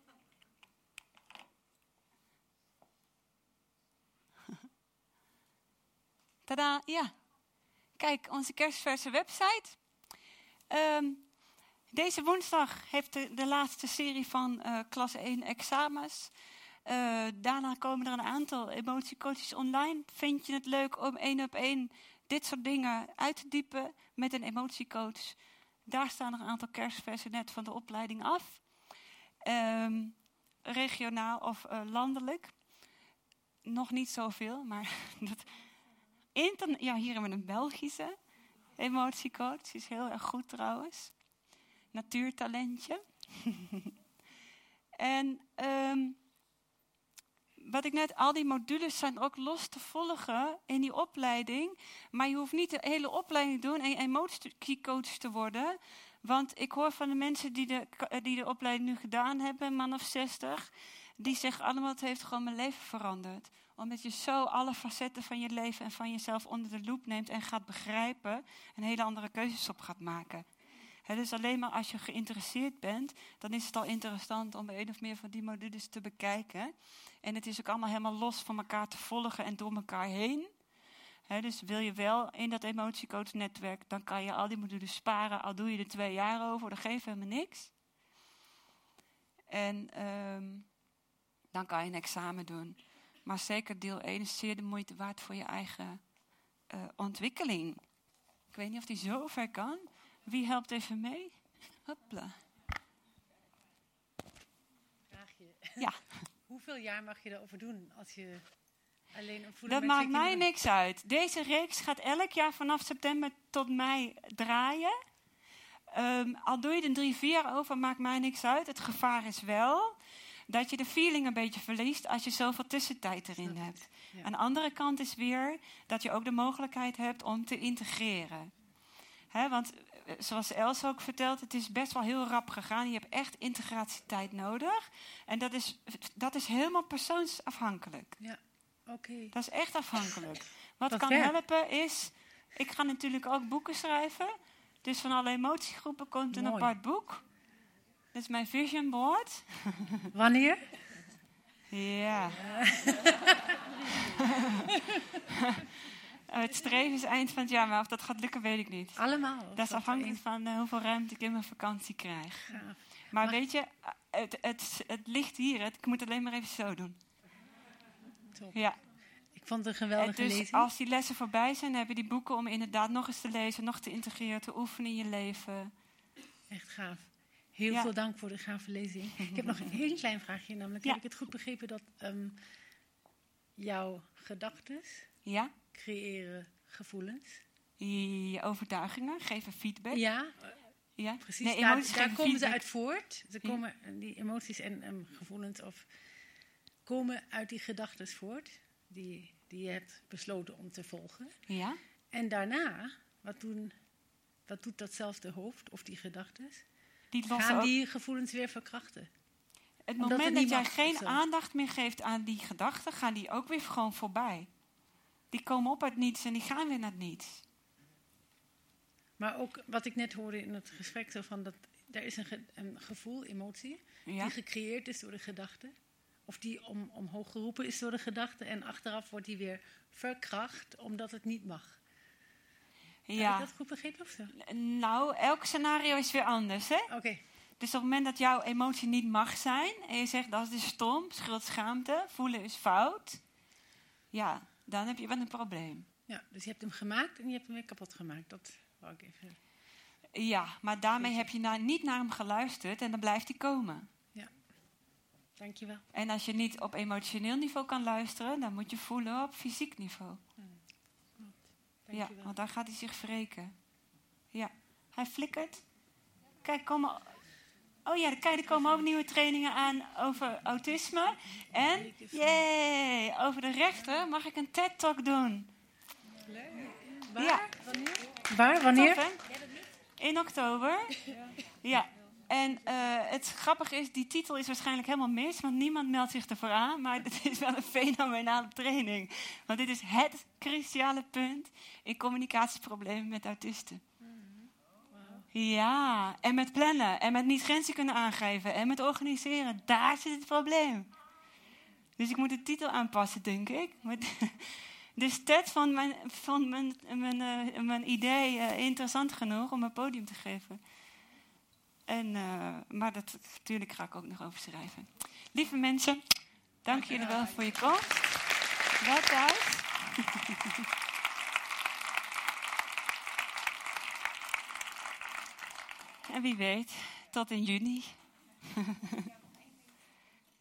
Tadaa, ja. Kijk, onze kerstverse website. Um, deze woensdag heeft de, de laatste serie van uh, klas één examens. Uh, daarna komen er een aantal emotiecoaches online. Vind je het leuk om één op één dit soort dingen uit te diepen met een emotiecoach? Daar staan er een aantal kerstversen net van de opleiding af. Um, regionaal of uh, landelijk. Nog niet zoveel, maar... dat, Interne- ja, hier hebben we een Belgische emotiecoach. Die is heel erg goed trouwens. Natuurtalentje. en um, wat ik net, al die modules zijn ook los te volgen in die opleiding. Maar je hoeft niet de hele opleiding te doen en emotiecoach te worden. Want ik hoor van de mensen die de, die de opleiding nu gedaan hebben, een man of zestig, die zeggen allemaal, het heeft gewoon mijn leven veranderd. Omdat je zo alle facetten van je leven en van jezelf onder de loep neemt en gaat begrijpen en hele andere keuzes op gaat maken. He, dus alleen maar als je geïnteresseerd bent, dan is het al interessant om een of meer van die modules te bekijken. En het is ook allemaal helemaal los van elkaar te volgen en door elkaar heen. He, dus wil je wel in dat emotiecoach-netwerk, dan kan je al die modules sparen, al doe je er twee jaar over, dat geeft helemaal niks. En um, dan kan je een examen doen. Maar zeker deel één is zeer de moeite waard voor je eigen uh, ontwikkeling. Ik weet niet of die zo ver kan. Wie helpt even mee? Hopla. Vraagje. Ja. Hoeveel jaar mag je erover doen als je alleen opvoeden? Dat maakt mij niks uit. Deze reeks gaat elk jaar vanaf september tot mei draaien. Um, al doe je er drie, vier jaar over, maakt mij niks uit. Het gevaar is wel dat je de feeling een beetje verliest als je zoveel tussentijd erin hebt. Ja. Aan de andere kant is weer dat je ook de mogelijkheid hebt om te integreren. He, want zoals Els ook vertelt, het is best wel heel rap gegaan. Je hebt echt integratietijd nodig. En dat is, dat is helemaal persoonsafhankelijk. Ja, oké. Okay. Dat is echt afhankelijk. Wat dat kan werkt. helpen is, ik ga natuurlijk ook boeken schrijven. Dus van alle emotiegroepen komt een Mooi. apart boek. Dit is mijn vision board. Wanneer? Ja. Het streven is eind van het jaar, maar of dat gaat lukken, weet ik niet. Allemaal? Dat is afhankelijk van uh, hoeveel ruimte ik in mijn vakantie krijg. Gaaf. Maar, maar weet je, het, het, het ligt hier. Het, ik moet het alleen maar even zo doen. Top. Ja. Ik vond het een geweldige en dus lezing. Als die lessen voorbij zijn, heb je die boeken om inderdaad nog eens te lezen, nog te integreren, te oefenen in je leven. Echt gaaf. Heel ja. veel dank voor de gave lezing. Ik heb nog een heel klein vraagje, namelijk ja. heb ik het goed begrepen dat um, jouw gedachten ja? creëren gevoelens? Je overtuigingen geven feedback. Ja, ja? precies. Nee, daar daar komen feedback. ze uit voort. Ze Ja. komen, die emoties en um, gevoelens of, komen uit die gedachten voort die, die je hebt besloten om te volgen. Ja? En daarna, wat, doen, wat doet datzelfde hoofd of die gedachten? Die gaan ook... die gevoelens weer verkrachten. Het Omdat moment het dat jij geen zo. aandacht meer geeft aan die gedachten, gaan die ook weer gewoon voorbij. Die komen op uit niets en die gaan weer naar niets. Maar ook wat ik net hoorde in het gesprek, zo van dat er is een, ge, een gevoel, emotie, ja. die gecreëerd is door de gedachte. Of die om, omhoog geroepen is door de gedachte. En achteraf wordt die weer verkracht, omdat het niet mag. Ja. Heb ik dat goed begrepen of zo? Nou, elk scenario is weer anders, hè? Oké. Okay. Dus op het moment dat jouw emotie niet mag zijn, en je zegt dat is stom, schuld, schaamte, voelen is fout. Ja, dan heb je wel een probleem. Ja, dus je hebt hem gemaakt en je hebt hem weer kapot gemaakt. Dat wou ik even... Ja, maar daarmee heb je nou niet naar hem geluisterd en dan blijft hij komen. Ja, dankjewel. En als je niet op emotioneel niveau kan luisteren, dan moet je voelen op fysiek niveau. Hmm. Ja, want dan gaat hij zich wreken. Ja, hij flikkert. Kijk, kom maar... Oh ja, kijk, er komen ook nieuwe trainingen aan over autisme. En, jee, over de rechter mag ik een TED-talk doen. Waar? Ja. Wanneer? Waar? Wanneer? Top, in oktober. Ja. En uh, het grappige is, die titel is waarschijnlijk helemaal mis, want niemand meldt zich ervoor aan. Maar het is wel een fenomenale training. Want dit is het cruciale punt in communicatieproblemen met autisten. Ja, en met plannen, en met niet grenzen kunnen aangeven, en met organiseren. Daar zit het probleem. Dus ik moet de titel aanpassen, denk ik. Dus Ted vond mijn, vond mijn, mijn, uh, mijn idee uh, interessant genoeg om een podium te geven. En, uh, maar dat, natuurlijk ga ik ook nog over schrijven. Lieve mensen, dank jullie wel voor je komst. Wel thuis. En wie weet, tot in juni.